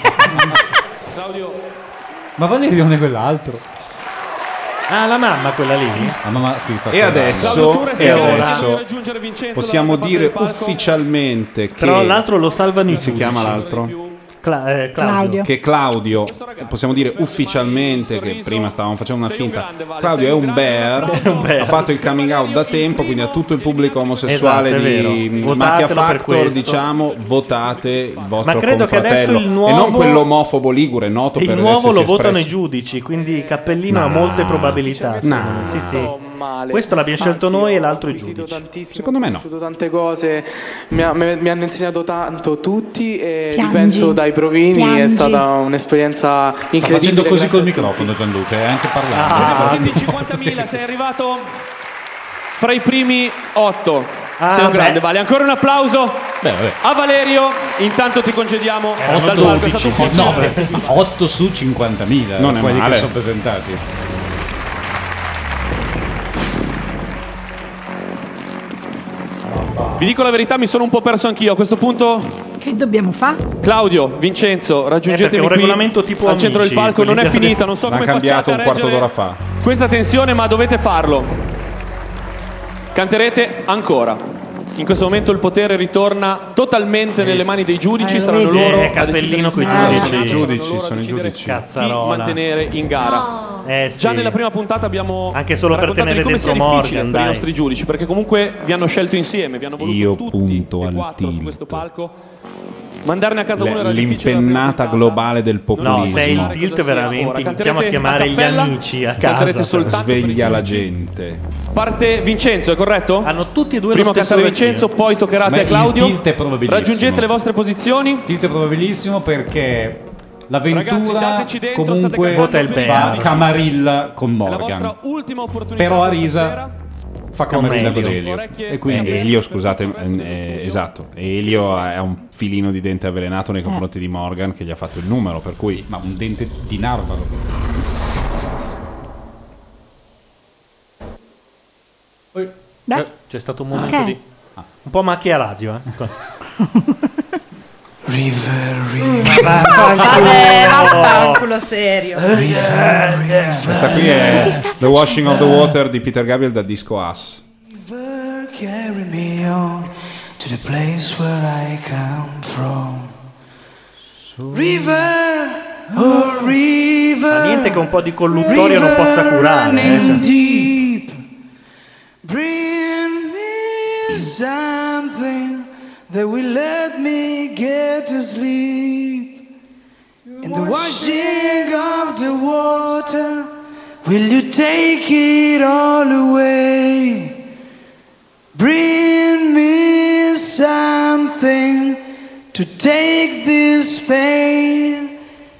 Ma Valerio non è quell'altro. Ah, la mamma quella lì? La mamma sì, sta E adesso possiamo dire del palco. ufficialmente che Tra l'altro lo salvano i si chiama giudici. l'altro? Claudio. Che Claudio, possiamo dire ufficialmente che prima stavamo facendo una finta, Claudio è un bear, ha fatto il coming out da tempo, quindi a tutto il pubblico omosessuale Esatto, è di vero. Macchia Votatelo per Factor, questo. diciamo, votate il vostro Ma credo che adesso confratello il nuovo- e non quell'omofobo ligure noto Il per nuovo essersi lo votano i espresso. giudici, quindi Cappellino ha No. molte probabilità. secondo me. Sì, sì. Questo l'abbiamo scelto noi e l'altro i giudici. Secondo me no. Ho conosciuto tante cose, mi hanno insegnato tanto tutti e Piangi. ripenso dai provini, Piangi. è stata un'esperienza Sta incredibile. facendo così grazie col a tutti. microfono Gianluca, e anche parlando. Siamo di 50.000, sei arrivato fra i primi 8. Ah, sei un beh. grande, Vale. Ancora un applauso Beh, vabbè. a Valerio. Intanto ti concediamo Erano dal palco, è stato un 12, piacere. 8 su 50.000 Non è quelli male. che sono presentati. Vi dico la verità, mi sono un po' perso anch'io. A questo punto, Che dobbiamo fare? Claudio, Vincenzo, raggiungetemi perché è un qui regolamento tipo al centro del Amici, palco. Non è quelli finita, non so L'hanno come facciate cambiato a un quarto reggere d'ora fa. questa tensione, ma dovete farlo. Canterete ancora. In questo momento il potere ritorna totalmente nelle mani dei giudici, lo saranno vedi? loro a Cappellino decidere coi se- giudici. saranno Giudici, loro a sono i decidere giudici. chi Cazzarola. mantenere in gara. Sì. Già nella prima puntata abbiamo Anche solo per raccontato tenere di come sia dentro difficile Morgan, per i dai. nostri giudici, perché comunque vi hanno scelto insieme, vi hanno voluto Io tutti punto e al quattro su tilt. questo palco. Mandarne a casa uno era difficile. L'impennata globale del populismo. No, se è il tilt veramente iniziamo a chiamare gli amici a Canterete casa. soltanto Sveglia la gente. Parte Vincenzo, è corretto? Hanno tutti e due Prima lo stesso cantare Vincenzo, retiro. poi toccherà a Ma te il Claudio. tilt è probabilissimo. Raggiungete le vostre posizioni. Il tilt è probabilissimo perché l'avventura Ragazzi, dateci dentro, comunque state Vota il fa bene. camarilla con È la Morgan. vostra ultima opportunità. Però questa Arisa sera. fa camarilla con Elio. Elio. Orecchie- E quindi Elio, scusate, esatto. Elio ha un filino di dente avvelenato nei confronti di Morgan che gli ha fatto il numero, per cui ma un dente di narvalo. Beh, C'è stato un momento Ok. di un po' macchia radio, Vabbè, vaffanculo serio. questa qui è The Washing of the Water di Peter Gabriel da Disco Ass. Carry me on to the place where I come from. River, oh river. Ma niente che un po' di colluttorio non possa curare. Running deep, bring me something that will let me get to sleep. In the washing of the water, will you take it all away? Bring me something to take this pain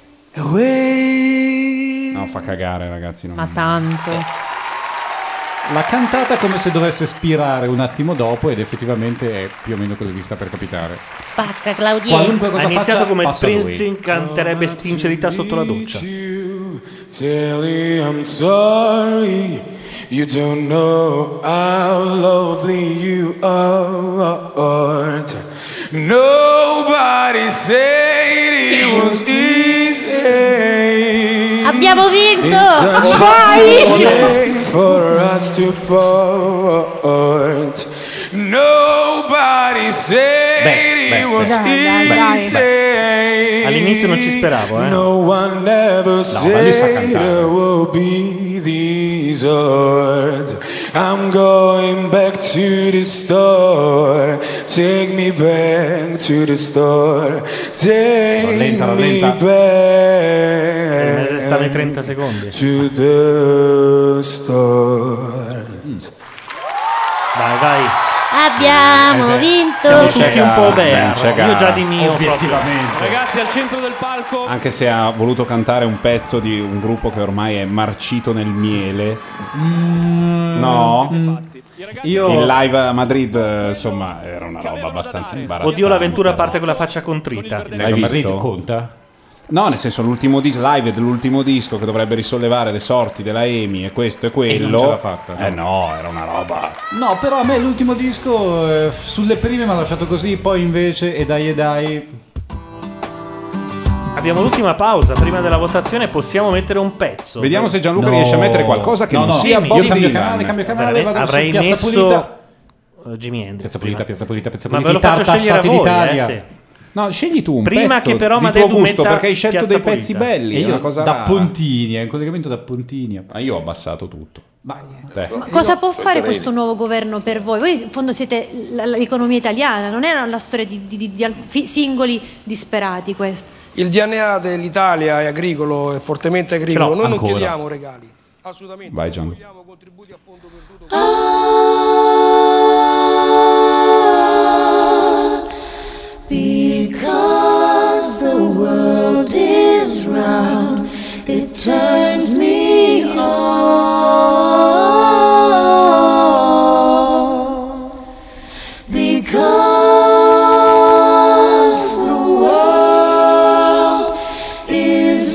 away. No, fa cagare, ragazzi. Ma tanto. L'ha cantata come se dovesse spirare un attimo dopo ed effettivamente è più o meno quello che sta per capitare. Spacca Claudio. Qualunque cosa Ha iniziato faccia, come passa lui. Springsteen, canterebbe sincerità sotto la doccia. Tell you I'm sorry. You don't know how lovely you are. Nobody said it was easy. Abbiamo vinto! It's such Vai! a way for us to part. Nobody said it was easy. All'inizio non ci speravo, No one ever ma lui sa said cantare. it will be these hard. I'm going back to the store. Take me back to the store. Take Rallenta, me rallenta. back Stanno i 30 secondi. to the store. Vai, vai. Abbiamo vinto! Siamo tutti un po' Ben, c'è Io gara. già di mio Obiettivamente. Ragazzi, al centro del palco. Anche se ha voluto cantare un pezzo di un gruppo che ormai è marcito nel miele. No? Io Il live a Madrid, insomma, era una roba abbastanza imbarazzante. Odio l'avventura a parte con la faccia contrita. L'hai Madrid visto? conta? No, nel senso l'ultimo live dell'ultimo disco che dovrebbe risollevare le sorti della EMI e questo e quello. non ce l'ha fatta. No, era una roba. No, però a me l'ultimo disco sulle prime mi ha lasciato così, poi invece e dai. Abbiamo l'ultima pausa prima della votazione, possiamo mettere un pezzo. Vediamo se Gianluca riesce a mettere qualcosa che non sia Bob Dylan. Cambio canale, vado avrei su Piazza messo Pulita. Jimi Hendrix. Piazza Pulita. Ma ve lo faccio scegliere a voi, d'Italia. sì. No, scegli tu un Prima pezzo che però di Madeddu tuo gusto, metta perché hai scelto Piazza dei pezzi Pulita. belli. E è io una cosa da rara. Pontini, è un collegamento da Pontini. Ma io ho abbassato tutto. Ma Cosa può fare questo nuovo governo per voi? Voi in fondo siete l'economia italiana, non è la storia di singoli disperati questo. Il DNA dell'Italia è agricolo, è fortemente agricolo. Noi non ancora. chiediamo regali. Assolutamente. Vai Gianluca. Because the world is round, it turns me on. Because the world is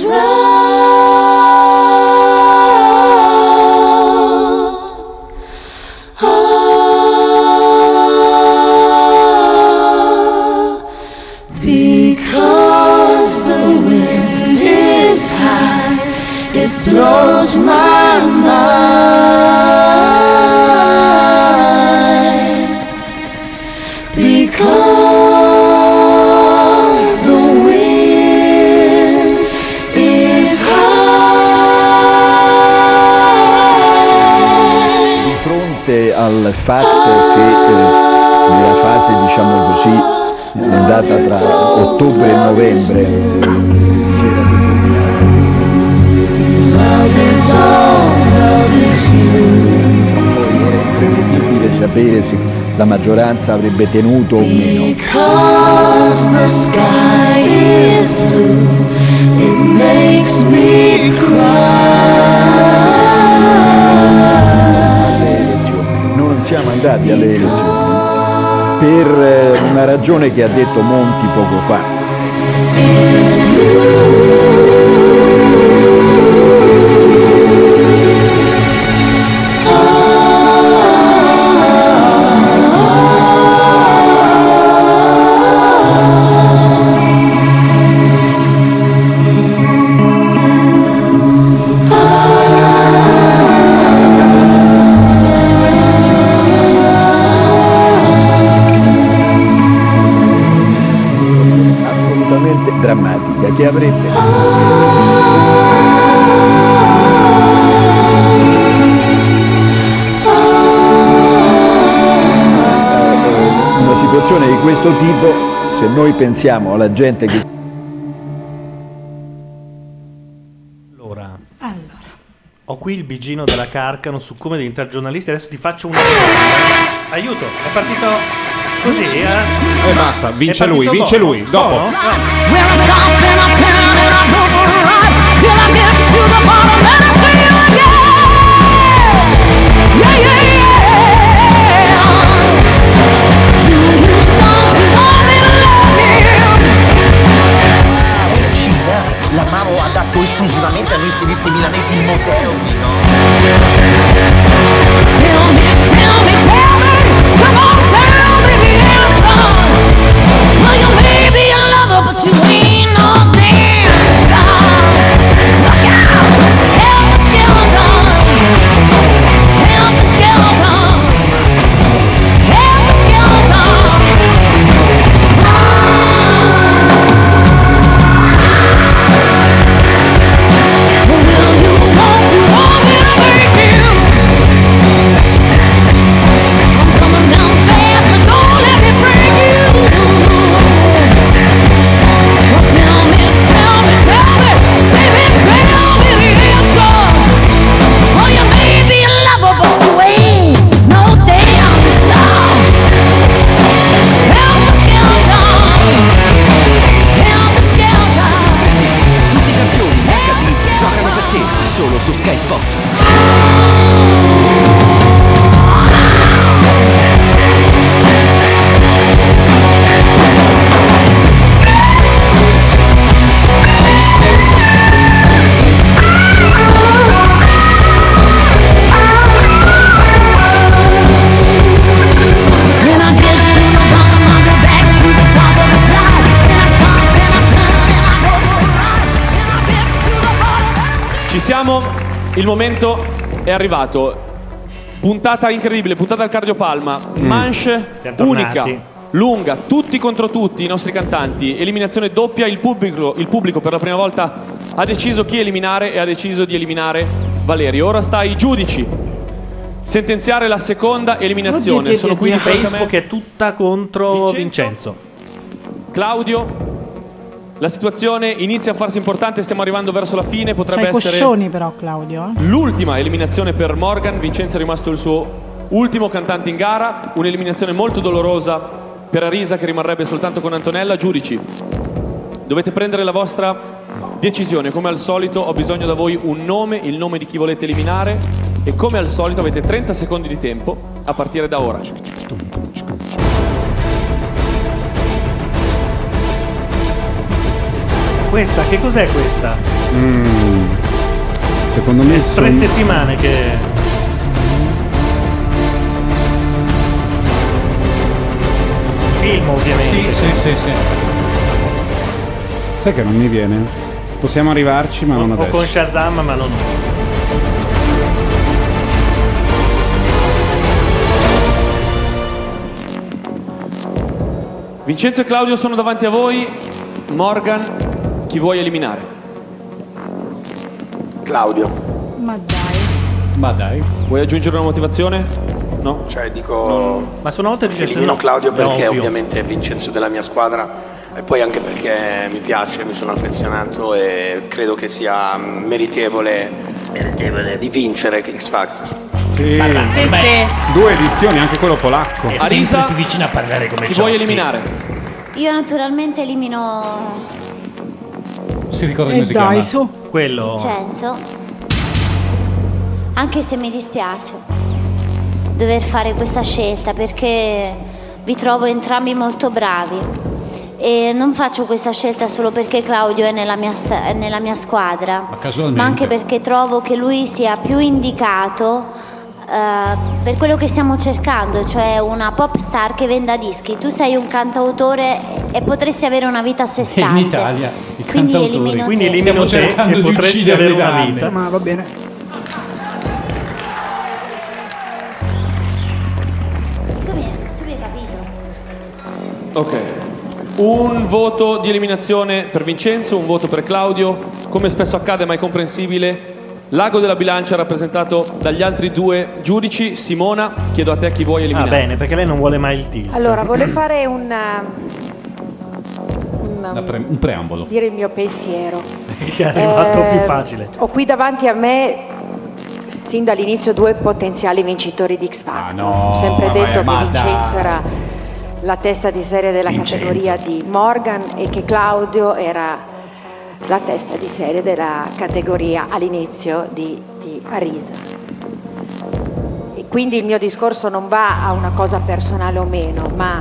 because the wind is high, it blows my mind. Because the wind is high. Di fronte al fatto che nella fase, diciamo così, andata tra ottobre e novembre si era determinata. Love is all, love is you. Era imprevedibile sapere se la maggioranza avrebbe tenuto o meno. Because the sky is blue, it makes me cry. Le elezioni. Non siamo andati alle elezioni per una ragione che ha detto Monti poco fa. Assolutamente drammatica che avrebbe una situazione di questo tipo, se noi pensiamo alla gente che Ho qui il bigino della Carcano su come diventare giornalisti. Adesso ti faccio una domanda. Aiuto, è partito così, E basta, vince È lui, partito vince Bono. lui. Dopo. Bono? Where I stop and I turn and I go for a ride till I get to the bottom and I see you again. Yeah, yeah, yeah. Do you want to want me to love you? Cina, l'amaro adatto esclusivamente a noi stilisti milanesi moderni, no? Tell me, come on, tell me the answer. Well, you may be a lover, but you ain't no dancer. Look out, help the skeleton, help the skeleton, help the skeleton. Will you want to hold me to make you? I'm coming down fast, but don't let me break you. Well, tell me, baby, tell me the answer. Oh, you may be a lover, but you ain't no dancer. Help the skeleton, help the skeleton. Tutti i campioni HD giocano per te solo su Sky Sport. Ci siamo, il momento è arrivato. Puntata incredibile, puntata al cardiopalma, manche Siamo unica, tornati. lunga, tutti contro tutti i nostri cantanti, eliminazione doppia, il pubblico per la prima volta ha deciso chi eliminare e ha deciso di eliminare Valerio. Ora sta ai giudici sentenziare la seconda eliminazione. Sono qui di fronte a me Facebook è tutta contro Vincenzo. Claudio. La situazione inizia a farsi importante, stiamo arrivando verso la fine, potrebbe C'hai i essere coscioni però, Claudio. l'ultima eliminazione per Morgan. Vincenzo è rimasto il suo ultimo cantante in gara, un'eliminazione molto dolorosa per Arisa che rimarrebbe soltanto con Antonella. Giudici, dovete prendere la vostra decisione. Come al solito ho bisogno da voi un nome, il nome di chi volete eliminare, e come al solito avete 30 secondi di tempo a partire da ora. Questa, che cos'è questa? Secondo me 3 sono... settimane che... Film ovviamente. Sì. Sai che non mi viene? Possiamo arrivarci, ma non O adesso. con Shazam, ma non... Vincenzo e Claudio sono davanti a voi. Morgan, chi vuoi eliminare? Claudio. Ma dai. Vuoi aggiungere una motivazione? No? Cioè dico... Ma sono 8 di Elimino Claudio perché ovvio. ovviamente è Vincenzo della mia squadra e poi anche perché mi piace, mi sono affezionato e credo che sia meritevole di vincere X Factor. Sì. Sì. 2 edizioni, anche quello polacco. Arisa, più vicino a parlare come chi vuoi eliminare? Io naturalmente elimino Si ricorda E come si dai, chiama? su. Quello... Vincenzo, anche se mi dispiace dover fare questa scelta perché vi trovo entrambi molto bravi e non faccio questa scelta solo perché Claudio è nella mia squadra, Ma casualmente. ma anche perché trovo che lui sia più indicato per quello che stiamo cercando, cioè una pop star che venda dischi. Tu sei un cantautore e potresti avere una vita a sé stante. In Italia i Quindi cantautori. elimino Quindi te. elimino te cercando e di potresti ucciderli avere da una anni. vita. Ma va bene. Tu mi hai capito? Ok. Un voto di eliminazione per Vincenzo, un voto per Claudio. Come spesso accade, ma è comprensibile, l'ago della bilancia è rappresentato dagli altri 2 giudici. Simona, chiedo a te chi vuoi Ah, eliminare. bene, perché lei non vuole mai il tilt. Allora, volevo fare un preambolo. dire il mio pensiero. Che è arrivato più facile. Ho qui davanti a me, sin dall'inizio, 2 potenziali vincitori di X Factor. no, Ho sempre ma detto vai, che ma Vincenzo dai. era la testa di serie della categoria di Morgan e che Claudio era la testa di serie della categoria all'inizio di Arisa. E quindi il mio discorso non va a una cosa personale o meno, ma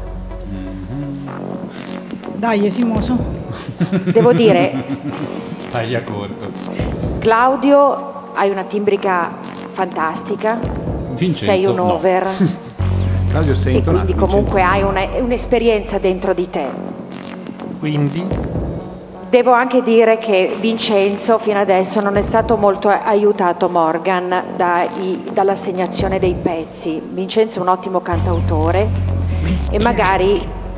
Dai, esimoso. devo dire, Taglia corto. Claudio, hai una timbrica fantastica, Vincenzo, sei un no. over Claudio sei e intonato, quindi comunque hai un'esperienza dentro di te. Quindi... Devo anche dire che Vincenzo fino adesso non è stato molto aiutato Morgan dall'assegnazione dei pezzi. Vincenzo è un ottimo cantautore e magari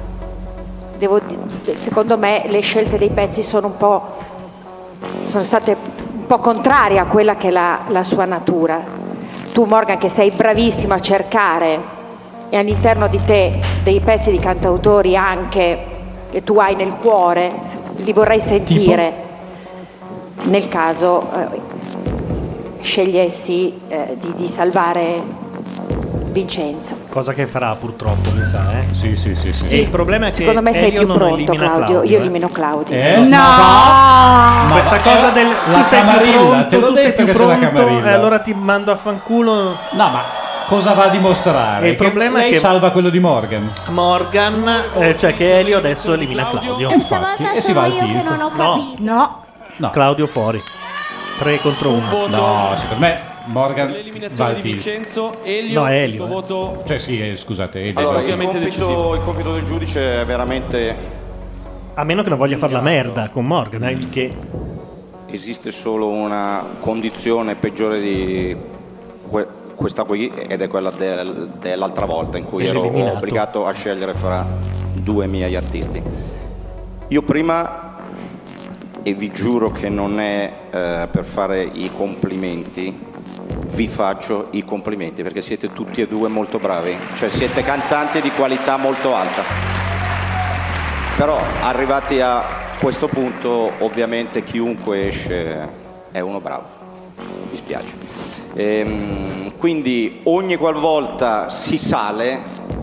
secondo me le scelte dei pezzi sono state un po' contrarie a quella che è la sua natura. Tu Morgan, che sei bravissimo a cercare e all'interno di te dei pezzi di cantautori anche che tu hai nel cuore, li vorrei sentire. Nel caso scegliessi di salvare Vincenzo. Cosa che farà purtroppo, mi sa, eh? Sì. E il problema è che Secondo me sei Elio più non pronto, elimina Claudio. Io eh. elimino Claudio. No! Questa cosa del la tu sei più Camarilla, pronto, te l'ho tu sei detto più che sei la pronto, Camarilla. e allora ti mando a fanculo. No, ma cosa va a dimostrare? E il problema lei è che salva quello di Morgan. Cioè che Elio adesso elimina Claudio. E infatti, e si va al tilt. No. Claudio fuori. 3 contro 1. No, secondo me Morgan va L'eliminazione al di tilt. Vincenzo, Elio, No, è Elio, il tuo voto Cioè sì, scusate, Elio. Allora, va al tilt. il compito del giudice è veramente... A meno che non voglia fare la merda con Morgan, che esiste solo una condizione peggiore di questa qui, ed è quella dell'altra volta in cui ero Dell'eliminato. obbligato a scegliere fra due miei artisti. Io prima, e vi giuro che non è per fare i complimenti, vi faccio i complimenti perché siete tutti e due molto bravi, cioè siete cantanti di qualità molto alta. Però arrivati a questo punto ovviamente chiunque esce è uno bravo, mi spiace. Quindi ogni qualvolta si sale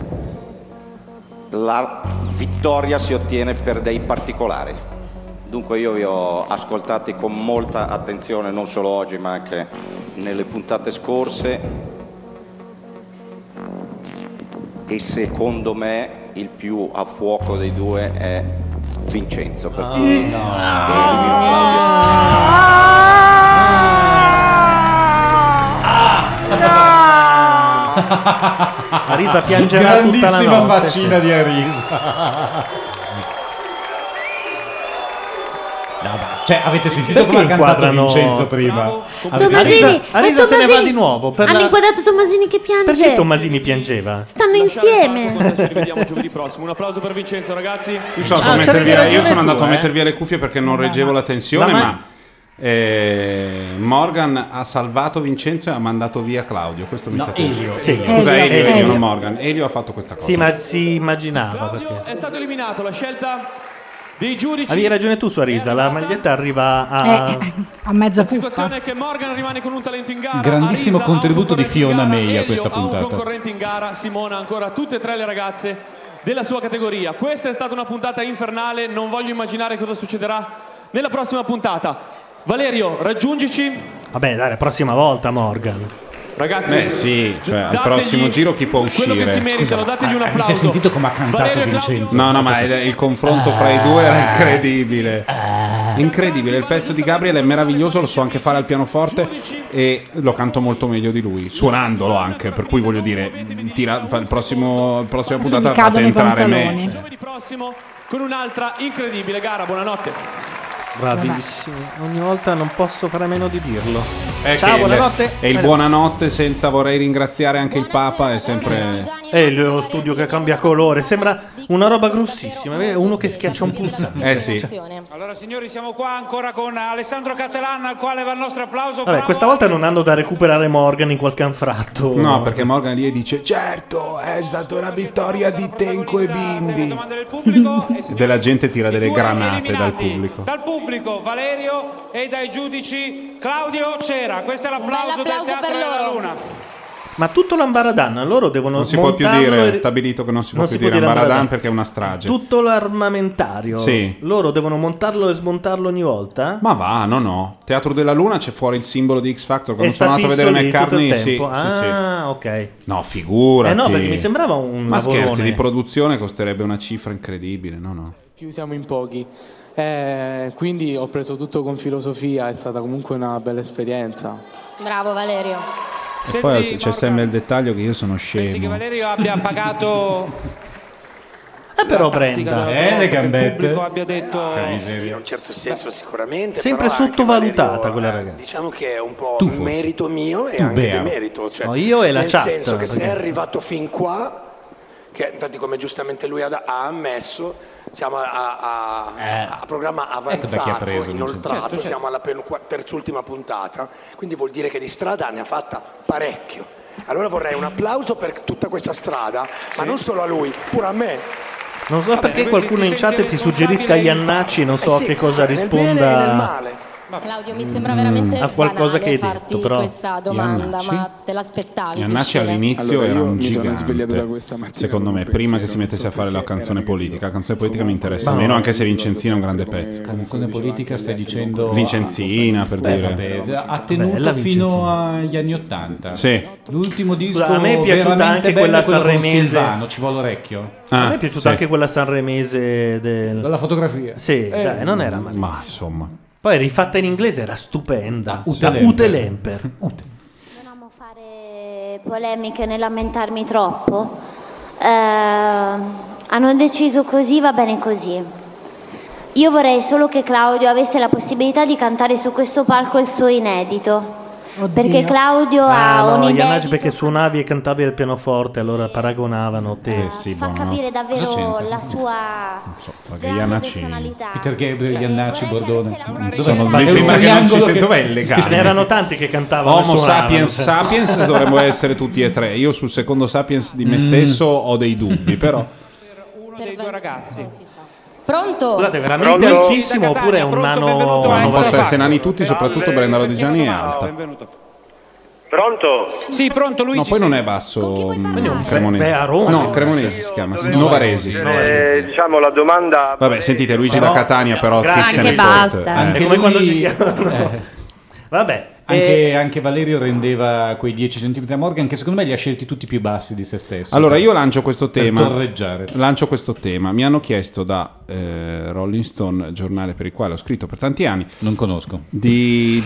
la vittoria si ottiene per dei particolari. Dunque io vi ho ascoltati con molta attenzione, non solo oggi ma anche nelle puntate scorse, e secondo me il più a fuoco dei due è Vincenzo, per cui elimino Arisa piangerà tutta la Grandissima notte. faccina di Arisa. Cioè, avete sentito come ha cantato Vincenzo prima? Tomasini, Arisa se ne va di nuovo. Per hanno la... inquadrato Tomasini che piange. Perché Tomasini piangeva? Stanno insieme. Ci rivediamo giovedì prossimo. Un applauso per Vincenzo, ragazzi. Io sono andato a mettere via le cuffie perché non reggevo la tensione, ma Morgan ha salvato Vincenzo e ha mandato via Claudio. Questo mi sta piacendo. Sì. Scusa, Elio, Elio. non Morgan. Elio ha fatto questa cosa. Sì, ma si immaginava. Claudio Perché... è stato eliminato, la scelta dei giudici. Avevi ragione tu su Arisa, la maglietta arriva a... a mezza La puppa. situazione è che Morgan rimane con un talento in gara. Grandissimo Arisa ha un contributo di concorrente in Fiona gara, May a Elio questa ha un puntata. concorrente in gara, Simona ancora tutte e tre le ragazze della sua categoria. Questa è stata una puntata infernale, non voglio immaginare cosa succederà nella prossima puntata. Valerio, raggiungici. Vabbè, dai, la prossima volta Morgan. Ragazzi, Beh sì, cioè al dategli prossimo giro chi può quello uscire? che si meritano, dategli un applauso. Avete sentito come ha cantato Valerio e Vincenzo? No, ma il confronto fra i due era incredibile. Incredibile, il pezzo di Gabriel è meraviglioso, lo so anche fare al pianoforte e lo canto molto meglio di lui, suonandolo anche, per cui voglio dire, la prossima puntata fate entrare me. Giovedì prossimo con un'altra incredibile gara. Buonanotte. Bravissimi, ogni volta non posso fare a meno di dirlo. Ciao, buonanotte. E il buonanotte senza vorrei ringraziare anche il Papa è sempre... Lo studio che cambia colore, sembra una roba grossissima, uno che schiaccia un pulsante. Sì. Allora signori, siamo qua ancora con Alessandro Cattelan, al quale va il nostro applauso. Vabbè, questa volta non hanno da recuperare Morgan in qualche anfratto. No, perché Morgan lì dice certo, è stata una vittoria di Tenco e Bindi. Della gente tira delle granate dal pubblico. Dal pubblico Valerio e dai giudici Claudio Cera. Questo è l'applauso del Teatro della Luna. Ma tutto l'ambaradan, loro devono Non si può più montarlo dire, e- è stabilito che non si può non più si può dire dire Ambaradan Ambaradan. perché è una strage. Tutto l'armamentario. Sì. Loro devono montarlo e smontarlo ogni volta? Ma va, no. Teatro della Luna c'è fuori il simbolo di X Factor. Quando E sta sono andato a vedere fisso lì tutto McCartney, il sì, tempo. sì. Ah, ok. No, figurati. No, perché mi sembrava un Ma lavorone. scherzi, di produzione costerebbe una cifra incredibile, no. Più siamo in pochi. Quindi ho preso tutto con filosofia, è stata comunque una bella esperienza. Bravo Valerio. E poi c'è sempre il dettaglio che io sono Pensi che scemo. Valerio abbia pagato però la tattica Brenda. della le prova, che gambette. il pubblico abbia detto In un certo senso sicuramente. Sempre però anche sottovalutata Valerio, quella ragazza. Diciamo che è un po' Tu forse. merito mio e Tu, anche Bea. demerito. Cioè, No, io e la nel chat, senso che se perché- è arrivato fin qua, che infatti come giustamente lui ha ammesso, siamo a programma perché ha avanzato, preso, inoltrato, Vincenzo. siamo alla terzultima puntata, quindi vuol dire che di strada ne ha fatta parecchio. Allora vorrei un applauso per tutta questa strada, ma non solo a lui, pure a me. Non so perché qualcuno in chat ti suggerisca Iannacci, non so sì, che cosa nel bene e nel risponda male. Claudio, mi sembra veramente a qualcosa banale che hai farti detto, però. questa domanda, Iannacci? ma te l'aspettavi? di Iannacci uscire? all'inizio Allora, era io un mi sono gigante. svegliato da questa mattina Secondo con me, un prima che pensiero, si mettesse a fare la canzone politica. La canzone politica mi interessa Ma meno, no, anche se Vincenzina è un grande pezzo. Canzone politica stai dicendo Vincenzina, per Beh, dire. vabbè, ha tenuto Bella fino agli anni '80. Sì. L'ultimo disco Scusa, a me è piaciuta veramente anche bello quella è quello con sanremese. Silvano, ci vuole l'orecchio. A me è piaciuta sì. anche quella sanremese La fotografia. Sì, dai, non era male. Ma insomma. Poi rifatta in inglese era stupenda. Ute Da Lemper. Ute Lemper. Polemiche né lamentarmi troppo. Hanno deciso così, va bene così. Io vorrei solo che Claudio avesse la possibilità di cantare su questo palco il suo inedito. Perché Claudio ha un Iannacci, inedito. perché suonavi e cantavi il pianoforte, allora paragonavano te. Fa capire davvero la sua grande personalità. Peter Gabriel, Iannacci, Bordone. Mi sembra che non ci sia. Dov'è il legame? Ce n'erano tanti che cantavano. Homo e suonavano. sapiens sapiens dovremmo essere tutti e tre. Io sul secondo sapiens di me stesso ho dei dubbi, però. Uno dei due ragazzi. Pronto? Scusate, è veramente altissimo oppure è un nano? No, non possono essere nani tutti, soprattutto Brenda Lodigiani è alta. Pronto? Sì, pronto Luigi. No, poi non è basso Cremonesi. Beh, a Roma. No, Cremonesi si chiama, sì, Novaresi. Diciamo la domanda. Vabbè, sentite Luigi da Catania, però chi se ne basta. fotte. È come quando ci chiamano. Vabbè. Anche Valerio rendeva quei 10 cm a Morgan, che secondo me li ha scelti tutti più bassi di se stesso. Allora io lancio questo per tema. torreggiare. Lancio questo tema. Mi hanno chiesto da Rolling Stone, giornale per il quale ho scritto per tanti anni. Non conosco. Di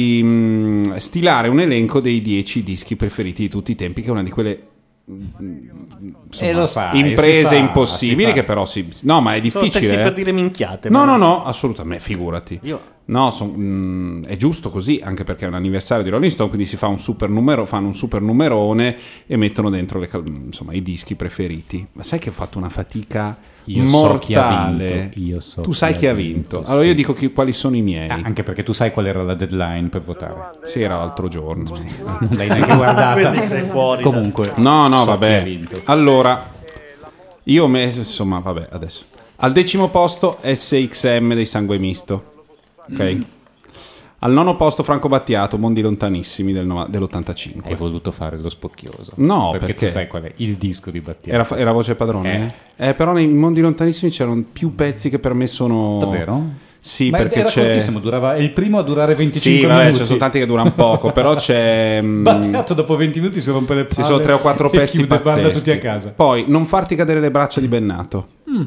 stilare un elenco dei 10 dischi preferiti di tutti i tempi, che è una di quelle insomma, lo sai, imprese si fa, impossibili si fa. che però no, ma è difficile. Stessi per dire minchiate. No, ma- no, assolutamente, figurati. No, è giusto così, anche perché è un anniversario di Rolling Stone, quindi si fa un super numero, fanno un super numerone e mettono dentro insomma, i dischi preferiti. Ma sai che ho fatto una fatica mortale? Tu sai chi ha vinto. Allora io dico quali sono i miei. Anche perché tu sai qual era la deadline per votare. Sì, era l'altro giorno. Non l'hai neanche guardata. Quindi sei fuori. Comunque. No, so chi ha vabbè. vinto. Allora, io ho messo, insomma, vabbè, adesso. Al 10° posto SXM dei Sangue Misto. Ok. Al 9° posto Franco Battiato, Mondi lontanissimi dell'85. Hai voluto fare lo spocchioso. No, perché perché tu sai qual è il disco di Battiato. Era voce padrone? Però nei Mondi lontanissimi c'erano più pezzi che per me sono... Davvero? Sì, Ma perché era c'è... cortissimo, è il primo a durare 25 Sì, minuti. vabbè, ci sono tanti che durano poco, però c'è... Battiato dopo 20 minuti si rompe le palle. Ci sono 3 o 4 e pezzi chiude e manda pazzeschi. tutti a casa. Poi, Non farti cadere le braccia di Bennato.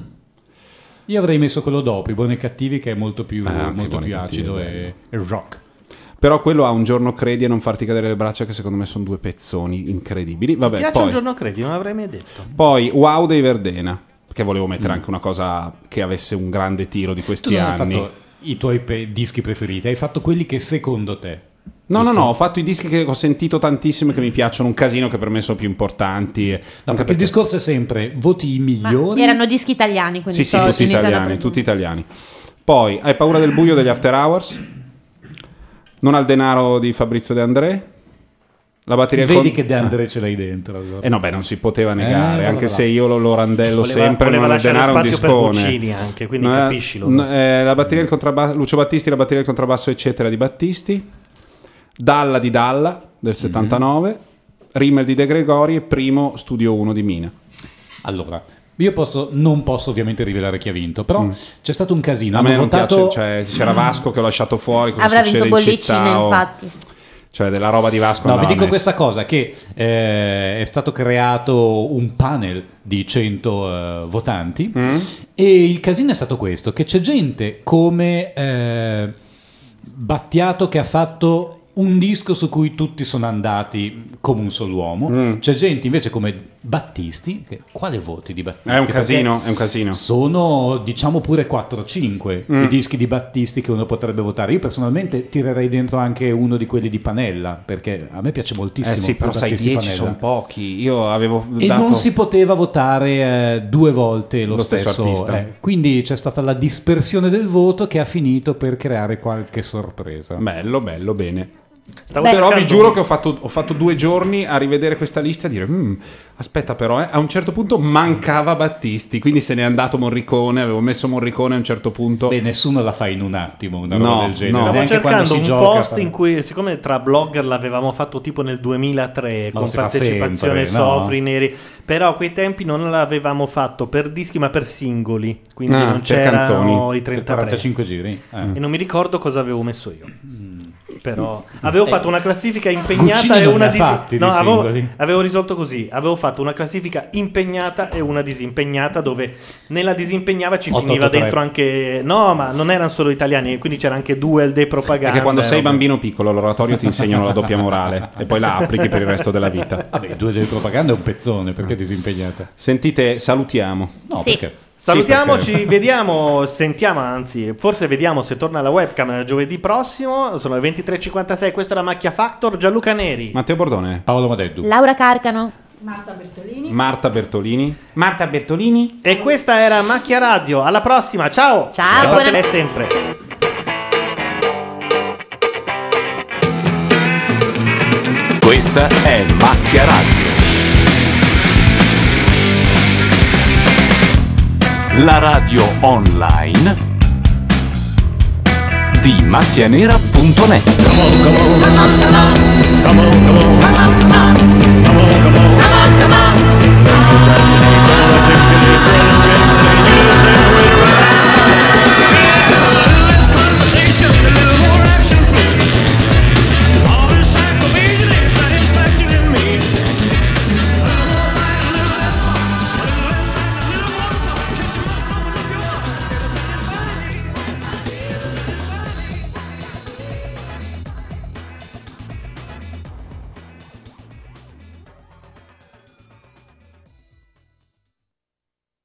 Io avrei messo quello dopo, I buoni e cattivi, che è molto più, anche molto Buoni più e Cattivi, acido è e rock. Però quello ha Un giorno credi e Non farti cadere le braccia, che secondo me sono 2 pezzoni incredibili. Vabbè, Mi piace poi, Un giorno credi, non l'avrei mai detto. poi Wow dei Verdena, perché volevo mettere anche una cosa che avesse un grande tiro di Tu questi non hai anni. fatto i tuoi dischi preferiti, hai fatto quelli che secondo te... No, ho fatto i dischi che ho sentito tantissimo e che mi piacciono un casino, che per me sono più importanti. No, Anche perché il discorso è sempre voti i migliori. Erano dischi italiani, quindi Sì, tutti italiani. Poi Hai paura del buio degli After Hours, Non al denaro di Fabrizio De André, La batteria Vedi che De André ce l'hai dentro. Allora. No, beh, non si poteva negare, anche se io lo randello Voleva sempre, non al lasciare denaro un spazio per discone. Guccini anche, quindi No, capiscilo. la batteria del contrabbasso, Lucio Battisti, La batteria del contrabbasso eccetera di Battisti, Dalla di Dalla del 79, Rimmel di De Gregori e Primo Studio 1 di Mina. Allora, io non posso ovviamente rivelare chi ha vinto, però c'è stato un casino. A me Hanno non votato... piace, cioè, c'era Vasco che ho lasciato fuori, cosa Avrà succede vinto in città, Bollicine, infatti. Cioè della roba di Vasco No, vi andava dico messa. questa cosa, che è stato creato un panel di 100 votanti e il casino è stato questo, che c'è gente come Battiato che ha fatto un disco su cui tutti sono andati come un solo uomo, c'è gente invece come Battisti, quale voti di Battisti? È un Perché casino. sono diciamo pure 4-5 i dischi di Battisti che uno potrebbe votare. Io personalmente tirerei dentro anche uno di quelli di Panella, perché a me piace moltissimo. Sì, però sai, Battisti 10 Panella. sono pochi. Io avevo E dato... non si poteva votare 2 volte lo stesso artista. quindi c'è stata la dispersione del voto che ha finito per creare qualche sorpresa. Bello, bene. Stavo Però vi cercando- giuro che ho fatto 2 giorni a rivedere questa lista e a dire aspetta però, a un certo punto mancava Battisti, quindi se n'è andato Morricone, avevo messo Morricone a un certo punto. Beh, nessuno la fa in un attimo una roba del genere. Stavo Neanche quando cercando si un gioca, post in cui, siccome tra blogger l'avevamo fatto tipo nel 2003 Ma con lo si fa partecipazione sempre, no? Sofri, Neri, però a quei tempi non l'avevamo fatto per dischi ma per singoli, quindi non per c'erano canzoni. i 33 45 giri. e non mi ricordo cosa avevo messo io. Però avevo fatto una classifica impegnata Guccini e non una ne ha fatti di singoli. avevo risolto così, avevo fatto una classifica impegnata e una disimpegnata, dove nella disimpegnata ci 883. finiva dentro anche ma non erano solo italiani, quindi c'era anche Duel dei propaganda. Perché quando sei roba. bambino piccolo all'oratorio ti insegnano la doppia morale e poi la applichi per il resto della vita. Vabbè, 2 di propaganda è un pezzone, perché disimpegnata? Sentite, salutiamo. No, Sì. perché? Salutiamoci, vediamo, sentiamo, anzi, forse vediamo se torna la webcam giovedì prossimo. Sono le 23:56. Questa è la Macchia Factor. Gianluca Neri, Matteo Bordone, Paolo Madeddu, Laura Carcano, Marta Bertolini. Marta Bertolini. e questa era Macchia Radio. Alla prossima, ciao. Ciao, Guardatela sempre. Questa è Macchia Radio. La radio online di macchianera.net.